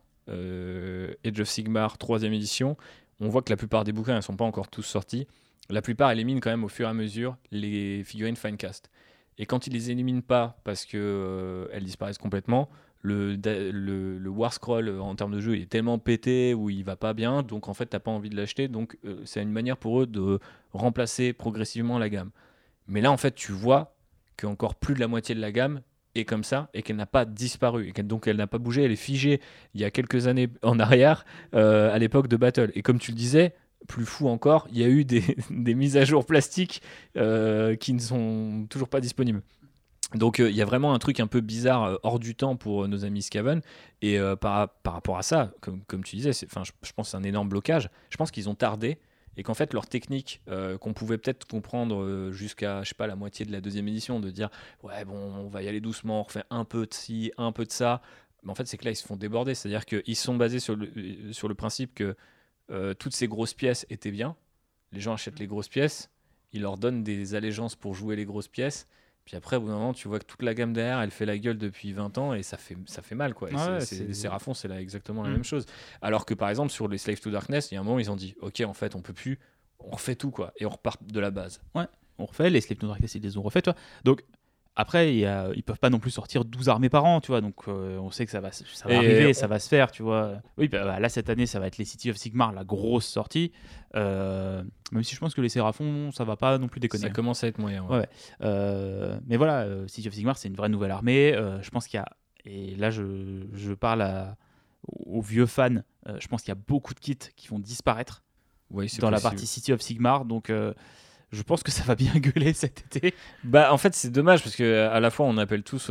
euh, Age of Sigmar, troisième édition, on voit que la plupart des bouquins ne sont pas encore tous sortis. La plupart éliminent quand même au fur et à mesure les figurines Finecast. Et quand ils les éliminent pas parce qu'elles euh, disparaissent complètement, le, da- le, le War Scroll euh, en termes de jeu il est tellement pété ou il va pas bien, donc en fait t'as pas envie de l'acheter, donc euh, c'est une manière pour eux de remplacer progressivement la gamme. Mais là en fait tu vois qu'encore plus de la moitié de la gamme est comme ça et qu'elle n'a pas disparu, et qu'elle- donc elle n'a pas bougé, elle est figée il y a quelques années en arrière euh, à l'époque de Battle. Et comme tu le disais, plus fou encore, il y a eu des, des mises à jour plastiques euh, qui ne sont toujours pas disponibles. Donc euh, il y a vraiment un truc un peu bizarre euh, hors du temps pour euh, nos amis Skaven. Et euh, par, par rapport à ça, comme, comme tu disais, c'est, enfin, je, je pense que c'est un énorme blocage. Je pense qu'ils ont tardé et qu'en fait leur technique euh, qu'on pouvait peut-être comprendre euh, jusqu'à je sais pas la moitié de la deuxième édition, de dire ouais bon on va y aller doucement, on refait un peu de ci, un peu de ça. Mais en fait c'est que là ils se font déborder. C'est-à-dire qu'ils sont basés sur le, sur le principe que euh, toutes ces grosses pièces étaient bien. Les gens achètent les grosses pièces, ils leur donnent des allégeances pour jouer les grosses pièces. Puis après, au bout d'un moment, tu vois que toute la gamme derrière, elle fait la gueule depuis vingt ans et ça fait, ça fait mal. Quoi. Et Ah c'est, ouais, c'est, c'est- les Séraphons, c'est là exactement la Mm. même chose. Alors que par exemple, sur les Slave to Darkness, il y a un moment, ils ont dit ok, en fait, on peut plus, on refait tout quoi, et on repart de la base. On refait, les Slave to Darkness, ils les ont refait, tu vois. Donc, après, il y a- ils peuvent pas non plus sortir douze armées par an, tu vois. Donc, euh, on sait que ça va, ça va Et arriver, on- ça va se faire, tu vois. Oui, bah, bah, là, cette année, ça va être les City of Sigmar, la grosse sortie. Euh, même si je pense que les Séraphons, ça va pas non plus déconner. Ça commence à être moyen. Ouais. Ouais. Euh, mais voilà, euh, City of Sigmar, c'est une vraie nouvelle armée. Euh, je pense qu'il y a, et là, je, je parle à- aux vieux fans, euh, je pense qu'il y a beaucoup de kits qui vont disparaître Oui, c'est dans la possible. partie City of Sigmar. Donc, euh, je pense que ça va bien gueuler cet été. Bah, en fait, c'est dommage parce que à la fois on appelle tous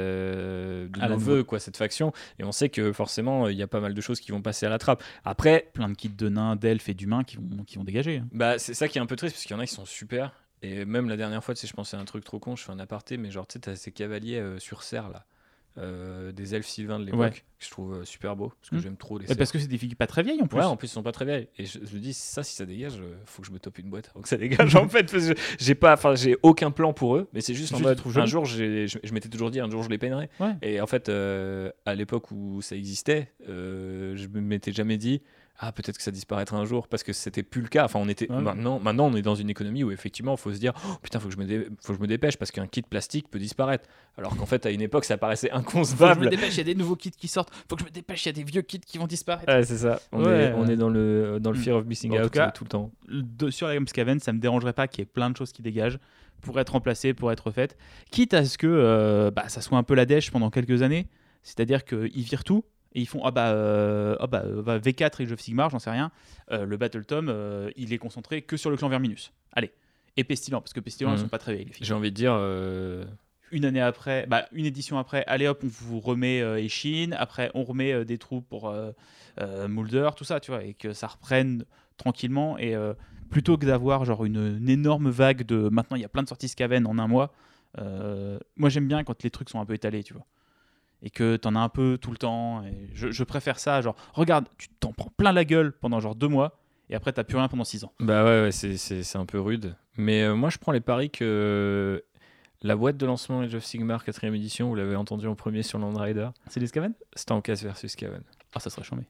euh, de À la nos nouveau. voeux quoi cette faction et on sait que forcément il y a pas mal de choses qui vont passer à la trappe. Après, Plein de kits de nains, d'elfes et d'humains qui vont, qui vont dégager. hein. bah, c'est ça qui est un peu triste parce qu'il y en a qui sont super. Et même la dernière fois, tu sais, je pensais à un truc trop con, je fais un aparté, mais genre, tu sais, t'as ces cavaliers euh, sur serre là, euh, des elfes sylvains de l'époque, Ouais. que je trouve euh, super beau, parce que Mm. j'aime trop les Et serres. parce que c'est des figures pas très vieilles en plus. Ouais, en plus, ils sont pas très vieilles. Et je, je me dis, ça, si ça dégage, euh, faut que je me tope une boîte avant que ça dégage, en fait, parce que j'ai pas, enfin, j'ai aucun plan pour eux, mais c'est juste en Juste, mode, tu trouves un joli. jour, j'ai- je, je m'étais toujours dit, un jour, je les peignerai. Ouais. Et en fait, euh, à l'époque où ça existait, euh, je me m'étais jamais dit, ah, peut-être que ça disparaîtra un jour, parce que c'était plus le cas. Enfin, on était, Ouais. maintenant, maintenant, on est dans une économie où effectivement, il faut se dire, oh, putain, faut que je me, dé- faut que je me dépêche, parce qu'un kit plastique peut disparaître. Alors qu'en fait, à une époque, ça paraissait Faut que je me inconcevable. dépêche, il y a des nouveaux kits qui sortent. Faut que je me dépêche, il y a des vieux kits qui vont disparaître. Ouais, c'est ça. On, Ouais. est, on est dans le, dans le Mm. fear of missing En tout out cas, euh, tout le temps. De- sur la gamme Skaven, ça me dérangerait pas qu'il y ait plein de choses qui dégagent pour être remplacées, pour être faites. Quitte à ce que euh, bah, ça soit un peu la dèche pendant quelques années. C'est-à-dire qu'ils virent tout et ils font ah bah, euh, ah bah, euh, V quatre Age of Sigmar, j'en sais rien. Euh, le Battle Tome, euh, il est concentré que sur le clan Verminus. Allez. Et Pestilent, parce que Pestilent, Mhm. ils sont pas très vieilles, les filles. J'ai envie de dire. euh, Une année après, bah, une édition après, allez hop, on vous remet euh, Eshin, après on remet euh, des troupes pour euh, euh, Mulder, tout ça, tu vois, et que ça reprenne tranquillement. Et euh, plutôt que d'avoir genre une, une énorme vague de maintenant il y a plein de sorties Skaven en un mois, euh, moi j'aime bien quand les trucs sont un peu étalés, tu vois. Et que t'en as un peu tout le temps. Et je, je préfère ça, genre, regarde, tu t'en prends plein la gueule pendant genre deux mois, et après t'as plus rien pendant six ans. Bah ouais, ouais c'est, c'est, c'est un peu rude. Mais euh, moi, je prends les paris que la boîte de lancement Age of Sigmar quatrième édition, vous l'avez entendu en premier sur Land Rider, C'est des Skaven ? Stankas versus Skaven. Ah, ça serait chambé.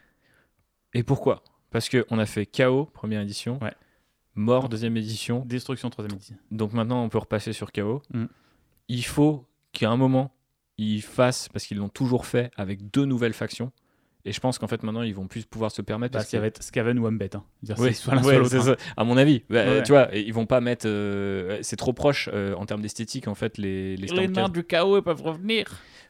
Et pourquoi ? Parce qu'on a fait K O première édition, Ouais. Mort deuxième édition, Destruction troisième édition. donc maintenant on peut repasser sur K O. Mm. Il faut qu'à un moment, ils fassent, parce qu'ils l'ont toujours fait, avec deux nouvelles factions. Et je pense qu'en fait maintenant ils vont plus pouvoir se permettre. Bah, parce ça que- va être Skaven ou Umbet. Hein. Dire, Oui, c'est soit l'un, ouais, soit l'autre, c'est hein. ça. À mon avis, bah, Ouais. tu vois, ils vont pas mettre. euh, c'est trop proche euh, en termes d'esthétique en fait les les Les Stormcast. nains du chaos peuvent revenir.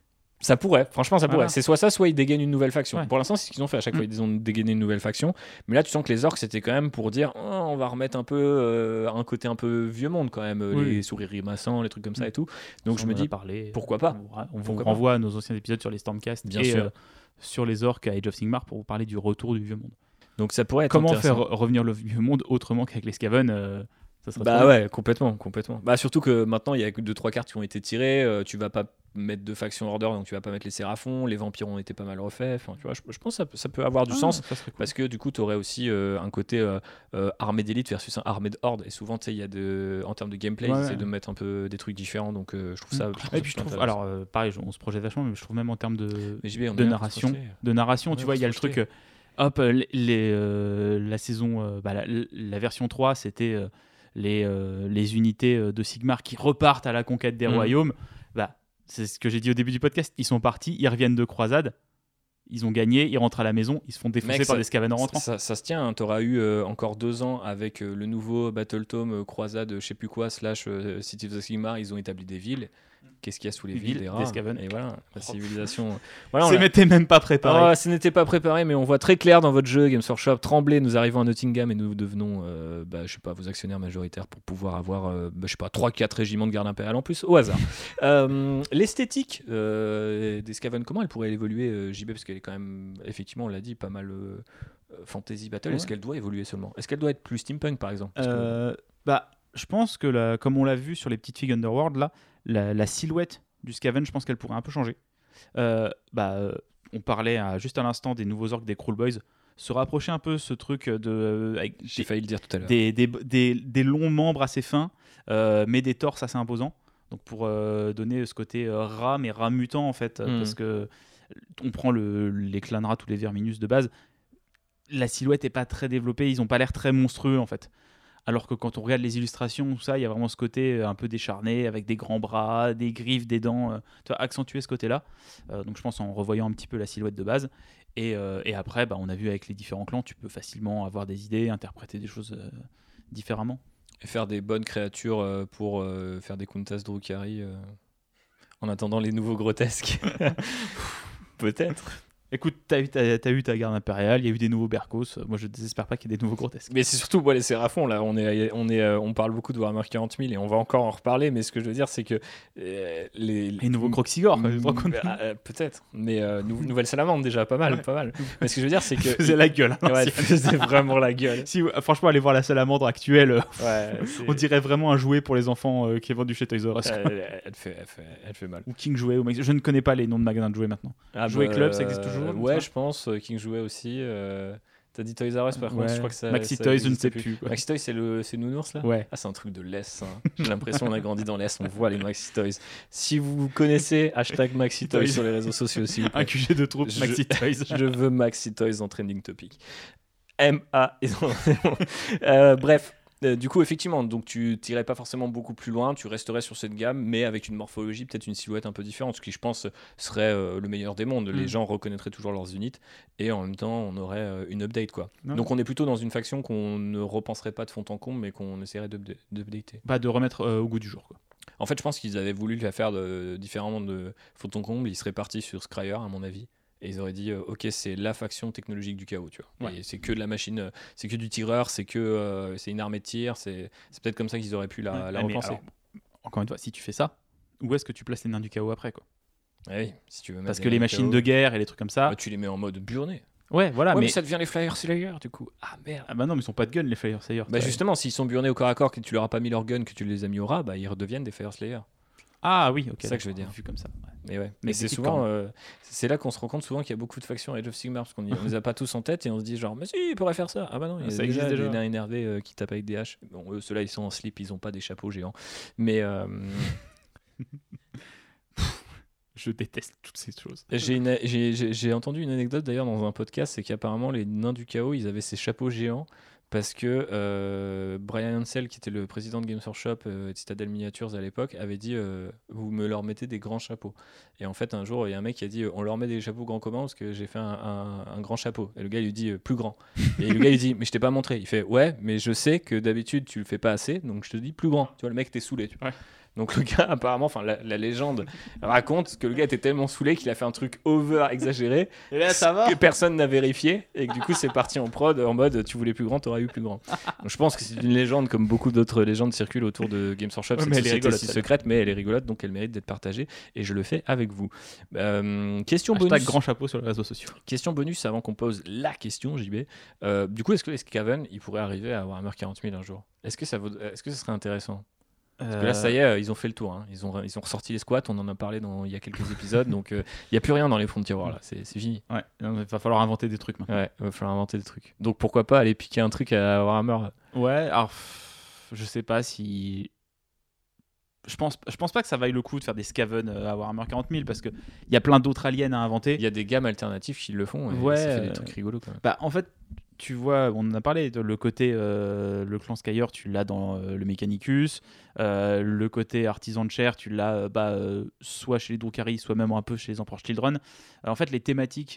Ça pourrait, franchement, ça pourrait. Voilà. C'est soit ça, soit ils dégainent une nouvelle faction. Ouais. Pour l'instant, c'est ce qu'ils ont fait. À chaque Mm. fois, ils ont dégainé une nouvelle faction. Mais là, tu sens que les orques, c'était quand même pour dire, oh, on va remettre un peu euh, un côté un peu vieux monde quand même, euh, Oui. les souris grimaçants, les trucs comme ça Mm. et tout. Donc je On me en a dis, parlé. pourquoi pas On, on vous Pourquoi pas renvoie à nos anciens épisodes sur les Stormcast Bien et sûr. euh, sur les orques à Age of Sigmar pour vous parler du retour du vieux monde. donc ça pourrait être Comment intéressant. faire revenir le vieux monde autrement qu'avec les Skaven euh, ça serait Bah trop bien. ouais, complètement, complètement. Bah surtout que maintenant il y a que deux trois cartes qui ont été tirées. euh, tu vas pas mettre de faction order, donc tu vas pas mettre les séraphons. Les vampires ont été pas mal refaits. Enfin, tu vois, je, je pense que ça, peut- ça peut avoir du Ah, sens. ça serait cool. Parce que du coup, tu aurais aussi euh, un côté euh, euh, armée d'élite versus un armée de horde. Et souvent, tu sais, il y a de, en termes de gameplay, Ouais, ils ouais. essaient de mettre un peu des trucs différents. Donc, euh, je trouve ça. Mm. je trouve Et ça puis je plutôt trouve, intéressant. alors euh, pareil, je- on se projette vachement, mais je trouve même en termes de, Mais J B, on de est là pour se narration, projeter. de narration, Ouais, tu vois, il y a le faut se truc, euh, hop, euh, les, les, euh, la saison, euh, bah, la, la version trois, c'était euh, les, euh, les unités euh, de Sigmar qui repartent à la conquête des Mm. royaumes. Bah, c'est ce que j'ai dit au début du podcast, ils sont partis, ils reviennent de croisade, ils ont gagné, ils rentrent à la maison, ils se font défoncer Mec, par ça- des Skaven en rentrant. Ça, ça se tient, tu auras eu euh, encore deux ans avec euh, le nouveau Battle Tome, euh, Croisade, je sais plus quoi, slash euh, City of the Sigmar, ils ont établi des villes. Qu'est-ce qu'il y a sous les Des villes, villes, des des rats. Skaven. Et voilà, la Oh. civilisation. Voilà, on C'est a- m'était même pas préparé. Ah, ce n'était pas préparé, mais on voit très clair dans votre jeu Games Workshop. Tremblay, nous arrivons à Nottingham et nous devenons, euh, bah, je sais pas, vos actionnaires majoritaires pour pouvoir avoir, euh, bah, je sais pas, trois quatre régiments de garde impériale en plus, au hasard. Euh, l'esthétique euh, des Skaven, comment elle pourrait évoluer, euh, J B, parce qu'elle est quand même, effectivement, on l'a dit, pas mal euh, euh, fantasy battle. Ouais. Est-ce qu'elle doit évoluer seulement Est-ce qu'elle doit être plus steampunk, par exemple Parce que- Euh, bah, je pense que la- comme on l'a vu sur les petites figues Underworld, là, la, la silhouette du Skaven, je pense qu'elle pourrait un peu changer. Euh, bah, euh, on parlait à- juste à l'instant des nouveaux orques des Cruel Boys, se rapprocher un peu ce truc de euh, avec J'ai des, failli le dire tout à l'heure. des, des, des- des longs membres assez fins, euh, mais des torses assez imposants. Donc pour euh, donner ce côté euh, rat, mais rat mutant en fait, euh, Mm. parce que on prend le, les clans de rats, tous les verminus de base, la silhouette est pas très développée, ils ont pas l'air très monstrueux en fait. Alors que quand on regarde les illustrations, tout ça, il y a vraiment ce côté euh, un peu décharné, avec des grands bras, des griffes, des dents, euh, tu vois, accentuer ce côté-là. Euh, donc je pense en revoyant un petit peu la silhouette de base. Et, euh, et après, bah, on a vu avec les différents clans, tu peux facilement avoir des idées, interpréter des choses euh, différemment. Et faire des bonnes créatures euh, pour euh, faire des Kuntas Drukari euh, en attendant les nouveaux grotesques. Peut-être. Écoute, t'as eu, t'as, t'as eu ta garde impériale, il y a eu des nouveaux Berkos. Moi, je désespère pas qu'il y ait des nouveaux grotesques. Mais c'est surtout, moi, les Séraphons, là, on, est, on, est, euh, on parle beaucoup de Warhammer quarante mille et on va encore en reparler, mais ce que je veux dire, c'est que euh, les, Les nouveaux Croxigor, quoi, je te rends compte. Ah, euh, peut-être, mais euh, nou- nouvelle salamandre déjà, pas mal, Ouais. pas mal. Mais ce que je veux dire, c'est que. faisait la gueule. hein, Ouais, si- elle faisait vraiment la gueule. si, euh, franchement, allez voir la salamandre actuelle. euh, Ouais, c'est- On dirait vraiment un jouet pour les enfants euh, qui est vendu chez Toys R Us. quoi. elle, elle fait, elle, fait, elle fait mal. Ou King Jouet. Ou Max- Je ne connais pas les noms de magasins de jouets maintenant. Ah, Jouet bah, Club, ça existe toujours, euh, comme Ouais, ça je pense. euh, King jouait aussi. euh, T'as dit Toys R Us, par contre, Ouais. je crois que ça. Maxi ça Toys, je ne existe sais plus. quoi. Maxi Toys, c'est le c'est Nounours là Ouais. Ah, c'est un truc de l'Est. Hein. J'ai l'impression qu'on a grandi dans l'Est, on voit les Maxi Toys. Si vous connaissez, hashtag Maxi Toys Toys. sur les réseaux sociaux, s'il vous plaît. Un Q G de troupes, Je- Maxi Toys. Je veux Maxi Toys en trending topic. M A. euh, bref. Euh, du coup, effectivement, donc tu t'irais pas forcément beaucoup plus loin, tu resterais sur cette gamme, mais avec une morphologie, peut-être une silhouette un peu différente, ce qui, je pense, serait euh, le meilleur des mondes. Les Mm. gens reconnaîtraient toujours leurs unités et en même temps, on aurait euh, une update, quoi. Non. Donc, on est plutôt dans une faction qu'on ne repenserait pas de fond en comble, mais qu'on essaierait d'upda- d'updater. Pas de remettre euh, au goût du jour. Quoi. En fait, je pense qu'ils avaient voulu la faire de- différemment de fond en comble. Ils seraient partis sur Scryer, à mon avis. Et ils auraient dit, euh, ok, c'est la faction technologique du chaos, tu vois. Ouais. Et c'est que de la machine, euh, c'est que du tireur, c'est que euh, c'est une armée de tir, c'est, c'est peut-être comme ça qu'ils auraient pu la, Ouais. la Ah, mais repenser. alors, encore une fois, si tu fais ça, où est-ce que tu places les nains du chaos après, quoi? Ouais, oui, si tu veux mettre Parce des que les nains du machines chaos, de guerre et les trucs comme ça. bah, tu les mets en mode burné. Ouais, voilà, ouais, mais... mais. mais ça devient les Flyer Slayer, du coup. Ah merde. Ah bah non, mais ils sont pas de gun, les Fire Slayer. Bah justement, s'ils sont burnés au corps à corps, que tu leur as pas mis leur gun, que tu les as mis au rat, bah ils redeviennent des Fire Slayer. Ah oui, ok. C'est ça que je veux dire. Vu comme ça. Ouais. Mais ouais. Mais Mais des c'est petites souvent, cornes. euh, c'est là qu'on se rend compte souvent qu'il y a beaucoup de factions Age of Sigmar parce qu'on y- on les a pas tous en tête et on se dit genre mais si ils pourraient faire ça. Ah bah non, il y a Ça déjà existe des déjà. nains énervés euh, qui tapent avec des haches. Bon, eux ceux-là ils sont en slip, ils ont pas des chapeaux géants. Mais euh, Je déteste toutes ces choses. j'ai, une- j'ai, j'ai- j'ai entendu une anecdote d'ailleurs dans un podcast, c'est qu'apparemment les nains du chaos ils avaient ces chapeaux géants. Parce que euh, Brian Ansel, qui était le président de Games Workshop euh, et de Citadel Miniatures à l'époque, avait dit euh, vous me leur mettez des grands chapeaux. Et en fait, un jour, il y a un mec qui a dit euh, on leur met des chapeaux grand commun parce que j'ai fait un, un- un grand chapeau. Et le gars il lui dit euh, plus grand. Et le gars il dit mais je t'ai pas montré. Il fait ouais, mais je sais que d'habitude tu le fais pas assez, donc je te dis plus grand. Tu vois, le mec t'es saoulé. Tu vois. Ouais. Donc le gars, apparemment, enfin la, la légende raconte que le gars était tellement saoulé qu'il a fait un truc over exagéré Et là, ça va que personne n'a vérifié et que du coup c'est parti en prod en mode tu voulais plus grand, t'aurais eu plus grand. Donc, je pense que c'est une légende comme beaucoup d'autres légendes circulent autour de Games Workshop, Ouais, cette mais elle est société rigolote, si celle-là. secrète, mais elle est rigolote donc elle mérite d'être partagée et je le fais avec vous. Euh, question Hashtag bonus. grand chapeau sur les réseaux sociaux. Question bonus avant qu'on pose la question J B. Euh, du coup est-ce que les Skaven ils pourraient arriver à Warhammer quarante mille un jour? Est-ce que ça vaut... est-ce que ça serait intéressant? Parce que là, ça y est, ils ont fait le tour. Hein. Ils, ont, ils ont ressorti les squats, on en a parlé dans, il y a quelques épisodes, donc il euh, n'y a plus rien dans les fonds de tiroir, là. C'est, c'est fini. Ouais, il va falloir inventer des trucs maintenant. Ouais, il va falloir inventer des trucs. Donc pourquoi pas aller piquer un truc à Warhammer? Ouais, alors, pff, je sais pas si. Je pense, je pense pas que ça vaille le coup de faire des Skaven euh, à Warhammer quarante mille parce qu'il y a plein d'autres aliens à inventer. Il y a des gammes alternatives qui le font et Ouais, ça fait des euh, trucs rigolos quand même. Bah, en fait, tu vois, on en a parlé, de- le côté, euh, le clan Skyer, tu l'as dans euh, le Mechanicus, euh, le côté artisan de chair, tu l'as euh, bah, euh, soit chez les Drukhari, soit même un peu chez les Emperor Children. Euh, en fait, les thématiques,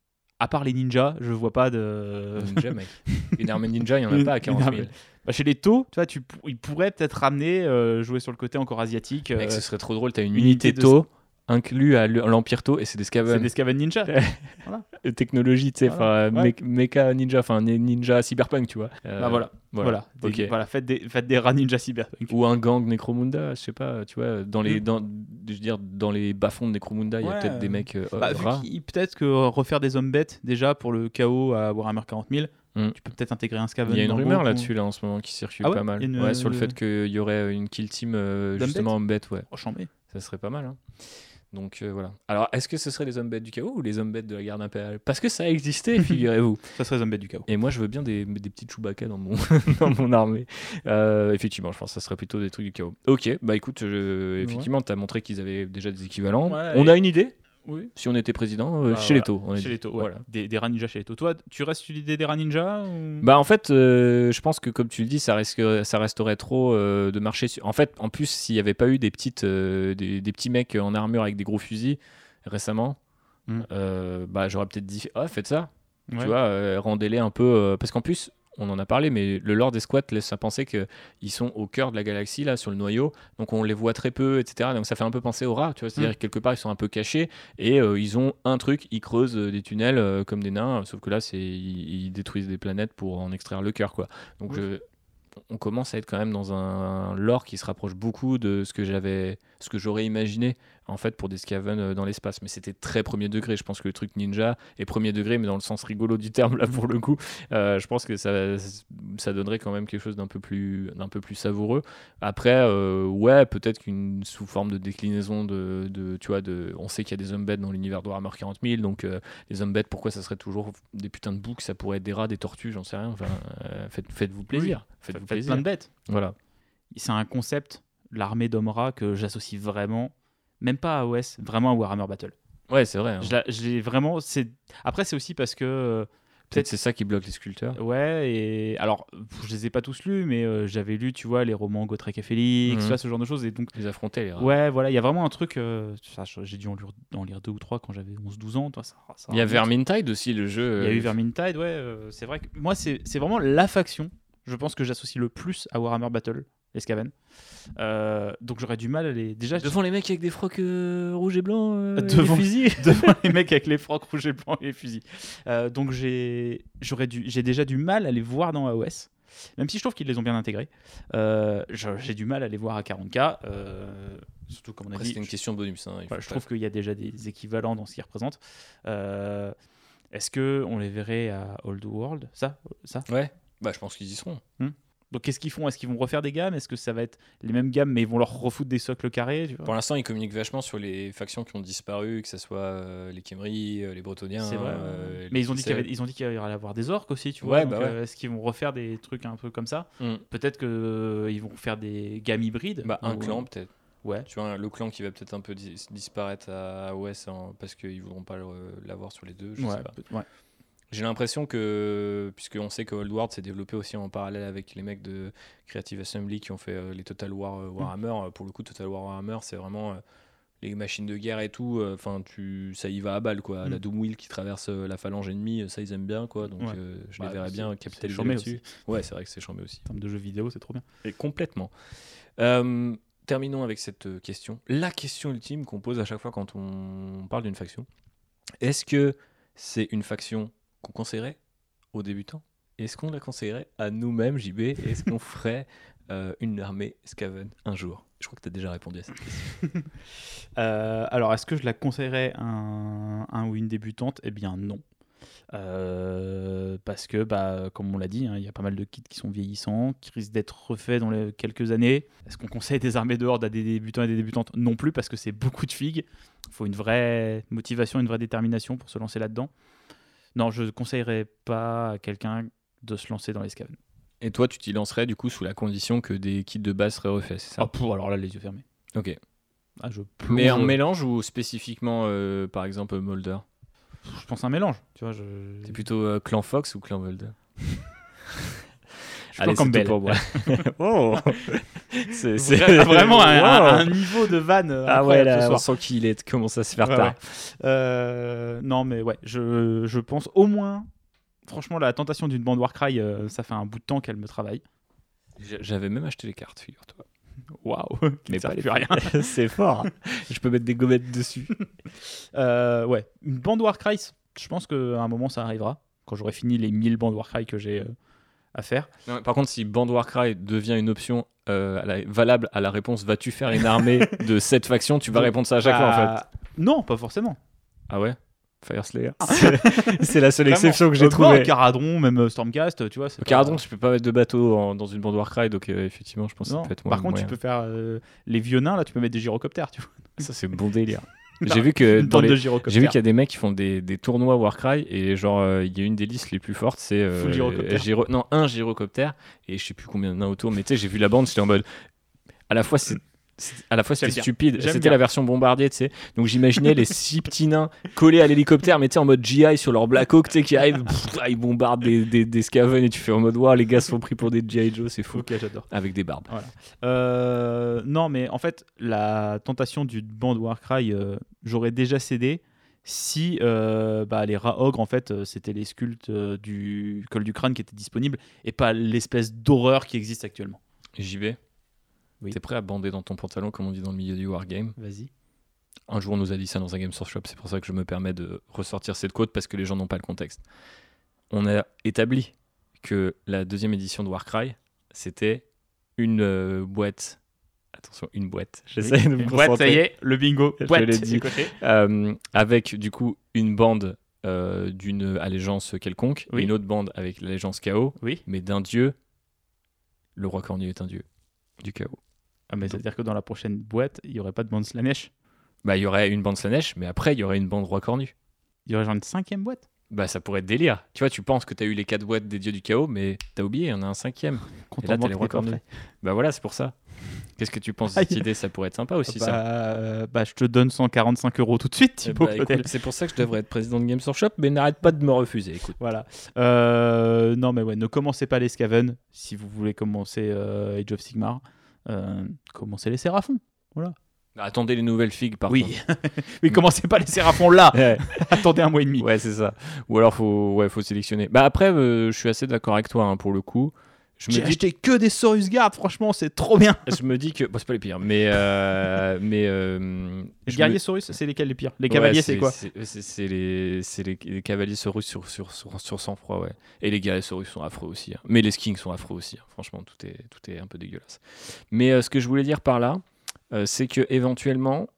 à part les ninjas, je vois pas de... Ninja, mec. Une armée ninja, il n'y en a Une- pas à une quarante armée- mille. Bah, chez les Tau, tu vois, tu, pou- ils pourraient peut-être ramener, euh, jouer sur le côté encore asiatique. Mec, euh, ce serait trop drôle, t'as une unité unité de- Tau inclus à l- l'Empire Tau et c'est des c'est Skaven. des Skaven ninja. Euh, Technologie, tu sais, Voilà, enfin, ouais. mé- méca ninja, enfin, né- ninja cyberpunk, tu vois. Euh, Bah voilà, voilà. Des- ok. voilà, faites des, faites des rats ninja cyberpunk. Ou un gang Necromunda, je sais pas, tu vois, dans les, Mm. dans, je veux dire, dans les bas-fonds de Necromunda, il y a Ouais, peut-être des euh, mecs euh, Bah, vu rares. qu'il- peut-être que refaire des hommes bêtes déjà pour le chaos à Warhammer quarante mille, Mm. tu peux peut-être intégrer un Skaven. Il y a une dans le rumeur groupe, là-dessus là en ce moment qui circule Ah ouais, pas mal. il y a une, Ouais, sur le euh, fait qu'il y aurait une kill team euh, D'hommes justement en bête, ouais. ou- Oh, chambé. Ça serait pas mal. Hein. Donc euh, voilà. Alors, est-ce que ce serait les hommes bêtes du chaos ou les hommes bêtes de la garde impériale? Parce que ça a existé, figurez-vous. Ça serait les hommes bêtes du chaos. Et moi, je veux bien des, des petits Chewbacca dans mon, dans mon armée. Euh, effectivement, je pense que ça serait plutôt des trucs du chaos. Ok, bah écoute, je- effectivement, tu as montré qu'ils avaient déjà des équivalents. Ouais, On et- a une idée, Oui. si on était président, euh, Bah, chez voilà. les taux. on a Chez dit. les Tau, ouais. Voilà. Des, des rats ninja chez les Tau. Toi, tu restes sur l'idée des rats ninja ou... Bah en fait, euh, je pense que comme tu le dis, ça, risque, ça resterait trop euh, de marcher sur... En fait, en plus, s'il n'y avait pas eu des, petites, euh, des, des petits mecs en armure avec des gros fusils récemment, Mm. euh, bah j'aurais peut-être dit, ah faites ça, Ouais. tu vois, euh, rendez-les un peu... euh, parce qu'en plus, on en a parlé, mais le lore des squats laisse à penser qu'ils sont au cœur de la galaxie, là, sur le noyau, donc on les voit très peu, et cetera. Donc ça fait un peu penser aux rats, tu vois, c'est-à-dire Mm. que quelque part, ils sont un peu cachés, et euh, ils ont un truc, ils creusent euh, des tunnels euh, comme des nains, sauf que là, c'est ils, ils détruisent des planètes pour en extraire le cœur, quoi. Donc Oui. je- on commence à être quand même dans un lore qui se rapproche beaucoup de ce que j'avais, ce que j'aurais imaginé en fait pour des Skaven euh, dans l'espace. Mais c'était très premier degré. Je pense que le truc ninja est premier degré, mais dans le sens rigolo du terme là pour le coup. Euh, je pense que ça, ça donnerait quand même quelque chose d'un peu plus, d'un peu plus savoureux. Après, euh, ouais, peut-être qu'une sous forme de déclinaison de, de tu vois, de, on sait qu'il y a des hommes bêtes dans l'univers de Warhammer quarante mille, donc euh, les hommes bêtes, pourquoi ça serait toujours des putains de boucs? Ça pourrait être des rats, des tortues, j'en sais rien. Enfin, euh, faites, faites-vous plaisir. Faites-vous Faites plaisir. plein de bêtes. Voilà. C'est un concept, l'armée d'hommes rats, que j'associe vraiment, même pas à O S, vraiment à Warhammer Battle. Ouais, c'est vrai. hein. Je, la- je l'ai vraiment. C'est... Après, c'est aussi parce que. euh, Peut-être c'est ça qui bloque les sculpteurs. Ouais, et alors, je les ai pas tous lus, mais euh, j'avais lu, tu vois, les romans Gotrek et Félix, Mhm. tu vois, ce genre de choses. Et donc, Les affronter, les rats. ouais, voilà, il y a vraiment un truc. euh, ça, j'ai dû en lire, en lire deux ou trois quand j'avais onze douze ans. Toi, ça, ça Il y a remonte. Vermintide aussi, le jeu. Il y a euh, eu Vermintide, ouais. euh, c'est vrai que moi, c'est, c'est vraiment la faction, je pense, que j'associe le plus à Warhammer Battle. les Skaven. Euh, donc j'aurais du mal à les. Déjà, Devant les mecs avec des frocs euh, rouges et blancs, euh, Devant- et des fusils. devant les mecs avec les frocs rouges et blancs et les fusils. Euh, donc j'ai, j'aurais dû, j'ai déjà du mal à les voir dans A O S, même si je trouve qu'ils les ont bien intégrés. Euh, j'ai j'ai du mal à les voir à quarante K, euh, surtout comme on a Après, dit. c'était une question de bonus. Hein, il faut Voilà, je pas- trouve qu'il y a déjà des équivalents dans ce qu'ils représentent. Euh, est-ce que on les verrait à Old World, ça, ça Ouais, bah, je pense qu'ils y seront. Donc qu'est-ce qu'ils font? Est-ce qu'ils vont refaire des gammes? Est-ce que ça va être les mêmes gammes mais ils vont leur refoutre des socles carrés, tu vois? Pour l'instant, ils communiquent vachement sur les factions qui ont disparu, que ce soit euh, les Khemri, euh, les Bretoniens. C'est vrai. euh, Mais les ils ont dit qu'il y Kissel. avait, ils ont dit qu'il y allait avoir des orques aussi, tu Ouais, vois. bah Donc, ouais. euh, est-ce qu'ils vont refaire des trucs un peu comme ça? Mm. Peut-être qu'ils vont faire des gammes hybrides. Bah, un Ou- clan, peut-être. Ouais. Tu vois, le clan qui va peut-être un peu dis- disparaître à O S hein, parce qu'ils voudront pas le- l'avoir sur les deux. Je Ouais, sais pas. peut- ouais. J'ai l'impression que, puisqu'on sait que Old World s'est développé aussi en parallèle avec les mecs de Creative Assembly qui ont fait euh, les Total War euh, Warhammer, euh, pour le coup, Total War Warhammer, c'est vraiment euh, les machines de guerre et tout. Enfin, tu, ça y va à balle, quoi. Mm. La Doom Wheel qui traverse euh, la phalange ennemie, euh, ça ils aiment bien, quoi. Donc, Ouais. euh, je Bah, les verrais c'est- bien c'est capitaliser charmé là-dessus. Ouais, c'est vrai que c'est chambé aussi. En termes de jeux vidéo, c'est trop bien. Et complètement. Euh, terminons avec cette euh, question. La question ultime qu'on pose à chaque fois quand on parle d'une faction. Est-ce que c'est une faction qu'on conseillerait aux débutants? Est-ce qu'on la conseillerait à nous-mêmes, J B? Est-ce qu'on ferait euh, une armée Skaven un jour? Je crois que tu as déjà répondu à cette question. Euh, alors, est-ce que je la conseillerais à un, un ou une débutante? Eh bien, non. Euh, parce que, bah, comme on l'a dit, hein, il y a pas mal de kits qui sont vieillissants, qui risquent d'être refaits dans les quelques années. Est-ce qu'on conseille des armées de horde à des débutants et des débutantes? Non plus, parce que c'est beaucoup de figues. Il faut une vraie motivation, une vraie détermination pour se lancer là-dedans. Non, je ne conseillerais pas à quelqu'un de se lancer dans les Skaven. Et toi, tu t'y lancerais du coup sous la condition que des kits de base seraient refaits, c'est ça? Ah, pour, alors là, les yeux fermés. Ok. Ah, je Mais plonge- en mélange ou spécifiquement, euh, par exemple, Molder? Je pense un mélange. Tu vois, je... T'es plutôt euh, clan Fox ou clan Molder? je suis Allez, Clan c'est tout Campbell. pour moi. Oh c'est, c'est- Vra- Vraiment un, un- Wow. un niveau de vanne. euh, Ah ouais, incroyable ce là, on soir. sent qu'il est, commence à se faire Ouais, tard. ouais. Euh, non, mais ouais, je, je pense au moins. Franchement, la tentation d'une bande Warcry, euh, ça fait un bout de temps qu'elle me travaille. J- J'avais même acheté les cartes, figure-toi. Waouh, Mais ça pas les plus rien. C'est fort. Je peux mettre des gommettes dessus. Euh, ouais, une bande Warcry, je pense qu'à un moment ça arrivera, quand j'aurai fini les mille bandes Warcry que j'ai euh, à faire. Non, par contre, si Band Warcry devient une option euh, à la- valable à la réponse vas-tu faire une armée de cette faction, tu vas répondre ça à chaque fois en fait. Bah, non, pas forcément. Ah ouais? Fire Slayer. C'est c'est la seule exception que j'ai Euh, trouvée. non, Caradron, même euh, Stormcast, tu vois. c'est Au pas- Caradron, tu peux pas mettre de bateau en- dans une bande Warcry, donc euh, effectivement, je pense que Non. ça peut être Par moins- contre, moyen. tu peux faire euh, les vieux nains, là, tu peux mettre des gyrocoptères, tu vois. Ça, c'est bon délire. Non, J'ai vu que Une dans bande les- de gyrocoptères. J'ai vu qu'il y a des mecs qui font des, des tournois Warcry et genre euh, il y a une des listes les plus fortes, c'est euh, Full gyrocoptère. gyro- non un gyrocoptère et je sais plus combien il y en a autour, mais tu sais j'ai vu la bande, j'étais en mode à la fois c'est c'est- à la fois c'était J'aime bien. stupide, J'aime c'était bien. la version bombardier, tu sais. Donc j'imaginais les six petits nains collés à l'hélicoptère, mais tu sais en mode G I sur leur Black Hawk, tu sais qui arrivent, pff, là, ils bombardent des, des, des Skaven et tu fais en mode wow les gars sont pris pour des G I Joe, c'est fou, Ok, j'adore. avec des barbes. Euh, non, mais en fait, la tentation du bande Warcry, euh, j'aurais déjà cédé si euh, bah, les rats ogres, en fait, euh, c'était les sculptes euh, du col du crâne qui étaient disponibles et pas l'espèce d'horreur qui existe actuellement. J B, Oui. t'es prêt à bander dans ton pantalon comme on dit dans le milieu du wargame? Vas-y. Un jour, on nous a dit ça dans un Game Source Shop, c'est pour ça que je me permets de ressortir cette quote parce que les gens n'ont pas le contexte. On a établi que la deuxième édition de Warcry, c'était une euh, boîte. Attention, une boîte. J'essaie de me Une boîte, ça concentrer. y est, le bingo. Je Boîte, l'ai dit. écoutez. Euh, avec du coup une bande euh, d'une allégeance quelconque, Oui. et une autre bande avec l'allégeance chaos, Oui. mais d'un dieu. Le roi cornu est un dieu du chaos. Ah, mais c'est-à-dire que dans la prochaine boîte, il n'y aurait pas de bande Slanesh. Bah, il y aurait une bande Slanesh, mais après, il y aurait une bande roi cornu. Il y aurait genre une cinquième boîte. Bah, ça pourrait être délire. Tu vois, tu penses que t'as eu les quatre boîtes des dieux du chaos, mais t'as oublié, il y en a un cinquième. Et Content là, de t'as voir les que rois t'es pas cornus. prêt. Bah voilà, c'est pour ça. Qu'est-ce que tu penses de cette Aïe. idée? Ça pourrait être sympa aussi, bah, ça. euh, bah, je te donne cent quarante-cinq euros tout de suite, Eh Thibaut bah, écoute, Claudel. c'est pour ça que je devrais être président de Games Workshop, mais n'arrête pas de me refuser. Écoute. Voilà. Euh, non, mais ouais, ne commencez pas les Skaven si vous voulez commencer euh, Age of Sigmar. Euh, commencez les Séraphons. Attendez les nouvelles figues, par Oui. contre. oui, commencez pas les Séraphons là. Ouais, Attendez un mois et demi. ouais, c'est ça. Ou alors, faut, ouais, faut sélectionner. Bah après, euh, je suis assez d'accord avec toi, hein, pour le coup. je me J'ai dis, acheté que des Saurus Guard, franchement, c'est trop bien. je me dis que bon, c'est pas les pires, mais euh, mais euh, Les je guerriers me- Saurus, c'est lesquels les pires? Les Ouais, cavaliers, c'est quoi? c'est, c'est, c'est les, c'est les, les cavaliers Saurus sur, sur, sur, sur sang-froid, ouais. Et les guerriers Saurus sont affreux aussi. Hein. Mais les Skinks sont affreux aussi. Hein. Franchement, tout est, tout est un peu dégueulasse. Mais euh, ce que je voulais dire par là, euh, c'est que éventuellement,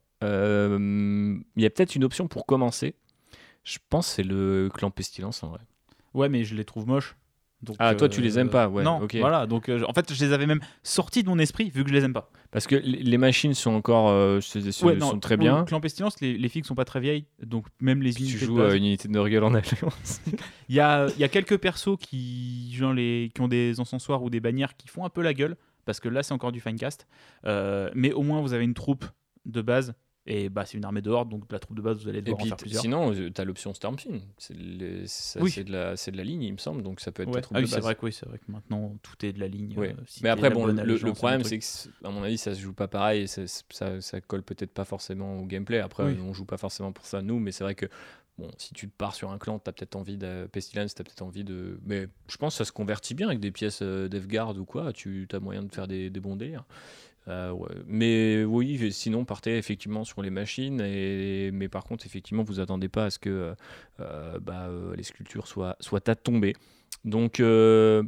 euh, il y a peut-être une option pour commencer. Je pense que c'est le clan Pestilence en vrai. Ouais, mais je les trouve moches. Donc, Ah, toi, tu les aimes pas, ouais, Non, ok. voilà. Donc, euh, en fait, je les avais même sortis de mon esprit vu que je les aime pas. Parce que les les machines sont encore euh, c'est- c'est- Ouais, sont non, très pour bien. le Clan Pestilence, les, les figues sont pas très vieilles, donc même les Tu unités de joues base. à une unité de Nurgle en alliance. Il y a, il y a quelques persos qui, genre les, qui ont des encensoirs ou des bannières qui font un peu la gueule, parce que là, c'est encore du finecast. Euh, mais au moins, vous avez une troupe de base, et bah, c'est une armée de horde, donc la troupe de base, vous allez Et devoir en puis faire t- plusieurs. sinon, tu as l'option Stormfin. C'est le- ça, Oui. c'est de, la- c'est de la ligne, il me semble, donc ça peut être Ouais. ta troupe Ah de oui, c'est base. vrai que oui, c'est vrai que maintenant tout est de la ligne. Ouais. euh, si Mais t'es après, la bon, bonne le, allégeance, le problème, un c'est truc. que, c'est- à mon avis, ça se joue pas pareil, et ça, ça, ça colle peut-être pas forcément au gameplay. Après, Oui. on joue pas forcément pour ça, nous, mais c'est vrai que bon, si tu te pars sur un clan, t'as peut-être envie de Pestilence, t'as peut-être envie de. Mais je pense que ça se convertit bien avec des pièces euh, Devguard ou quoi, tu as moyen de faire des, des bons délires. Euh, ouais. Mais oui, sinon partez effectivement sur les machines. Et, mais par contre, effectivement, vous attendez pas à ce que euh, bah, euh, les sculptures soient, soient à tomber. Donc euh,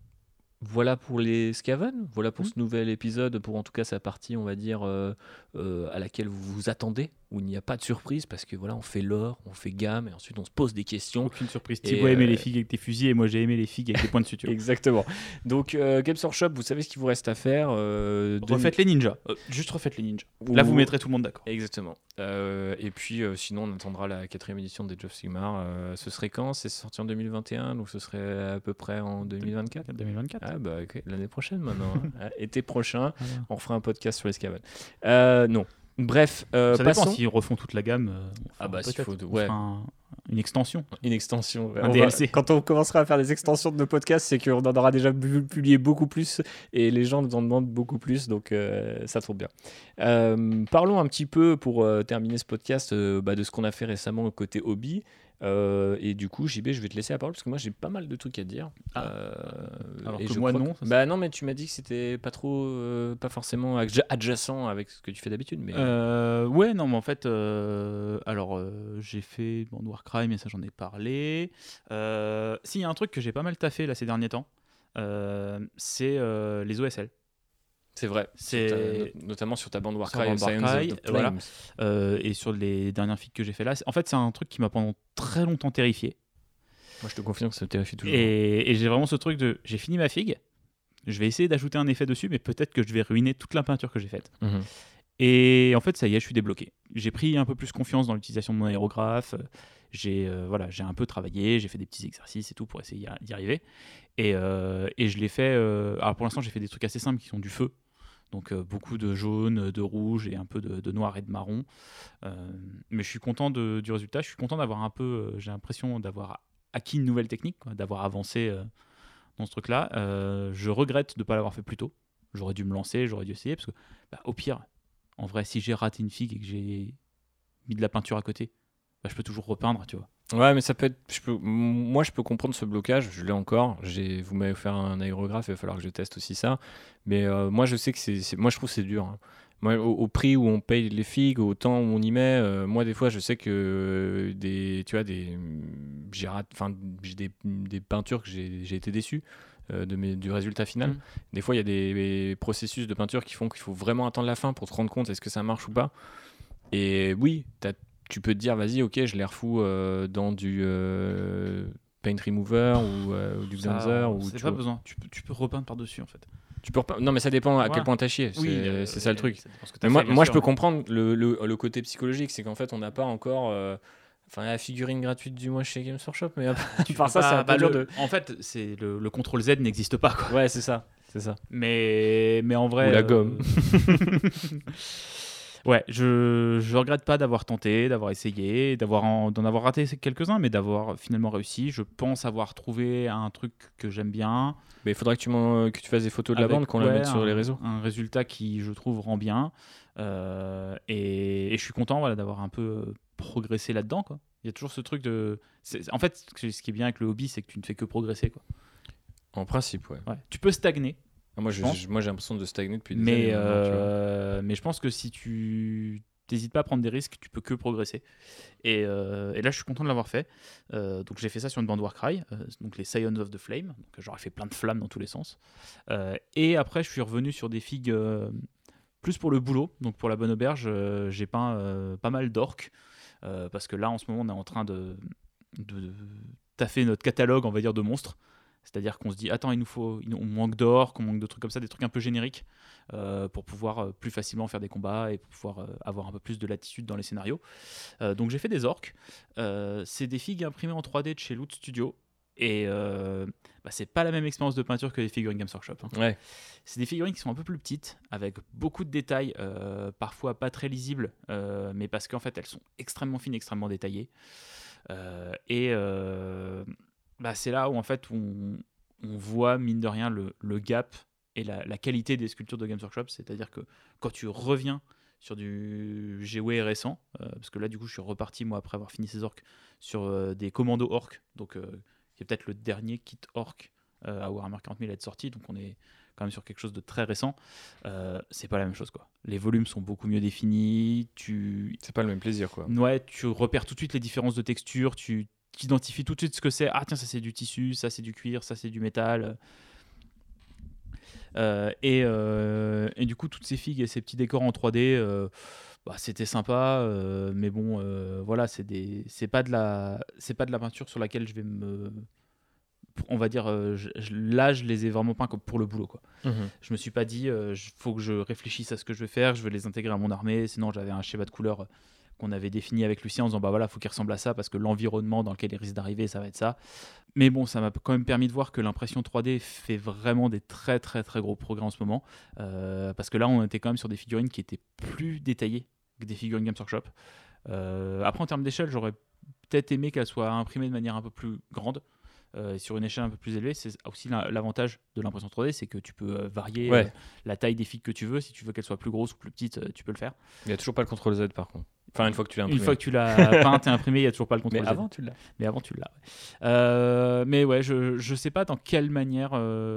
voilà pour les Skaven. Voilà pour Mm. ce nouvel épisode, pour en tout cas sa partie, on va dire, euh, euh, à laquelle vous vous attendez, où il n'y a pas de surprise, parce que voilà, on fait lore, on fait gamme, et ensuite on se pose des questions. Aucune surprise. Et, Thibaut a aimé euh, les figues avec des fusils et moi j'ai aimé les figues avec des points de suture. Exactement. Donc euh, Games Workshop, vous savez ce qu'il vous reste à faire. Euh, demi- Refaites les ninjas. Euh, juste refaites les ninjas. Ou- Là vous mettrez tout le monde d'accord. Exactement. Euh, et puis euh, sinon, on attendra la quatrième édition des Age of Sigmar. Euh, ce serait quand? C'est sorti en deux mille vingt et un, donc ce serait à peu près en deux mille vingt-quatre. deux mille vingt-quatre. Ah bah ok, l'année prochaine maintenant. hein. Ah, été prochain, Voilà. on fera un podcast sur les Skaven. Euh, non. Bref, euh, Ça passons. dépend s'ils refont toute la gamme. euh, on Ah fera bah, s'il peut-être. faut de- On ouais. fera un- une extension. Une extension. Un On D L C. quand on commencera à faire des extensions de nos podcasts, c'est qu'on en aura déjà bu- publié beaucoup plus et les gens nous en demandent beaucoup plus, donc euh, ça tombe bien. Euh, parlons un petit peu, pour euh, terminer ce podcast, euh, bah, de ce qu'on a fait récemment côté hobby. Euh, et du coup, J B, je vais te laisser la parole parce que moi j'ai pas mal de trucs à te dire. Ah. Euh, Alors et que je moi, crois non, ça, Bah non, mais tu m'as dit que c'était pas trop, euh, pas forcément adja- adjacent avec ce que tu fais d'habitude. Mais Euh, ouais, non, mais en fait, euh, alors euh, j'ai fait bon, Warcry, mais ça j'en ai parlé. Euh, si, il y a un truc que j'ai pas mal taffé là ces derniers temps, euh, c'est euh, les O S L. c'est vrai. C'est- Sur ta- not- notamment sur ta bande Warcry, bande Science Warcry, of the voilà. Flames. Euh, et sur les dernières figues que j'ai fait là. c'est- En fait, c'est un truc qui m'a pendant très longtemps terrifié. Moi, je te confirme que ça me terrifie toujours. Et, et j'ai vraiment ce truc de j'ai fini ma figue, je vais essayer d'ajouter un effet dessus, mais peut-être que je vais ruiner toute la peinture que j'ai faite. Mhm. Et en fait, ça y est, je suis débloqué. J'ai pris un peu plus confiance dans l'utilisation de mon aérographe. J'ai euh, voilà, j'ai un peu travaillé, j'ai fait des petits exercices et tout pour essayer d'y arriver. Et, euh, et je l'ai fait. euh, alors pour l'instant, j'ai fait des trucs assez simples qui sont du feu. Donc euh, beaucoup de jaune, de rouge et un peu de, de noir et de marron. Euh, mais je suis content de- du résultat. Je suis content d'avoir un peu. euh, j'ai l'impression d'avoir acquis une nouvelle technique, quoi, d'avoir avancé euh, dans ce truc-là. Euh, je regrette de ne pas l'avoir fait plus tôt. J'aurais dû me lancer, j'aurais dû essayer parce que bah, au pire. En vrai, si j'ai raté une figue et que j'ai mis de la peinture à côté, bah, je peux toujours repeindre, tu vois. Ouais, mais ça peut être. Je peux, moi, je peux comprendre ce blocage. Je l'ai encore. J'ai, vous m'avez offert un aérographe. Il va falloir que je teste aussi ça. Mais euh, moi, je sais que c'est. c'est- Moi, je trouve que c'est dur. hein. Moi, au, au prix où on paye les figues, au temps où on y met, euh, moi, des fois, je sais que euh, des, tu vois, des, j'ai, rat- enfin, j'ai des, des peintures que j'ai, j'ai été déçu euh, de mes, du résultat final. Mm. Des fois, il y a des, des processus de peinture qui font qu'il faut vraiment attendre la fin pour te rendre compte est-ce que ça marche ou pas. Et oui, t'as tu peux te dire, vas-y, ok, je les refous euh, dans du euh, paint remover ou, euh, ou du Ça, cleanser. Ou, c'est tu pas vois. besoin. Tu peux, tu peux repeindre par-dessus, en fait. Tu peux repeindre- Non, mais ça dépend à Voilà. quel point t'as chié. C'est, euh, c'est ça le truc. ça dépend ce que t'as Mais moi, fait, bien moi je sûr, peux hein. comprendre le, le, le côté psychologique, c'est qu'en fait, on n'a pas encore. euh, Enfin, la figurine gratuite du mois chez Games Workshop, mais à part ça, Bah, c'est un peu bah, dur le- de. En fait, c'est le, le contrôle Z n'existe pas, quoi. Ouais, c'est ça. C'est ça. Mais, mais en vrai. Ou la euh, gomme. ouais, je, je regrette pas d'avoir tenté, d'avoir essayé, d'avoir en- d'en avoir raté quelques-uns, mais d'avoir finalement réussi. Je pense avoir trouvé un truc que j'aime bien. Mais il faudrait que tu, m'en- que tu fasses des photos de la avec, bande, qu'on la ouais, mette sur un- les réseaux. Un résultat qui, je trouve, rend bien. Euh, et, et je suis content voilà, d'avoir un peu euh, progressé là-dedans, quoi. Il y a toujours ce truc de. c'est- En fait, ce qui est bien avec le hobby, c'est que tu ne fais que progresser, quoi. En principe, ouais. Ouais. Tu peux stagner. Ah, moi, je je, pense. je- moi, j'ai l'impression de stagner depuis des Mais, années maintenant, tu vois. euh, mais je pense que si tu n'hésites pas à prendre des risques, tu peux que progresser. Et, euh, et là, je suis content de l'avoir fait. Euh, donc, j'ai fait ça sur une bande Warcry, euh, donc les Scions of the Flame. Donc, j'aurais fait plein de flammes dans tous les sens. Euh, et après, je suis revenu sur des figues euh, plus pour le boulot. Donc, pour la bonne auberge, euh, j'ai peint euh, pas mal d'orques. Euh, parce que là, en ce moment, on est en train de, de, de taffer notre catalogue, on va dire, de monstres. C'est-à-dire qu'on se dit, attends, il nous faut, il nous- on manque d'or, qu'on manque de trucs comme ça, des trucs un peu génériques, euh, pour pouvoir euh, plus facilement faire des combats et pour pouvoir euh, avoir un peu plus de latitude dans les scénarios. Euh, donc j'ai fait des orques. Euh, c'est des figues imprimées en trois D de chez Loot Studio. Et euh, bah, c'est pas la même expérience de peinture que les figurines Games Workshop. hein. Ouais. C'est des figurines qui sont un peu plus petites, avec beaucoup de détails, euh, parfois pas très lisibles, euh, mais parce qu'en fait elles sont extrêmement fines, extrêmement détaillées. Euh, et euh, bah, c'est là où en fait on, on voit mine de rien le, le gap et la, la qualité des sculptures de Games Workshop. C'est-à-dire que quand tu reviens sur du G W A récent, euh, parce que là du coup je suis reparti moi après avoir fini ces orques sur euh, des commandos orques, donc euh, qui est peut-être le dernier kit orc euh, à Warhammer quarante mille à être sorti, donc on est quand même sur quelque chose de très récent. Euh, c'est pas la même chose quoi. Les volumes sont beaucoup mieux définis, tu C'est pas le même plaisir, quoi. ouais, tu repères tout de suite les différences de texture, tu identifies tout de suite ce que c'est. Ah tiens, ça c'est du tissu, ça c'est du cuir, ça c'est du métal. Euh, et, euh, et du coup, toutes ces figues et ces petits décors en trois D, euh, bah, c'était sympa, euh, mais bon, euh, voilà, c'est des, c'est pas de la, c'est pas de la peinture sur laquelle je vais me, on va dire, euh, je- je- là, je les ai vraiment peints comme pour le boulot, quoi. Mhm. Je me suis pas dit, il faut que je réfléchisse à ce que je vais faire, je vais les intégrer à mon armée. Sinon, j'avais un schéma de couleur euh, qu'on avait défini avec Lucien en disant, bah voilà, faut qu'il ressemble à ça parce que l'environnement dans lequel il risque d'arriver, ça va être ça. Mais bon, ça m'a quand même permis de voir que l'impression trois D fait vraiment des très très très gros progrès en ce moment. Euh, parce que là, on était quand même sur des figurines qui étaient plus détaillées que des figurines Games Workshop. Euh, après, en termes d'échelle, j'aurais peut-être aimé qu'elles soient imprimées de manière un peu plus grande. Euh, sur une échelle un peu plus élevée. C'est aussi la- l'avantage de l'impression trois D, c'est que tu peux euh, varier Ouais. euh, la taille des figues que tu veux. Si tu veux qu'elles soient plus grosses ou plus petites, euh, tu peux le faire. Il y a toujours pas le contrôle Z, par contre. Enfin, une fois que tu l'as imprimé. Une fois que tu l'as peinte et imprimé, il n'y a toujours pas le contrôle Mais Z. avant, tu l'as. Mais avant, tu l'as. Ouais. Euh, mais ouais, je je sais pas dans quelle manière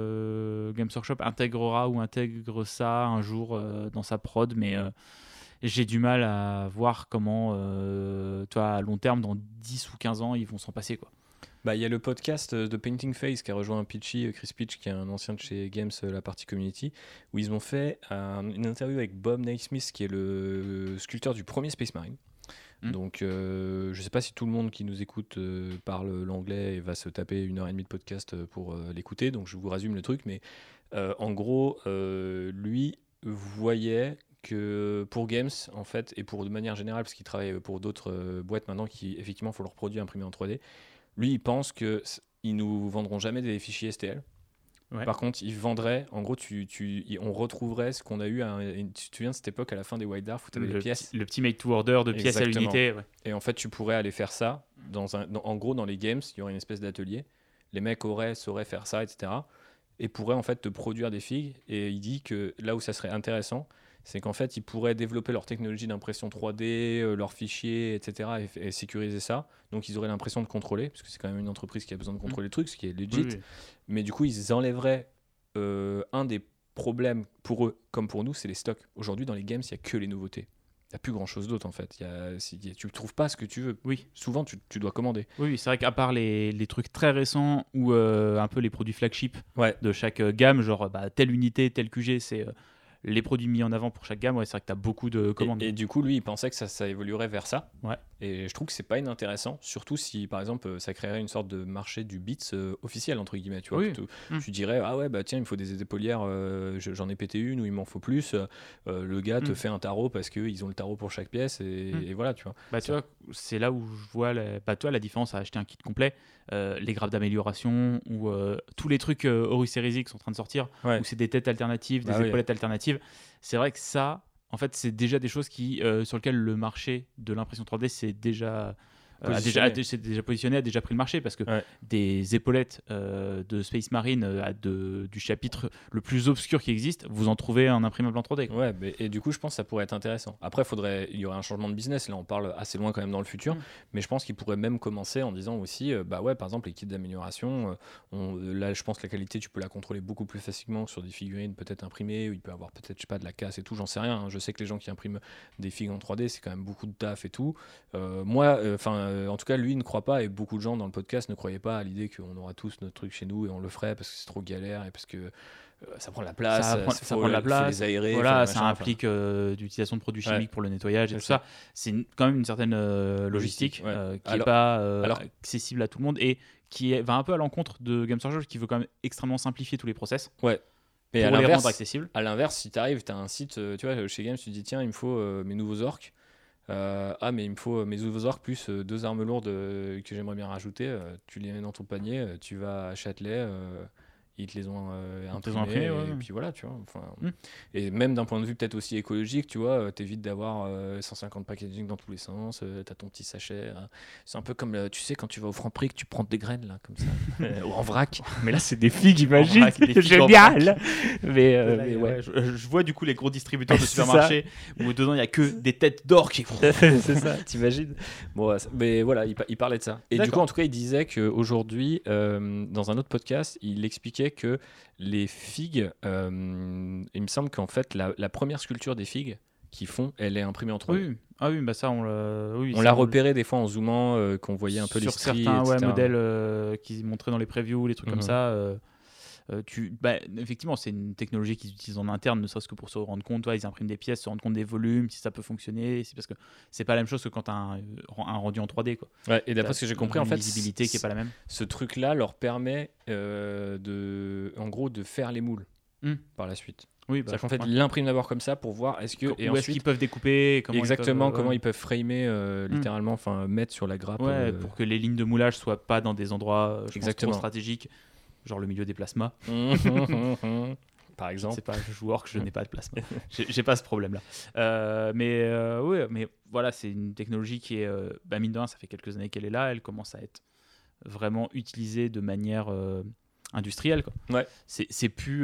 euh, Games Workshop intégrera ou intègre ça un jour euh, dans sa prod, mais euh, j'ai du mal à voir comment, euh, toi, à long terme, dans dix ou quinze ans, ils vont s'en passer, quoi. Bah, il y a le podcast de Painting Face qui a rejoint Pitchy, Chris Pitch, qui est un ancien de chez Games, la partie community, où ils ont fait un- une interview avec Bob Naismith, qui est le sculpteur du premier Space Marine. Mm. Donc, euh, je sais pas si tout le monde qui nous écoute euh, parle l'anglais et va se taper une heure et demie de podcast pour euh, l'écouter. Donc, je vous résume le truc. Mais euh, en gros, euh, lui voyait que pour Games, en fait, et pour de manière générale, parce qu'il travaille pour d'autres euh, boîtes maintenant qui, effectivement, font leurs produits imprimés en trois D, lui, il pense que c- ils nous vendront jamais des fichiers S T L. Ouais. Par contre, ils vendraient, en gros, tu, tu, y- on retrouverait ce qu'on a eu, à un- tu te souviens de cette époque à la fin des White Dwarf où tu avais le, des pièces. petit, le petit make to order de pièces à Exactement. l'unité. Ouais. Et en fait, tu pourrais aller faire ça. Dans un, dans- en gros, dans les games, il y aurait une espèce d'atelier. Les mecs auraient, sauraient faire ça, et cetera. Et pourraient en fait te produire des figues. Et il dit que là où ça serait intéressant, c'est qu'en fait, ils pourraient développer leur technologie d'impression trois D, euh, leurs fichiers, et cetera. Et, f- et sécuriser ça. Donc, ils auraient l'impression de contrôler, parce que c'est quand même une entreprise qui a besoin de contrôler le truc, ce qui est legit. Oui, oui. Mais du coup, ils enlèveraient euh, un des problèmes pour eux, comme pour nous, c'est les stocks. Aujourd'hui, dans les games, il n'y a que les nouveautés. Il n'y a plus grand chose d'autre en fait. Il y a, si- il y a- tu ne trouves pas ce que tu veux. Oui. Souvent, tu, tu dois commander. Oui, oui, c'est vrai qu'à part les, les trucs très récents ou euh, un peu les produits flagship Ouais. de chaque euh, gamme, genre bah, telle unité, tel Q G, c'est euh, les produits mis en avant pour chaque gamme. Ouais, c'est vrai que tu as beaucoup de commandes. Et, et du coup, lui, il pensait que ça, ça évoluerait vers ça. Ouais. Et je trouve que c'est pas inintéressant, surtout si, par exemple, ça créerait une sorte de marché du bits euh, officiel, entre guillemets. Tu vois, Oui. plutôt, Mm. tu dirais, ah ouais, bah tiens, il me faut des épaulières, euh, je- j'en ai pété une ou il m'en faut plus. Euh, le gars te Mm. fait un tarot parce qu'ils ont le tarot pour chaque pièce et, Mm. et voilà, tu vois. Bah, tu vois, c'est là où je vois la, bah, toi, la différence à acheter un kit complet, euh, les graphes d'amélioration ou euh, tous les trucs euh, Horus Heresy qui sont en train de sortir, Ouais. où c'est des têtes alternatives, des Bah oui. épaulettes alternatives. C'est vrai que ça, en fait, c'est déjà des choses qui, euh, sur lesquelles le marché de l'impression trois D s'est déjà euh, a déjà, a, s'est déjà positionné, a déjà pris le marché parce que ouais. des épaulettes euh, de Space Marine euh, de, du chapitre le plus obscur qui existe, vous en trouvez un imprimable en trois D. Quoi. Ouais, mais, et du coup, je pense que ça pourrait être intéressant. Après, faudrait, il y aurait un changement de business. Là, on parle assez loin quand même dans le futur, mm. mais je pense qu'il pourrait même commencer en disant aussi, euh, bah ouais, par exemple, les kits d'amélioration. Euh, on, là, je pense que la qualité, tu peux la contrôler beaucoup plus facilement que sur des figurines peut-être imprimées, où il peut y avoir peut-être, je sais pas, de la casse et tout. J'en sais rien. Hein. Je sais que les gens qui impriment des figues en trois D, c'est quand même beaucoup de taf et tout. Euh, moi, enfin, euh, euh, en tout cas, lui ne croit pas, et beaucoup de gens dans le podcast ne croyaient pas à l'idée qu'on aura tous notre truc chez nous et on le ferait parce que c'est trop galère et parce que euh, ça prend de la place, ça prend, ça, ça faut, prend de la place, faut les aérer, voilà, faut ça machin, implique euh, l'utilisation de produits chimiques ouais. pour le nettoyage et c'est tout ça. ça. C'est une, quand même une certaine euh, logistique, logistique ouais. euh, qui n'est pas euh, alors, accessible à tout le monde et qui est, va un peu à l'encontre de Games Workshop qui veut quand même extrêmement simplifier tous les process. Ouais. Et pour à les rendre accessibles. À l'inverse, si tu arrives, tu as un site, tu vois, chez Games, tu te dis tiens, il me faut euh, mes nouveaux orques. Euh, ah, mais il me faut mes nouveaux orques plus euh, deux armes lourdes euh, que j'aimerais bien rajouter. Euh, tu les mets dans ton panier, euh, tu vas à Châtelet. Euh, ils te les ont euh, imprimés, imprimés et, ouais. et puis voilà, tu vois. Enfin, mm. Et même d'un point de vue peut-être aussi écologique, tu vois, t'évites d'avoir euh, cent cinquante packaging dans tous les sens, euh, t'as ton petit sachet. Hein. C'est un peu comme, euh, tu sais, quand tu vas au Franprix, que tu prends des graines, là, comme ça, ou en vrac. Mais là, c'est des figues, j'imagine. C'est génial. Mais, euh, là, mais ouais. ouais. Je, je vois du coup les gros distributeurs de supermarchés où dedans, il n'y a que des têtes d'or qui font. C'est ça, t'imagines. Bon, mais voilà, il, il parlait de ça. Et D'accord. du coup, en tout cas, il disait qu'aujourd'hui, euh, dans un autre podcast, il expliquait que les figues, euh, il me semble qu'en fait la, la première sculpture des figues qu'ils font, elle est imprimée en trois D. Oui, ah oui, bah ça on l'a, oui, on l'a repéré des fois en zoomant, euh, qu'on voyait un peu sur les stries, certains ouais, et cetera. modèles euh, qu'ils montraient dans les previews, les trucs mm-hmm. comme ça. Euh, euh, tu, bah, effectivement, c'est une technologie qu'ils utilisent en interne, ne serait-ce que pour se rendre compte. Ouais, ils impriment des pièces, se rendent compte des volumes, si ça peut fonctionner. C'est parce que c'est pas la même chose que quand tu as un, un rendu en trois D. Quoi. Ouais, et d'après ce que j'ai compris, en fait, visibilité qui est pas la même. Ce truc-là leur permet euh, de, en gros, de faire les moules mm. par la suite. Oui, bah, c'est-à-dire qu'en fait, ouais. ils l'impriment d'abord comme ça pour voir est-ce que. Où et ensuite, est-ce qu'ils peuvent découper comment exactement ils peuvent, comment ouais. ils peuvent framer euh, littéralement, enfin mm. mettre sur la grappe. Ouais, euh... pour que les lignes de moulage soient pas dans des endroits je pense, trop stratégiques. Genre le milieu des plasmas. Par exemple. C'est pas un joueur que je n'ai pas de plasma. j'ai, j'ai pas ce problème-là. Euh, mais euh, ouais, mais voilà, c'est une technologie qui est, euh, bah mine de rien, ça fait quelques années qu'elle est là. Elle commence à être vraiment utilisée de manière euh, industrielle. Quoi. Ouais. C'est, c'est plus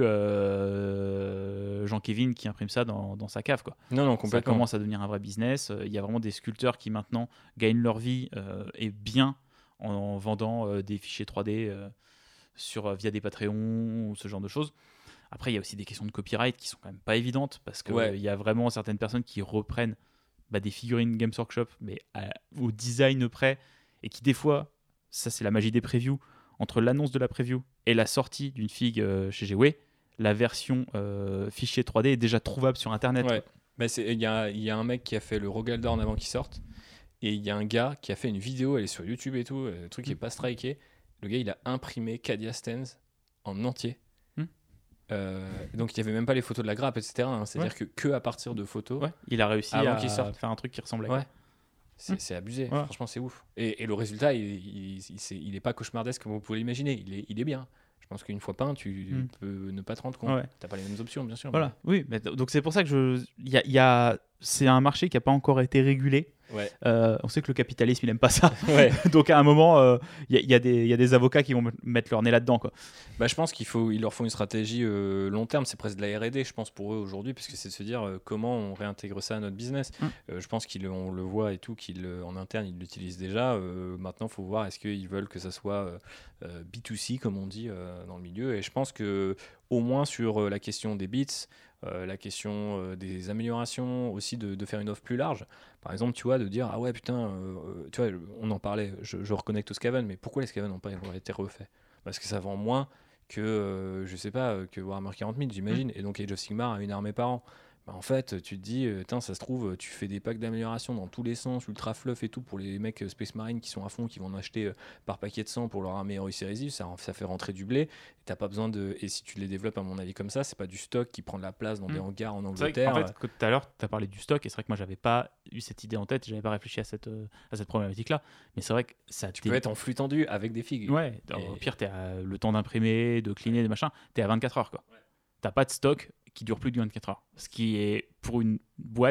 euh, Jean-Kévin qui imprime ça dans, dans sa cave. Quoi. Non, non, complètement. Ça commence à devenir un vrai business. Il y a vraiment des sculpteurs qui maintenant gagnent leur vie euh, et bien en, en vendant euh, des fichiers trois D. Euh, Sur, via des Patreons ou ce genre de choses. Après, il y a aussi des questions de copyright qui sont quand même pas évidentes parce qu'il ouais. euh, y a vraiment certaines personnes qui reprennent bah, des figurines Games Workshop mais à, au design près et qui des fois, ça c'est la magie des previews, entre l'annonce de la preview et la sortie d'une figue euh, chez G W, la version euh, fichier trois D est déjà trouvable sur internet. Ouais. Bah, il y a, y a un mec qui a fait le Rogaldorn avant qu'il sorte et il y a un gars qui a fait une vidéo, elle est sur YouTube et tout, le truc qui est pas striké. Le gars, il a imprimé Cadia Stands en entier. Hmm. Euh, donc, il n'y avait même pas les photos de la grappe, et cetera. Hein. C'est-à-dire ouais. que, que à partir de photos, ouais. il a réussi à faire un truc qui ressemblait. Ouais. C'est, hmm. c'est abusé. Ouais. Franchement, c'est ouf. Et, et le résultat, il n'est il, il, il pas cauchemardesque comme vous pouvez l'imaginer. Il est, il est bien. Je pense qu'une fois peint, tu hmm. peux ne pas te rendre compte. Ouais. Tu n'as pas les mêmes options, bien sûr. Voilà. Mais... Oui, mais donc c'est pour ça que je. Y a, y a... C'est un marché qui n'a pas encore été régulé. Ouais. Euh, on sait que le capitalisme, il n'aime pas ça. Ouais. Donc à un moment, il euh, y, y, y a des avocats qui vont mettre leur nez là-dedans. Quoi. Bah, je pense qu'il faut, il leur faut une stratégie euh, long terme. C'est presque de la R et D, je pense, pour eux aujourd'hui, parce que c'est de se dire euh, comment on réintègre ça à notre business. Mm. Euh, je pense qu'on le voit et tout, qu'en interne, ils l'utilisent déjà. Euh, maintenant, il faut voir est-ce qu'ils veulent que ça soit euh, B deux C, comme on dit euh, dans le milieu. Et je pense qu'au moins sur euh, la question des bits, Euh, la question euh, des améliorations, aussi de, de faire une offre plus large. Par exemple, tu vois, de dire, ah ouais, putain, euh, tu vois, on en parlait, je, je reconnecte au Skaven, mais pourquoi les Skaven n'ont pas été refaits ? Parce que ça vend moins que, euh, je sais pas, que Warhammer quarante mille, j'imagine, mmh. et donc Age of Sigmar a une armée par an. Bah en fait, tu te dis, euh, ça se trouve, tu fais des packs d'amélioration dans tous les sens, ultra fluff et tout, pour les mecs euh, Space Marine qui sont à fond, qui vont en acheter euh, par paquet de cent pour leur armée Heroic Series, ça, ça fait rentrer du blé. T'as pas besoin de. Et si tu les développes, à mon avis, comme ça, c'est pas du stock qui prend de la place dans mmh. des hangars en Angleterre. En fait, tout à l'heure, tu as parlé du stock, et c'est vrai que moi, j'avais pas eu cette idée en tête, j'avais pas réfléchi à cette, euh, à cette problématique-là. Mais c'est vrai que ça. Tu peux être en flux tendu avec des figues. Ouais, et... au pire, t'es à le temps d'imprimer, de cleaner, de machin, t'es à vingt-quatre heures, quoi. Ouais. T'as pas de stock qui dure plus de vingt-quatre heures. Ce qui est, pour une boîte,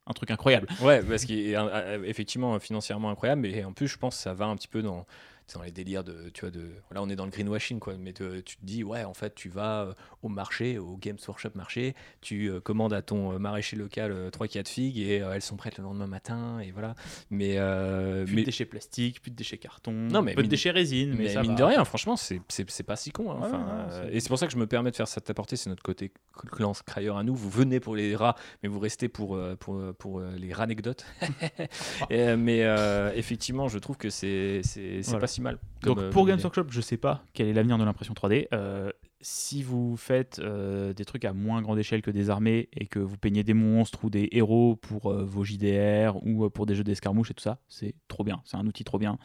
un truc incroyable. Ouais, parce qu'effectivement, financièrement incroyable, mais en plus, je pense que ça va un petit peu dans, dans les délires de, tu vois, de, là on est dans le greenwashing, quoi, mais te, tu te dis, ouais, en fait, tu vas euh, au marché, au Games Workshop marché, tu euh, commandes à ton euh, maraîcher local euh, trois quatre figues et euh, elles sont prêtes le lendemain matin, et voilà. Mais, euh, plus mais... de déchets plastiques, plus de déchets carton, non, mais peu de mine... déchets résine, mais, mais ça mine va. de rien, franchement, c'est, c'est, c'est pas si con. Hein. Ouais, Enfin, non, euh, c'est... et c'est pour ça que je me permets de faire cette apportée, c'est notre côté clan crailleur à nous. Vous venez pour les rats, mais vous restez pour, euh, pour, pour euh, les ranecdotes. et, mais euh, effectivement, je trouve que c'est, c'est, c'est voilà. pas si mal. Donc euh, pour Games Workshop, je sais pas quel est l'avenir de l'impression trois D. Euh, si vous faites euh, des trucs à moins grande échelle que des armées et que vous peignez des monstres ou des héros pour euh, vos J D R ou euh, pour des jeux d'escarmouche et tout ça, c'est trop bien. C'est un outil trop bien.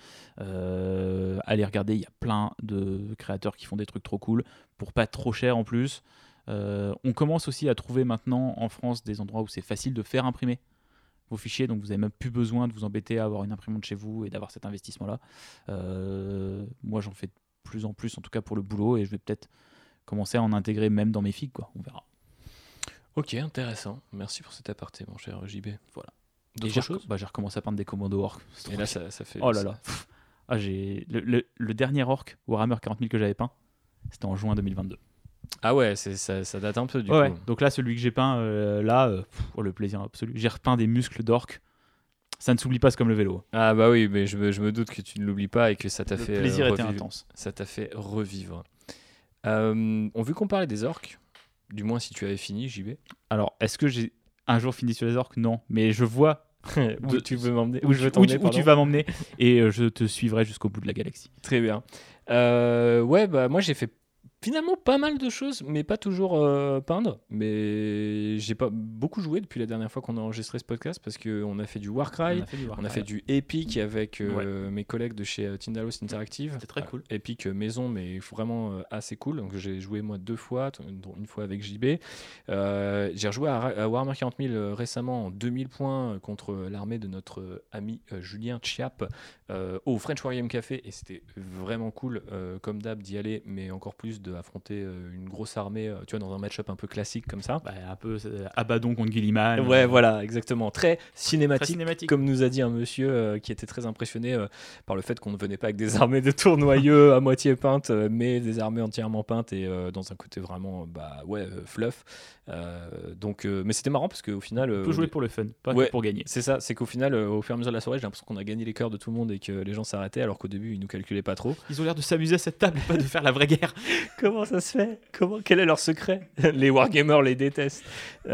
Euh, allez regarder, il y a plein de créateurs qui font des trucs trop cool pour pas trop cher en plus. Euh, on commence aussi à trouver maintenant en France des endroits où c'est facile de faire imprimer vos fichiers, donc vous n'avez même plus besoin de vous embêter à avoir une imprimante chez vous et d'avoir cet investissement-là. Euh, moi, j'en fais de plus en plus, en tout cas pour le boulot, et je vais peut-être commencer à en intégrer même dans mes figues, quoi. On verra. Ok, intéressant. Merci pour cet aparté, mon cher J B. Voilà. D'autres j'ai, choses bah, j'ai recommencé à peindre des commandos orques. Et là, ça, ça fait... Oh là là. Ah, j'ai... Le, le, le dernier orc Warhammer quarante mille que j'avais peint, c'était en juin deux mille vingt-deux. Ah ouais, c'est, ça, ça date un peu du ouais, coup. Ouais. Donc là, celui que j'ai peint, euh, là, euh, pff, oh, le plaisir absolu. J'ai repeint des muscles d'orque. Ça ne s'oublie pas, c'est comme le vélo. Ah bah oui, mais je me, je me doute que tu ne l'oublies pas et que ça t'a le fait plaisir euh, était revivre. intense. Ça t'a fait revivre. Euh, on vu qu'on parlait des orques, du moins si tu avais fini, J B. Alors, est-ce que j'ai un jour fini sur les orques ? Non, mais je vois où de... tu veux m'emmener, où, où je veux où, t'emmener, tu, où tu vas m'emmener et euh, je te suivrai jusqu'au bout de la galaxie. Très bien. Euh, ouais, bah moi j'ai fait finalement pas mal de choses, mais pas toujours euh, peindre. Mais j'ai pas beaucoup joué depuis la dernière fois qu'on a enregistré ce podcast parce qu'on a fait du Warcry, on a fait du, Warcry, on a fait du Epic avec euh, ouais. mes collègues de chez Tindalos Interactive. C'était très cool. Euh, Epic euh, maison, mais vraiment euh, assez cool. Donc j'ai joué moi deux fois, dont une fois avec J B. Euh, j'ai rejoué à, à Warhammer quarante mille euh, récemment en deux mille points contre l'armée de notre euh, ami euh, Julien Chiap euh, au French Wargame Café et c'était vraiment cool euh, comme d'hab d'y aller, mais encore plus de affronter euh, une grosse armée, euh, tu vois, dans un match-up un peu classique comme ça. Bah, un peu euh, Abaddon contre Guilliman. Ouais, euh, voilà, exactement. Très cinématique, très cinématique, comme nous a dit un monsieur euh, qui était très impressionné euh, par le fait qu'on ne venait pas avec des armées de tournoyeux à moitié peintes, euh, mais des armées entièrement peintes et euh, dans un côté vraiment, bah ouais, euh, fluff. Euh, donc, euh, mais c'était marrant parce qu'au final, on peut euh, jouer pour le fun, pas ouais, que pour gagner. C'est ça, c'est qu'au final, euh, au fur et à mesure de la soirée, j'ai l'impression qu'on a gagné les cœurs de tout le monde et que les gens s'arrêtaient, alors qu'au début, ils nous calculaient pas trop. Ils ont l'air de s'amuser à cette table et pas de faire la vraie guerre. Comment ça se fait ? Comment ? Quel est leur secret ? Les wargamers les détestent.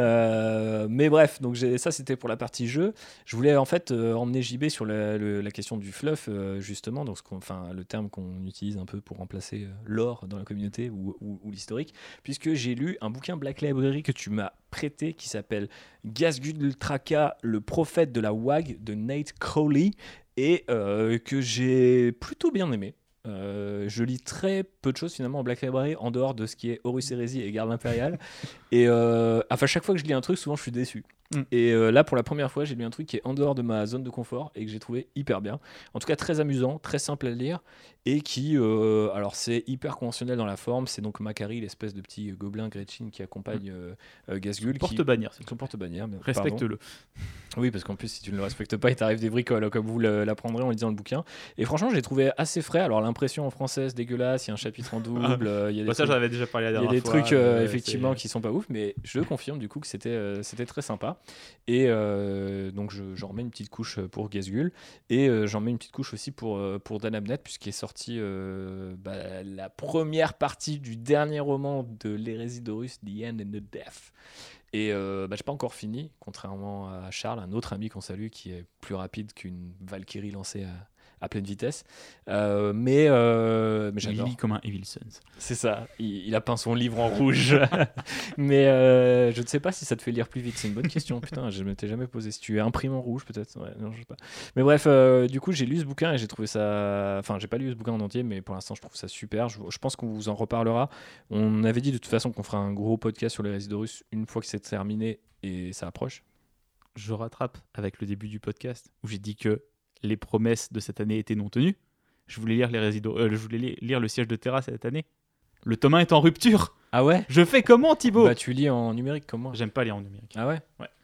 Euh, mais bref, donc j'ai, ça c'était pour la partie jeu. Je voulais en fait euh, emmener J B sur la, le, la question du fluff euh, justement, donc ce qu'on, enfin le terme qu'on utilise un peu pour remplacer euh, l'or dans la communauté ou, ou, ou l'historique, puisque j'ai lu un bouquin Black Library que tu m'as prêté qui s'appelle Ghazghkull Traka, le prophète de la W A G de Nate Crowley et euh, que j'ai plutôt bien aimé. Euh, je lis très peu de choses finalement en Black Library en dehors de ce qui est Horus Heresy et Garde Impériale et euh, enfin chaque fois que je lis un truc souvent je suis déçu mm. et euh, là pour la première fois j'ai lu un truc qui est en dehors de ma zone de confort et que j'ai trouvé hyper bien, en tout cas très amusant, très simple à lire et qui euh, alors c'est hyper conventionnel dans la forme, c'est donc Makari, l'espèce de petit gobelin Gretchen qui accompagne euh, euh, Ghazghkull, porte-bannière, c'est son porte-bannière, respecte-le. Oui, parce qu'en plus si tu ne le respectes pas il t'arrive des bricoles comme vous l'apprendrez en lisant le bouquin et franchement j'ai trouvé assez frais. Alors l'impression en française dégueulasse, il y a un chapitre en double, euh, il y a des bah ça trucs, j'avais déjà parlé la dernière il y a des fois, trucs euh, euh, effectivement c'est... qui sont pas ouf, mais je confirme du coup que c'était euh, c'était très sympa et euh, donc je, j'en remets une petite couche pour Ghazghkull et euh, j'en mets une petite couche aussi pour, euh, pour Dan Abnett puisqu'il est sorti euh, bah, la première partie du dernier roman de l'hérésie d'Horus, The End and the Death. Et euh, bah, j'ai pas encore fini, contrairement à Charles, un autre ami qu'on salue qui est plus rapide qu'une Valkyrie lancée à, à pleine vitesse. Euh, mais, euh, mais j'adore. Il lit comme un Evil Sons. C'est ça, il, il a peint son livre en rouge. mais euh, je ne sais pas si ça te fait lire plus vite. C'est une bonne question. Putain, je ne m'étais jamais posé. Si tu es imprimé en rouge, peut-être. Ouais, non, je sais pas. Mais bref, euh, du coup, j'ai lu ce bouquin et j'ai trouvé ça. Enfin, j'ai pas lu ce bouquin en entier, mais pour l'instant, je trouve ça super. Je, je pense qu'on vous en reparlera. On avait dit de toute façon qu'on fera un gros podcast sur les hérésies d'Horus une fois que c'est terminé et ça approche. Je rattrape avec le début du podcast où j'ai dit que les promesses de cette année étaient non tenues. Je voulais lire les résidus, euh, je voulais lire le siège de Terra cette année. Le tome un est en rupture. Ah ouais ? Je fais comment, Thibaut ? Bah tu lis en numérique comme moi. J'aime pas lire en numérique. Ah ouais ? Ouais.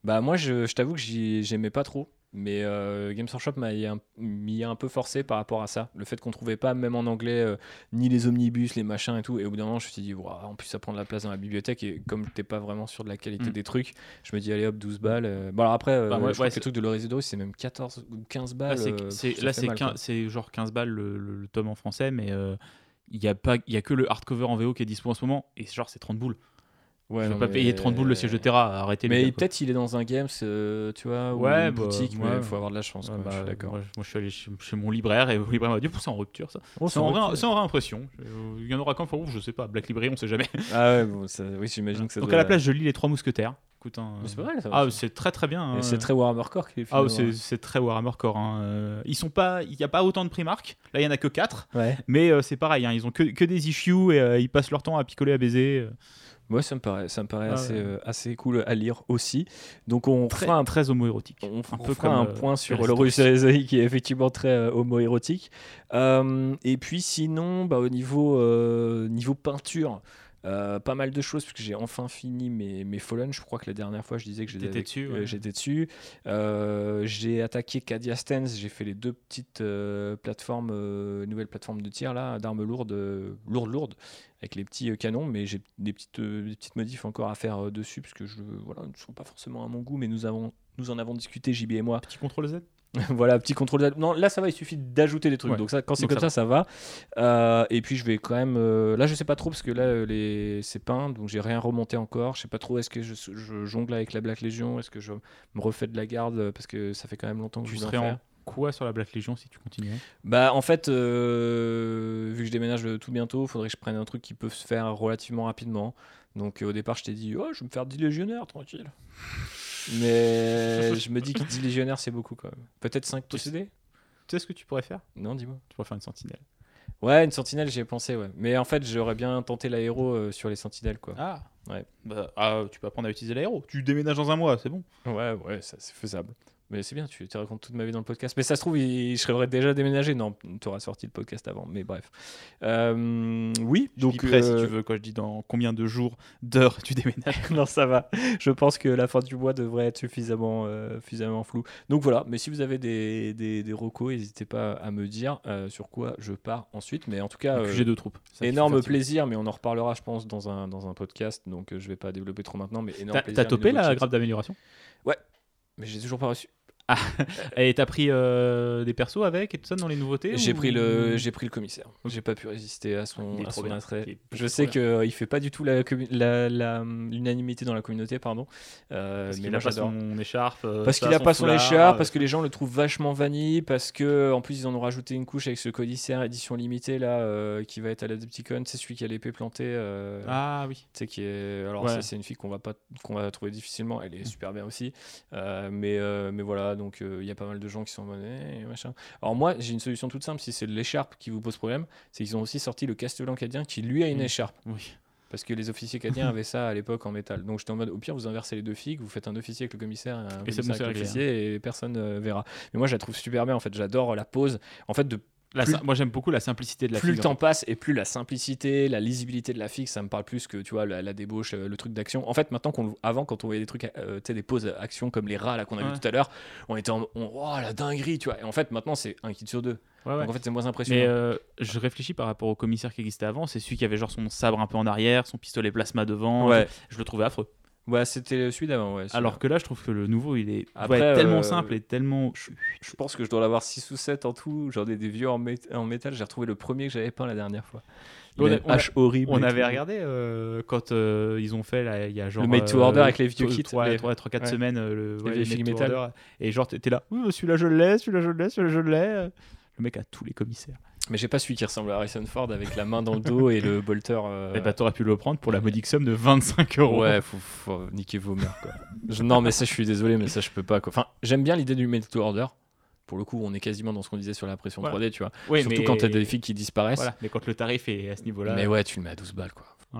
Bah moi je, je t'avoue que j'y- j'aimais pas trop, mais euh, Games Workshop m'a y a un, m'y a un peu forcé par rapport à ça. Le fait qu'on trouvait pas, même en anglais, euh, ni les omnibus, les machins et tout. Et au bout d'un moment, je me suis dit, Ouah, en plus ça prend de la place dans la bibliothèque. Et comme t'es pas vraiment sûr de la qualité Mm. des trucs, je me dis, allez hop, douze balles. euh. Bon alors après, euh, Bah, moi, je crois ouais, que les trucs de Lorésidorus, c'est même quatorze ou quinze Là, balles. c'est, euh, c'est, ça là, fait c'est, mal, quinze quoi. c'est genre quinze balles le, le- le tome en français, mais euh, il y a pas, il y a que le hardcover en V O qui est dispo en ce moment, et genre c'est trente boules. Ouais, Je vais non, pas mais... payer trente boules le siège de Terra, arrêtez les Mais gars, quoi. peut-être il est dans un Games, euh, tu vois, ou Ouais, une bah, boutique, mais ouais. il faut avoir de la chance, Ouais, quoi, bah, je suis d'accord. Moi, je- moi, je suis allé chez, chez mon libraire et le libraire m'a dit pour c'est en rupture ça. Oh, c'est, c'est en vrai ré- que- c'est en réimpression. Euh, Il y en aura quand enfin, je sais pas. Black Library, on sait jamais. Ah ouais, bon, ça- oui, j'imagine que ça Donc doit... à la place, je lis les Trois Mousquetaires. Écoute, hein, Mais c'est pas mal, ça ah, aussi. c'est très très bien. Et hein. c'est très Warhammer Core qui est Ah, finalement. c'est, c'est très Warhammer Core. Hein. Euh, Ils sont pas, il y a pas autant de Primark. Là, il y en a que quatre. Ouais. Mais euh, c'est pareil. Hein. Ils ont que, que des issues et euh, ils passent leur temps à picoler, à baiser. euh. Ouais, ça me paraît, ça me paraît Ah, assez, ouais. euh, assez cool à lire aussi. Donc on Très, fera un, très homoérotique. on, un on peu fera comme un euh, point sur Pérez le Dross. Russie qui est effectivement très euh, homoérotique. Euh, et puis sinon, bah, au niveau, euh, niveau peinture, euh, pas mal de choses, parce que j'ai enfin fini mes, mes Fallen. Je crois que la dernière fois, je disais que j'étais, T'étais avec- dessus, euh, ouais. j'étais dessus. Euh, j'ai attaqué Cadia Stance, j'ai fait les deux petites euh, plateformes, euh, nouvelles plateformes de tir là, d'armes lourdes, euh, lourdes, lourdes, avec les petits euh, canons, mais j'ai des petites, euh, des petites modifs encore à faire euh, dessus, parce que je, voilà, ne sont pas forcément à mon goût, mais nous, avons, nous en avons discuté, J B et moi. Petit contrôle Z. Voilà, petit contrôle. Non, là ça va, il suffit d'ajouter des trucs. Ouais. Donc ça, quand c'est Donc comme ça ça, ça va. Euh, et puis je vais quand même. euh, là, je sais pas trop parce que là, euh, les... c'est peint, donc j'ai rien remonté encore. Je sais pas trop. Est-ce que je, je jongle avec la Black Legion? Est-ce que je me refais de la garde euh, parce que ça fait quand même longtemps que Tu je voulais serais en en faire. quoi sur la Black Legion si tu continuais? Bah en fait, euh, vu que je déménage euh, tout bientôt, il faudrait que je prenne un truc qui peut se faire relativement rapidement. Donc euh, au départ, je t'ai dit, oh, je vais me faire dix légionnaires, tranquille. Mais je me dis que dix légionnaires, c'est beaucoup quand même. Peut-être cinq possédés? Tu sais ce que tu pourrais faire? Non, dis-moi. Tu pourrais faire une sentinelle. Ouais, une sentinelle, j'y ai pensé, ouais. Mais en fait, j'aurais bien tenté l'aéro euh, sur les sentinelles, quoi. Ah Ouais. Bah, ah, tu peux apprendre à utiliser l'aéro. Tu déménages dans un mois, c'est bon. Ouais, ouais, ça, c'est faisable. Mais c'est bien, tu, tu racontes toute ma vie dans le podcast. Mais ça se trouve, il, je serais déjà déménagé. Non, tu auras sorti le podcast avant, mais bref. Euh, oui, Donc, donc. prêt euh, si tu veux, quand je dis dans combien de jours, d'heures tu déménages. non, ça va. Je pense que la fin du mois devrait être suffisamment, euh, suffisamment floue. Donc voilà, mais si vous avez des, des, des recos, n'hésitez pas à me dire euh, sur quoi je pars ensuite. Mais en tout cas, Donc, euh, j'ai deux troupes. Ça, énorme faut faire plaisir, mais on en reparlera, je pense, dans un, dans un podcast. Donc euh, je vais pas développer trop maintenant, mais énorme T'as, plaisir. t'as topé les nouveaux la chips. grappe d'amélioration? Mais j'ai toujours pas reçu. Et t'as pris euh, des persos avec et tout ça dans les nouveautés? J'ai ou- pris le, j'ai pris le commissaire. J'ai pas pu résister à son, Il est à trop son bien. attrait. Il est Je trop sais bien. qu'il euh, fait pas du tout la, commu- la, la- l'unanimité dans la communauté, pardon. Euh, Parce mais qu'il moi a pas j'adore. son écharpe. euh, Parce ça, qu'il a pas son foulard, écharpe, euh, parce que les gens le trouvent vachement vanille, parce que en plus ils en ont rajouté une couche avec ce codicère édition limitée là, euh, qui va être à la Depticon. C'est celui qui a l'épée plantée. Euh, Ah oui. Tu sais qui est. Alors Ouais. ça, c'est une fille qu'on va pas, qu'on va trouver difficilement. Elle est super bien aussi. Euh, mais euh, mais voilà, donc euh, il y a pas mal de gens qui sont en mode, eh, machin. Alors moi, j'ai une solution toute simple. Si c'est l'écharpe qui vous pose problème, c'est qu'ils ont aussi sorti le Castellan cadien qui lui a une Mm. écharpe. Oui. Parce que les officiers cadiens avaient ça à l'époque en métal. Donc j'étais en mode, au pire, vous inversez les deux figues, vous faites un officier avec le commissaire et un Et c'est commissaire bon, avec c'est réglé, l'officier et personne euh, verra. Mais moi, je la trouve super bien en fait. J'adore la pose. En fait, de La Plus- sim- Moi j'aime beaucoup la simplicité de la plus le figure. temps passe et plus la simplicité, la lisibilité de la fixe, ça me parle plus que tu vois la, la débauche, euh, le truc d'action. En fait, maintenant qu'on avant quand on voyait des trucs, euh, tu sais des poses action comme les rats là qu'on a Ouais. vu tout à l'heure, on était en on- oh la dinguerie, tu vois. Et en fait, maintenant c'est un kit sur deux. Ouais, ouais. Donc en fait, c'est moins impressionnant. Mais euh, je réfléchis par rapport au commissaire qui existait avant, c'est celui qui avait genre son sabre un peu en arrière, son pistolet plasma devant. Ouais. Je le trouvais affreux. Ouais, c'était celui d'avant. Ouais, celui-là. Alors que là, je trouve que le nouveau, il est Après, ouais, tellement euh, simple et tellement. je pense que je dois l'avoir six ou sept en tout. J'en ai des vieux en, mét- en métal. J'ai retrouvé le premier que j'avais peint la dernière fois. Il On a a- une on a- hache horrible. On et avait tout. regardé euh, quand euh, ils ont fait là, il y a genre Le made to order euh, avec les vieux kits, trois les- quatre ouais. semaines euh, le Les ouais, vieilles les figues made to métal. order. Et genre t'étais là, oui, celui-là je l'ai, celui-là je l'ai, celui-là je l'ai. Le mec a tous les commissaires. Mais j'ai pas celui qui ressemble à Harrison Ford avec la main dans le dos et le bolter. euh, Et bah t'aurais pu le prendre pour la modique somme de vingt-cinq euros. Ouais, faut, faut niquer vos mères, quoi. Je- non, mais ça, je suis désolé, mais ça, je peux pas, quoi. Enfin, j'aime bien l'idée du made to order. Pour le coup, on est quasiment dans ce qu'on disait sur l'impression Voilà. trois D, tu vois. Oui, Surtout mais... quand t'as des figues qui disparaissent. Voilà, mais quand le tarif est à ce niveau-là. Mais ouais, tu le mets à douze balles, quoi. Voilà.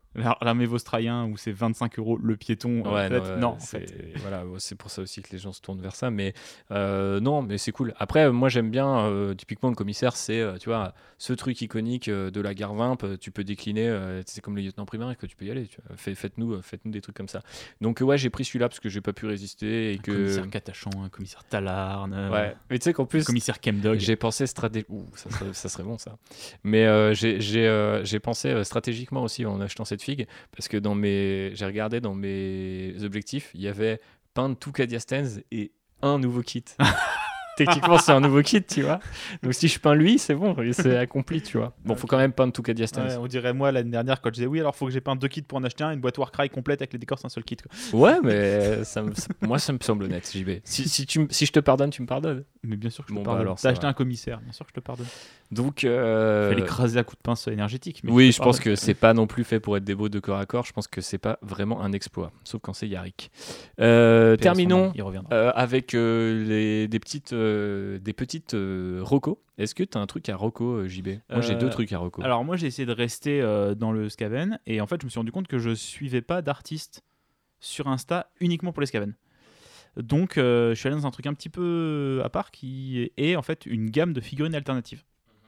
l'armée vostraïen où c'est vingt-cinq euros le piéton. Ouais, en fait. non, ouais, non, en c'est fait. voilà, ouais, c'est pour ça aussi que les gens se tournent vers ça. Mais euh, non, mais c'est cool. Après, moi j'aime bien, euh, typiquement le commissaire, c'est euh, tu vois ce truc iconique euh, de la gare Vimp. euh, Tu peux décliner, euh, c'est comme le lieutenant primaire que tu peux y aller. Tu vois. Fait- faites-nous, euh, faites-nous des trucs comme ça. Donc euh, ouais, j'ai pris celui-là parce que j'ai pas pu résister et Un que commissaire Catachon, un commissaire Talarn, euh, ouais. Mais tu sais qu'en un plus commissaire Chemdog. j'ai pensé stratégie. Ouh, ça serait, ça serait bon ça. Mais euh, j'ai j'ai, euh, j'ai pensé euh, stratégiquement aussi en achetant cette figue parce que dans mes, j'ai regardé dans mes objectifs, il y avait peindre tout Cadia Stens et un nouveau kit. Techniquement, c'est un nouveau kit, tu vois. Donc si je peins lui, c'est bon, c'est accompli, tu vois. Bon, faut Ok. quand même peindre tout Cadia Stens. Ouais, on dirait moi l'année dernière quand je disais oui, alors faut que j'ai peint deux kits pour en acheter un, une boîte Warcry complète avec les décors, c'est un seul kit. Quoi. Ouais, mais ça me- ça- moi, ça me semble honnête, J B. Si, si, tu, m- si je te pardonne, tu me pardonnes. Mais bien sûr que je Bon, te bah pardonne. alors, ça T'as acheté va. un commissaire, bien sûr que je te pardonne. Donc, Je euh, vais l'écraser à coups de pince énergétique. Mais oui, te je pense pardonne. que c'est pas non plus fait pour être des beaux de corps à corps. Je pense que c'est pas vraiment un exploit, sauf quand c'est Yarrick. Euh, Paix à son terminons âme, il reviendra. euh, avec euh, les, des petites, euh, des petites euh, recos. Est-ce que tu as un truc à reco, euh, J B? Moi, j'ai Euh, deux trucs à reco. Alors moi j'ai essayé de rester euh, dans le Skaven et en fait je me suis rendu compte que je suivais pas d'artistes sur Insta uniquement pour les Skaven. Donc euh, je suis allé dans un truc un petit peu à part qui est en fait une gamme de figurines alternatives.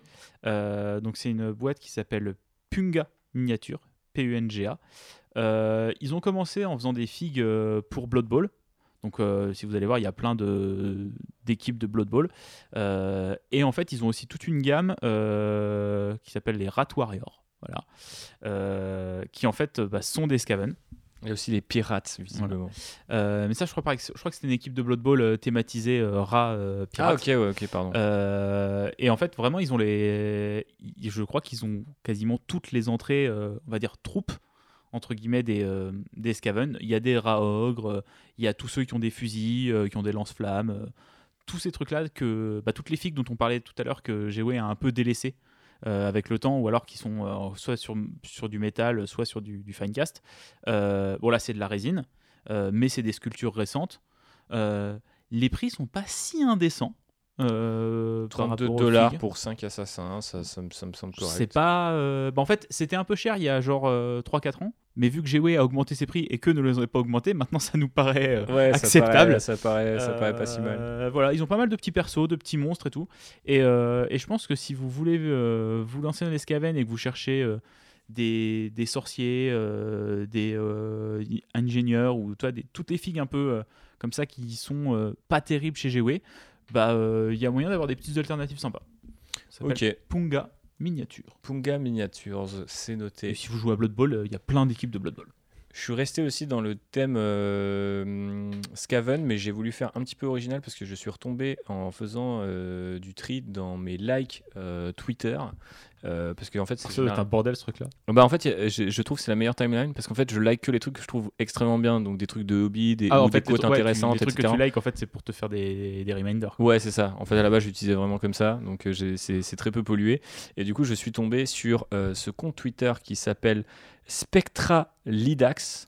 Euh, donc c'est une boîte qui s'appelle Punga Miniature, P U N G A. Euh, ils ont commencé en faisant des figues euh, pour Blood Bowl. Donc euh, si vous allez voir, il y a plein de, d'équipes de Blood Bowl. Euh, et en fait, ils ont aussi toute une gamme euh, qui s'appelle les Rat Warriors. Voilà. Euh, qui en fait bah, sont des Skaven. Il y a aussi les pirates, visiblement. Euh, mais ça, je crois, pas que, je crois que c'était une équipe de Blood Bowl euh, thématisée euh, rat euh, Ah, pirate. ok, ouais, ok, pardon. Euh, et en fait, vraiment, ils ont les. ils- Je crois qu'ils ont quasiment toutes les entrées, euh, on va dire, troupes, entre guillemets, des, euh, des Skaven. Il y a des rats ogres, euh, il y a tous ceux qui ont des fusils, euh, qui ont des lance-flammes. euh, tous ces trucs-là, que, bah, toutes les figues dont on parlait tout à l'heure, que G W a un peu délaissé euh, avec le temps, ou alors qui sont euh, soit sur, sur du métal, soit sur du, du finecast. Euh, bon, là, c'est de la résine, euh, mais c'est des sculptures récentes. Euh, les prix sont pas si indécents. Euh, par trente-deux rapport aux dollars figues. pour cinq assassins, ça, ça, me- ça me semble correct. C'est pas. euh, bah, en fait, c'était un peu cher il y a genre euh, trois quatre ans. Mais vu que G W a augmenté ses prix et que ne les ont pas augmentés, maintenant ça nous paraît euh, Ouais, ça acceptable. paraît- Ça paraît, ça paraît pas si mal. Euh, Voilà, ils ont pas mal de petits persos, de petits monstres et tout. Et, euh, et je pense que si vous voulez euh, vous lancer dans les Skaven et que vous cherchez euh, des, des sorciers, euh, des euh, ingénieurs ou toi, des, toutes les figues un peu euh, comme ça qui sont euh, pas terribles chez G W, bah il y a moyen d'avoir des petites alternatives sympas. Ça s'appelle Ok, Punga Miniature. Punga Miniatures, c'est noté. Et si vous jouez à Blood Bowl, il y a plein d'équipes de Blood Bowl. Je suis resté aussi dans le thème euh, Skaven, mais j'ai voulu faire un petit peu original parce que je suis retombé en faisant euh, du tri dans mes likes euh, Twitter. Euh, parce que en fait, c'est Ça doit être un général- bordel ce truc-là. bah, en fait, y a- je, je trouve que c'est la meilleure timeline parce qu'en fait, je like que les trucs que je trouve extrêmement bien, donc des trucs de hobby, des, Ah, ou en fait, des quotes les, ouais, tu- intéressantes, les trucs et cetera. que tu likes, en fait, c'est pour te faire des, des reminders. Ouais, c'est ça. En fait, à la base, j'utilisais vraiment comme ça, donc euh, j'ai- c'est c'est très peu pollué. Et du coup, je suis tombé sur euh, ce compte Twitter qui s'appelle Spectra Lidax.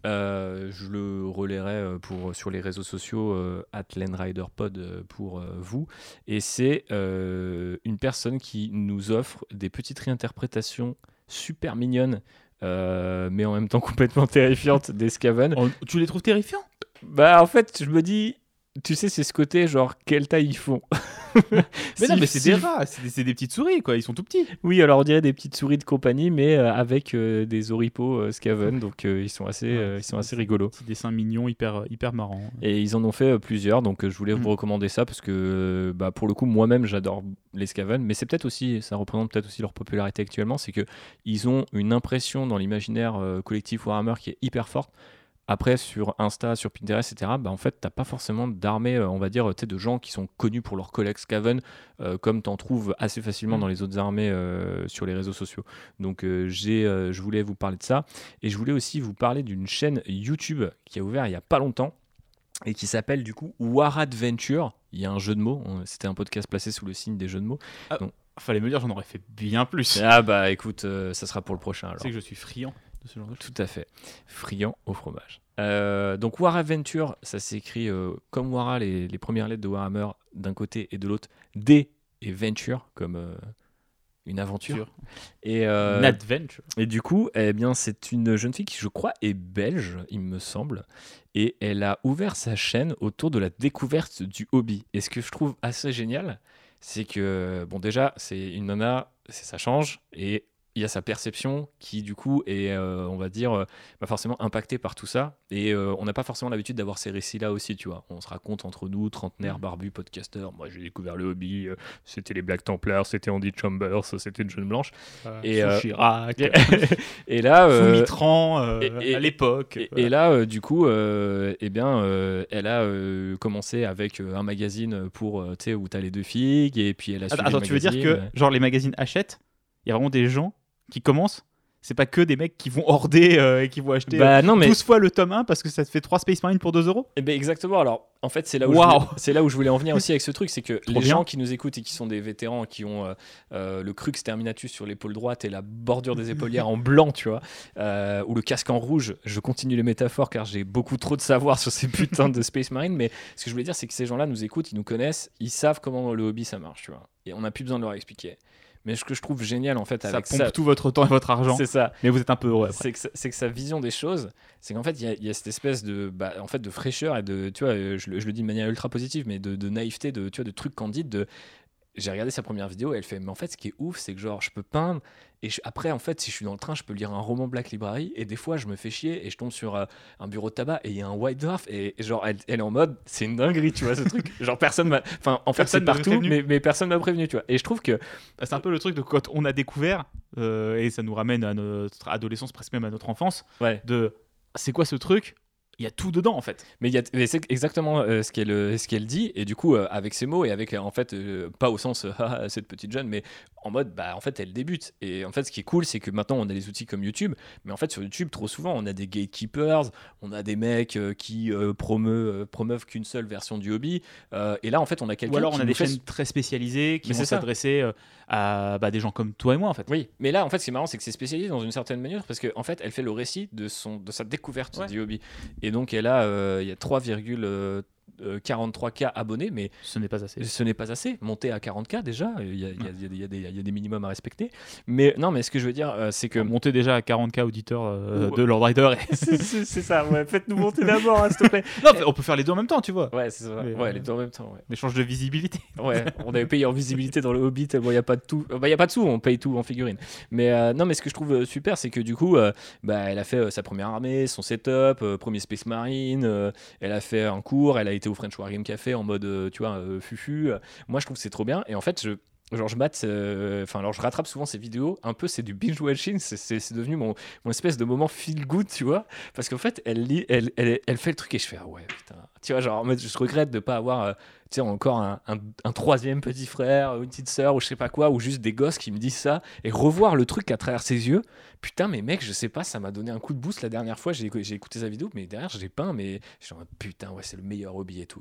Euh, je le relayerai euh, pour, sur les réseaux sociaux euh, at lenriderpod euh, pour euh, vous. Et c'est euh, une personne qui nous offre des petites réinterprétations super mignonnes, euh, mais en même temps complètement terrifiantes des Skaven. Oh, tu les trouves terrifiants? Bah, en fait, je me dis, tu sais, c'est ce côté genre, quelle taille ils font. Mais non, Si- mais c'est si- des rats, c'est des, c'est des petites souris, quoi. Ils sont tout petits. Oui, alors on dirait des petites souris de compagnie, mais euh, avec euh, des oripeaux euh, Skaven, donc euh, ils sont assez, Ouais, euh, ils c'est- sont assez c'est rigolos. Petits dessins mignons, hyper, hyper marrants. Et ils en ont fait euh, plusieurs, donc euh, je voulais Mm. vous recommander ça parce que euh, bah, pour le coup, moi-même, j'adore les Skaven, mais c'est peut-être aussi, ça représente peut-être aussi leur popularité actuellement, c'est que ils ont une impression dans l'imaginaire euh, collectif Warhammer qui est hyper forte. Après, sur Insta, sur Pinterest, et cetera, bah, en fait, t'as pas forcément d'armée, euh, on va dire, tu sais, de gens qui sont connus pour leur collègue Skaven, euh, comme t'en trouves assez facilement Mm. dans les autres armées euh, sur les réseaux sociaux. Donc, euh, j'ai, euh, je voulais vous parler de ça. Et je voulais aussi vous parler d'une chaîne YouTube qui a ouvert il y a pas longtemps et qui s'appelle du coup War Adventure. Il y a un jeu de mots, on- c'était un podcast placé sous le signe des jeux de mots. Fallait me dire, j'en aurais fait bien plus. Ah bah écoute, euh, ça sera pour le prochain alors. Tu sais que je suis friand de ce genre de choses. Tout à fait. Friand au fromage. Euh, donc War Adventure, ça s'écrit euh, comme Wara, les, les premières lettres de Warhammer d'un côté et de l'autre, D et Venture, comme euh, une aventure. Sûr. Et, euh, Une adventure. et du coup, eh bien, c'est une jeune fille qui, je crois, est belge, il me semble. Et elle a ouvert sa chaîne autour de la découverte du hobby. Et ce que je trouve assez génial, c'est que, bon, déjà, c'est une nana, c'est- ça change. Et il y a sa perception qui, du coup, est, euh, on va dire, euh, bah, forcément impactée par tout ça. Et euh, on n'a pas forcément l'habitude d'avoir ces récits-là aussi, tu vois. On se raconte entre nous, trentenaires, Mm. barbus, podcasteurs. Moi, j'ai découvert le hobby. euh, c'était les Black Templars, c'était Andy Chambers, c'était une jeune blanche. Et, Sous euh, Chirac, et là, sous euh, Mitterrand, euh, et- et- à l'époque. et, voilà. et là, euh, du coup, euh, eh bien, euh, elle a euh, commencé avec euh, un magazine pour, euh, tu sais, où t'as les deux filles, et puis elle a Attends, suivi attends, le tu veux dire magazine. que genre les magazines achètent, il y a vraiment des gens qui commencent, c'est pas que des mecs qui vont horder euh, et qui vont acheter Bah non, mais douze fois le tome un parce que ça te fait trois Space Marine pour deux euros. eh ben, exactement. Alors, en fait, c'est là où Waouh. je voulais, c'est là où je voulais en venir aussi avec ce truc, c'est que Trop les bien. gens qui nous écoutent et qui sont des vétérans, qui ont euh, euh, le crux terminatus sur l'épaule droite et la bordure des épaulières en blanc, tu vois, euh, ou le casque en rouge. Je continue les métaphores car j'ai beaucoup trop de savoir sur ces putains de Space Marine. Mais ce que je voulais dire, c'est que ces gens-là nous écoutent, ils nous connaissent, ils savent comment le hobby ça marche, tu vois. Et on n'a plus besoin de leur expliquer. Mais ce que je trouve génial en fait Ça avec pompe ça, tout votre temps et votre argent, c'est ça. mais vous êtes un peu heureux après. C'est que, sa- c'est que sa vision des choses, c'est qu'en fait, il y, a- il y a cette espèce de, bah, en fait, de fraîcheur et de, tu vois, euh, je, le- je le dis de manière ultra positive, mais de, de naïveté, de, tu vois, de trucs candides. De, j'ai regardé sa première vidéo et elle fait, mais en fait, ce qui est ouf, c'est que genre, je peux peindre et je- après, en fait, si je suis dans le train, je peux lire un roman Black Library et des fois, je me fais chier et je tombe sur euh, un bureau de tabac et il y a un white dwarf et, et genre, elle, elle est en mode, c'est une dinguerie, tu vois, ce truc. Genre, personne m'a, enfin, en fait, Personne c'est m'avait partout, prévenu. mais, mais personne m'a prévenu, tu vois. Et je trouve que, C'est un peu le truc de quand on a découvert, euh, et ça nous ramène à notre adolescence, presque même à notre enfance, ouais. de c'est quoi ce truc? Il y a tout dedans en fait. Mais, il y a, mais c'est exactement euh, ce qu'elle euh, ce qu'elle dit, et du coup, euh, avec ces mots, et avec, euh, en fait, euh, pas au sens, euh, ah, cette petite jeune, mais en mode, bah, en fait, elle débute. Et en fait, ce qui est cool, c'est que maintenant, on a des outils comme YouTube, mais en fait, sur YouTube, trop souvent, on a des gatekeepers, on a des mecs euh, qui euh, promeuvent, euh, promeuvent qu'une seule version du hobby, euh, et là, en fait, on a quelqu'un Ou alors qui on a nous des fait chaînes très spécialisées qui Mais vont c'est ça. s'adresser euh, à bah, des gens comme toi et moi en fait. Oui, mais là, en fait, ce qui est marrant, c'est que c'est spécialisé dans une certaine manière parce qu'en en fait, elle fait le récit de, son, de sa découverte Ouais. du hobby. Et donc, elle a, euh, il y a trois virgule quarante-trois K abonnés, mais Ce n'est pas assez. ce n'est pas assez. Monter à quarante K déjà, il y a, il y a- il y a des- il y a des- il y a des minimums à respecter. Mais non, mais ce que je veux dire, euh, c'est que. Monter déjà à quarante K auditeurs euh, Ouais. de Lord Rider. Et... c'est c'est- c'est ça, ouais, faites-nous monter d'abord, hein, s'il te plaît. non, on peut faire les deux en même temps, tu vois. Ouais, c'est ça. Mais, Ouais, euh, les deux en même temps, ouais. L'échange de visibilité. Ouais, on avait payé en visibilité dans le Hobbit, il n'y a pas de tout. Il y a pas de sous, on paye tout en figurine. Mais euh, non, mais ce que je trouve euh, super, c'est que du coup, euh, bah, elle a fait euh, sa première armée, son setup, euh, premier Space Marine, euh, elle a fait un cours, elle a été au French Wargame Café en mode, euh, tu vois, euh, fufu. Moi, je trouve que c'est trop bien. Et en fait, je. Genre je mate, enfin euh, alors je rattrape souvent ces vidéos, un peu c'est du binge watching, c'est, c'est, c'est devenu mon, mon espèce de moment feel good, tu vois, parce qu'en fait elle, lit, elle, elle, elle fait le truc et je fais ah ouais putain, tu vois, genre en mode, je regrette de pas avoir euh, tu sais, encore un, un, un troisième petit frère, une petite sœur ou je sais pas quoi, ou juste des gosses qui me disent ça et revoir le truc à travers ses yeux. Putain, mais mec, je sais pas, ça m'a donné un coup de boost la dernière fois. J'ai, j'ai écouté sa vidéo, mais derrière, j'ai peint, mais je suis en mode putain, ouais, c'est le meilleur hobby et tout.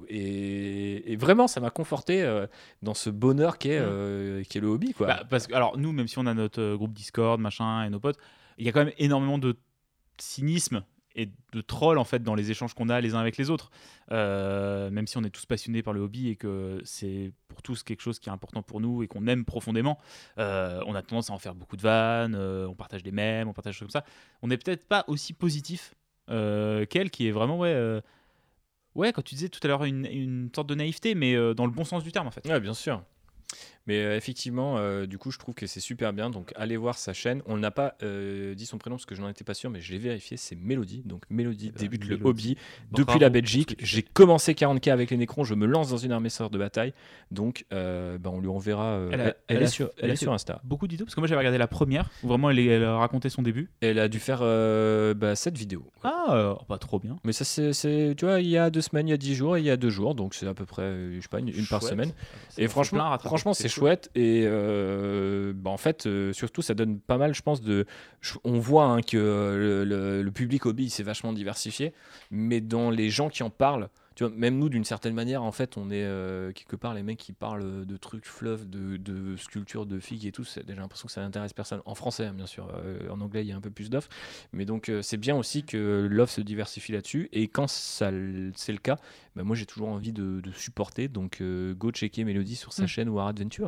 Et, et vraiment, ça m'a conforté euh, dans ce bonheur qu'est, euh, qu'est le hobby, quoi. Bah, parce que, alors, nous, même si on a notre euh, groupe Discord, machin, et nos potes, il y a quand même énormément de cynisme et de troll en fait dans les échanges qu'on a les uns avec les autres, euh, même si on est tous passionnés par le hobby et que c'est pour tous quelque chose qui est important pour nous et qu'on aime profondément, euh, on a tendance à en faire beaucoup de vannes, euh, on partage des mèmes, on partage des choses comme ça. On n'est peut-être pas aussi positif euh, qu'elle, qui est vraiment ouais, euh, ouais, quand tu disais tout à l'heure une, une sorte de naïveté, mais euh, dans le bon sens du terme en fait. Ouais, bien sûr. Mais euh, effectivement, euh, du coup, je trouve que c'est super bien. Donc, allez voir sa chaîne. On n'a pas euh, dit son prénom parce que je n'en étais pas sûr, mais je l'ai vérifié. C'est Mélodie. Donc, Mélodie ben, débute Mélodie. le hobby Bravo depuis la pour ce Belgique. que tu J'ai fais. commencé quarante K avec les Nécrons. Je me lance dans une armée sœur de bataille. Donc, euh, bah, on lui enverra. euh, Elle a- elle, elle est a- sur, elle elle a est fait- sur Insta. Beaucoup de vidéos, parce que moi j'avais regardé la première, où vraiment elle, est- elle a raconté son début. Elle a dû faire euh, bah, cette vidéo. Ah, euh, pas trop bien. Mais ça, c'est, c'est- tu vois, il y a deux semaines, il y a dix jours et il y a deux jours. Donc, c'est à peu près, euh, je sais pas, une, une par Chouette. semaine. Ça Et en fait franchement, plein à rattraper. franchement, c'est cool. chouette. Et euh, bah, en fait, euh, surtout, ça donne pas mal, je pense, de. je- On voit hein, que euh, le, le- le public hobby s'est vachement diversifié, mais dans les gens qui en parlent, tu vois, même nous, d'une certaine manière, en fait, on est euh, quelque part les mecs qui parlent de trucs fleuves, de, de sculptures de figues et tout. C'est, j'ai l'impression que ça n'intéresse personne. En français, hein, bien sûr. Euh, en anglais, il y a un peu plus d'offres. Mais donc, euh, c'est bien aussi que l'offre se diversifie là-dessus. Et quand ça, l- c'est le cas, bah, moi, j'ai toujours envie de, de supporter. Donc, euh, go checker Mélodie sur sa Mm. chaîne War Adventure.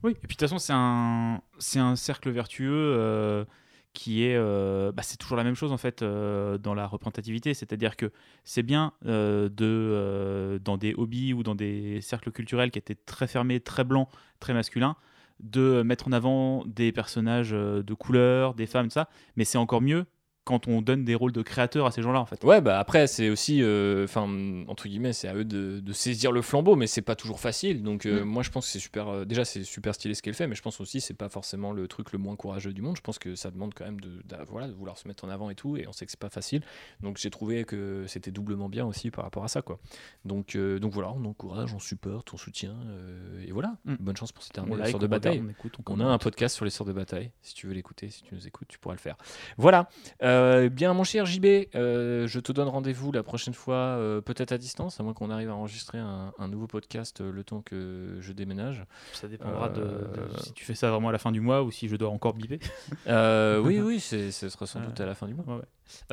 Oui, et puis de toute façon, c'est un, c'est un cercle vertueux euh, qui est. euh, bah, c'est toujours la même chose en fait euh, dans la représentativité. C'est-à-dire que c'est bien euh, de, euh, dans des hobbies ou dans des cercles culturels qui étaient très fermés, très blancs, très masculins, de mettre en avant des personnages euh, de couleur, des femmes, tout ça. Mais c'est encore mieux quand on donne des rôles de créateurs à ces gens-là en fait. Ouais, bah après, c'est aussi, enfin, entre guillemets, c'est à eux de, de saisir le flambeau, mais c'est pas toujours facile. Donc, euh, Mm. moi, je pense que c'est super. euh, déjà, c'est super stylé ce qu'elle fait, mais je pense aussi c'est pas forcément le truc le moins courageux du monde. Je pense que ça demande quand même de, de- voilà, de vouloir se mettre en avant et tout, et on sait que c'est pas facile. Donc, j'ai trouvé que c'était doublement bien aussi par rapport à ça, quoi. Donc, euh, donc voilà, on encourage, on supporte, on soutient, euh, et voilà. Mm. Bonne chance pour cette On dernière like, sœurs de on bataille. regarde, on écoute, on On a un commente. podcast sur les sœurs de bataille. Si tu veux l'écouter, si tu nous écoutes, tu pourras le faire. Voilà. Euh, bien, mon cher J B, euh, je te donne rendez-vous la prochaine fois, euh, peut-être à distance, à moins qu'on arrive à enregistrer un, un nouveau podcast euh, le temps que je déménage. Ça dépendra de, de Euh, si tu fais ça vraiment à la fin du mois ou si je dois encore biper. Euh, oui, oui, c'est, ce sera sans doute à la fin du mois. Ouais, ouais.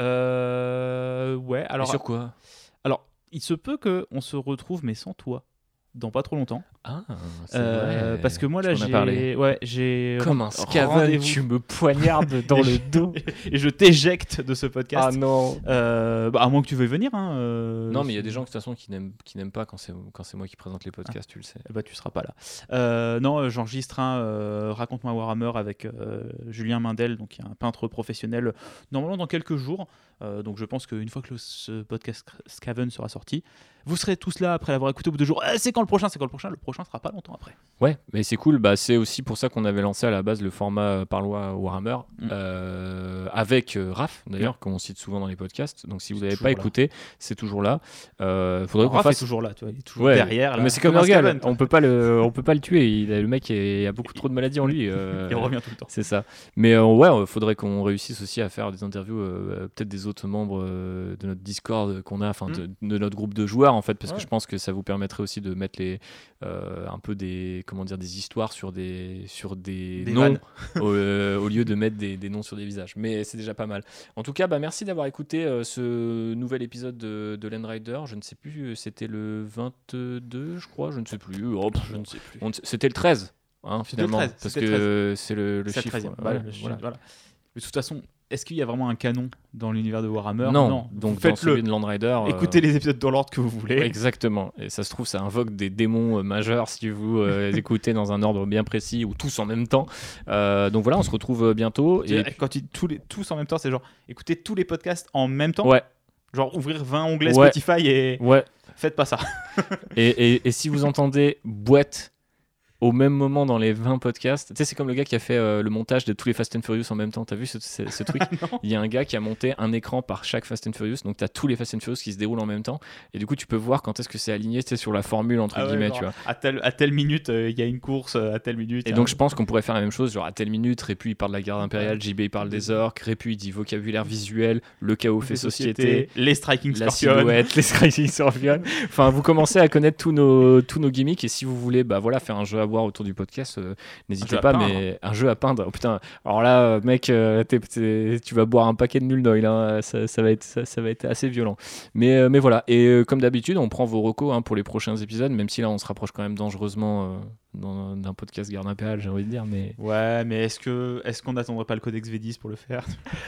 Euh, ouais, Alors, alors, sur quoi alors, il se peut qu'on se retrouve, mais sans toi, dans pas trop longtemps. Ah, c'est Euh, vrai. parce que moi, Tu là, m'en as j'ai. parlé. Ouais, j'ai. Comme un scaven, rendez-vous. tu me poignardes dans le dos. Et je t'éjecte de ce podcast. Ah non. Euh, bah, à moins que tu veuilles venir. Hein, euh, Non, mais il y a si- des gens de toute façon qui n'aiment, qui n'aiment pas quand c'est, quand c'est moi qui présente les podcasts, tu le sais. Eh bah, tu seras pas là. Euh, non, euh, j'enregistre un euh, Raconte-moi Warhammer avec euh, Julien Mindel, donc qui est un peintre professionnel, normalement dans quelques jours. Euh, donc je pense qu'une fois que le, ce podcast Scaven sera sorti, vous serez tous là après l'avoir écouté au bout de deux jours. Eh, c'est quand le prochain C'est quand le prochain Le prochain sera pas longtemps après. Ouais, mais c'est cool. Bah, c'est aussi pour ça qu'on avait lancé à la base le format euh, Parlois Warhammer Mm. euh, avec euh, Raph, d'ailleurs, qu'on cite souvent dans les podcasts. Donc si vous C'est n'avez toujours pas là. écouté, c'est toujours là. Euh, faudrait Alors, qu'on Raph fasse. est toujours là, tu vois, il est toujours Ouais, derrière. Là, mais c'est comme un Nurgle, Scaven, quoi. on peut pas le, on peut pas le tuer. Il, le mec il a beaucoup trop de maladies en lui. euh, Il revient tout le temps. C'est ça. Mais euh, ouais, il faudrait qu'on réussisse aussi à faire des interviews, euh, peut-être des autres membres euh, de notre Discord qu'on a, enfin de, de notre groupe de joueurs en fait, parce Ouais. que je pense que ça vous permettrait aussi de mettre les, euh, un peu des, comment dire, des histoires sur des, sur des, Des noms vannes. au, euh, au lieu de mettre des, des noms sur des visages. Mais c'est déjà pas mal. En tout cas, bah, merci d'avoir écouté euh, ce nouvel épisode de, de Land Rider. Je ne sais plus, euh, c'était le vingt-deux, je crois, je ne sais plus. Oh, pff, Je ne sais plus. on ne sait- c'était le treize. Hein, C'était le finalement, treize, parce c'était que le treize. euh, c'est le, le C'est le chiffre. treizième, Voilà, ouais, le chiffre, voilà. voilà. Mais de toute façon, est-ce qu'il y a vraiment un canon dans l'univers de Warhammer? Non, donc dans faites-le. celui de Land Rider. euh, Écoutez les épisodes dans l'ordre que vous voulez. Exactement. Et ça se trouve, ça invoque des démons euh, majeurs si vous euh, les écoutez dans un ordre bien précis ou tous en même temps. Euh, donc voilà, on se retrouve euh, bientôt. Et Et quand ils tous, les, tous en même temps, c'est genre écoutez tous les podcasts en même temps. ouais, Genre ouvrir vingt onglets Ouais. Spotify et ouais. faites pas ça. Et, et, et si vous entendez boîte au même moment dans les vingt podcasts, tu sais, c'est comme le gars qui a fait euh, le montage de tous les Fast and Furious en même temps. T'as vu ce, ce, ce truc? Il y a un gars qui a monté un écran par chaque Fast and Furious, donc t'as tous les Fast and Furious qui se déroulent en même temps, et du coup tu peux voir quand est-ce que c'est aligné, tu sais, sur la formule entre Ah ouais, guillemets, genre, tu vois. À telle, à telle minute, euh, il y a une course, euh, à telle minute. Et il y a donc un- je pense qu'on pourrait faire la même chose, genre à telle minute, Répu il parle de la garde impériale, J B il parle des orques, Répu il dit vocabulaire visuel, le chaos fait des société, sociétés, les Striking la Scorpions. silhouette, les Striking Scorpions. Enfin, vous commencez à connaître tous nos, tous nos gimmicks, et si vous voulez bah, voilà, faire un jeu à boire autour du podcast, euh, n'hésitez jeu à pas, peindre. mais un jeu à peindre. Oh, putain, alors là, euh, mec, euh, t'es- t'es- tu vas boire un paquet de nul noil, hein, ça, ça, va être, ça, ça va être assez violent. Mais, euh, mais voilà, et euh, comme d'habitude, on prend vos recos hein, pour les prochains épisodes, même si là on se rapproche quand même dangereusement euh, dans- d'un podcast garde impériale, j'ai envie de dire, mais Ouais, mais est-ce que est-ce qu'on n'attendrait pas le Codex V dix pour le faire?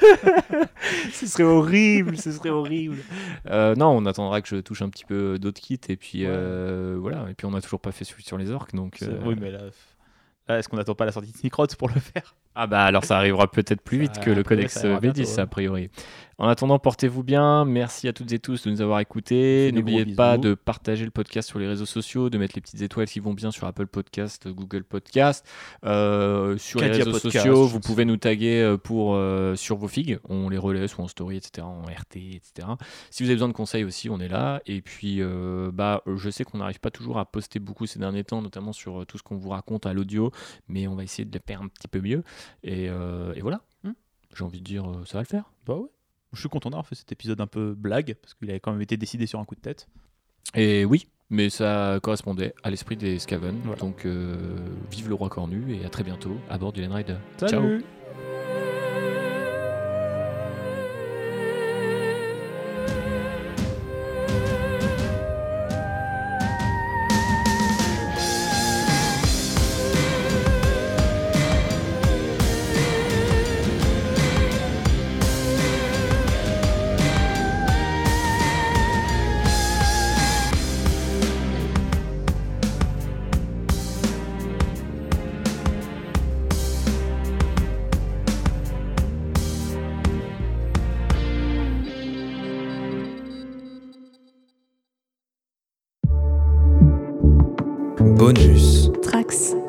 ce serait horrible, ce serait horrible. Euh, non, on attendra que je touche un petit peu d'autres kits, et puis Ouais. euh, voilà, et puis on n'a toujours pas fait celui sur les orques, donc... C'est- euh, Oui, mais là, là, est-ce qu'on n'attend pas la sortie de Sneakrot pour le faire? Ah bah alors ça arrivera peut-être plus vite Ça- que le après, codex ça arrivera V dix bientôt, hein. a priori. En attendant, portez-vous bien. Merci à toutes et tous de nous avoir écoutés. Fais des N'oubliez gros pas bisous. de partager le podcast sur les réseaux sociaux, de mettre les petites étoiles qui vont bien sur Apple Podcast, Google Podcast. Euh, sur les Katia réseaux Podcast, sociaux, je vous sais. pouvez nous taguer euh, pour, euh, sur vos figs. On les relaie soit en story, et cetera, en R T, et cetera. Si vous avez besoin de conseils aussi, on est là. Et puis, euh, bah, je sais qu'on n'arrive pas toujours à poster beaucoup ces derniers temps, notamment sur euh, tout ce qu'on vous raconte à l'audio, mais on va essayer de le faire un petit peu mieux. Et, euh, et voilà. Hmm. J'ai envie de dire, euh, ça va le faire. Bah ouais. Je suis content d'avoir fait cet épisode un peu blague, parce qu'il avait quand même été décidé sur un coup de tête. Et oui, mais ça correspondait à l'esprit des Skaven. Voilà. Donc, euh, vive le roi cornu et à très bientôt à bord du Land Rider. Ciao. Salut. Bonus. Trax.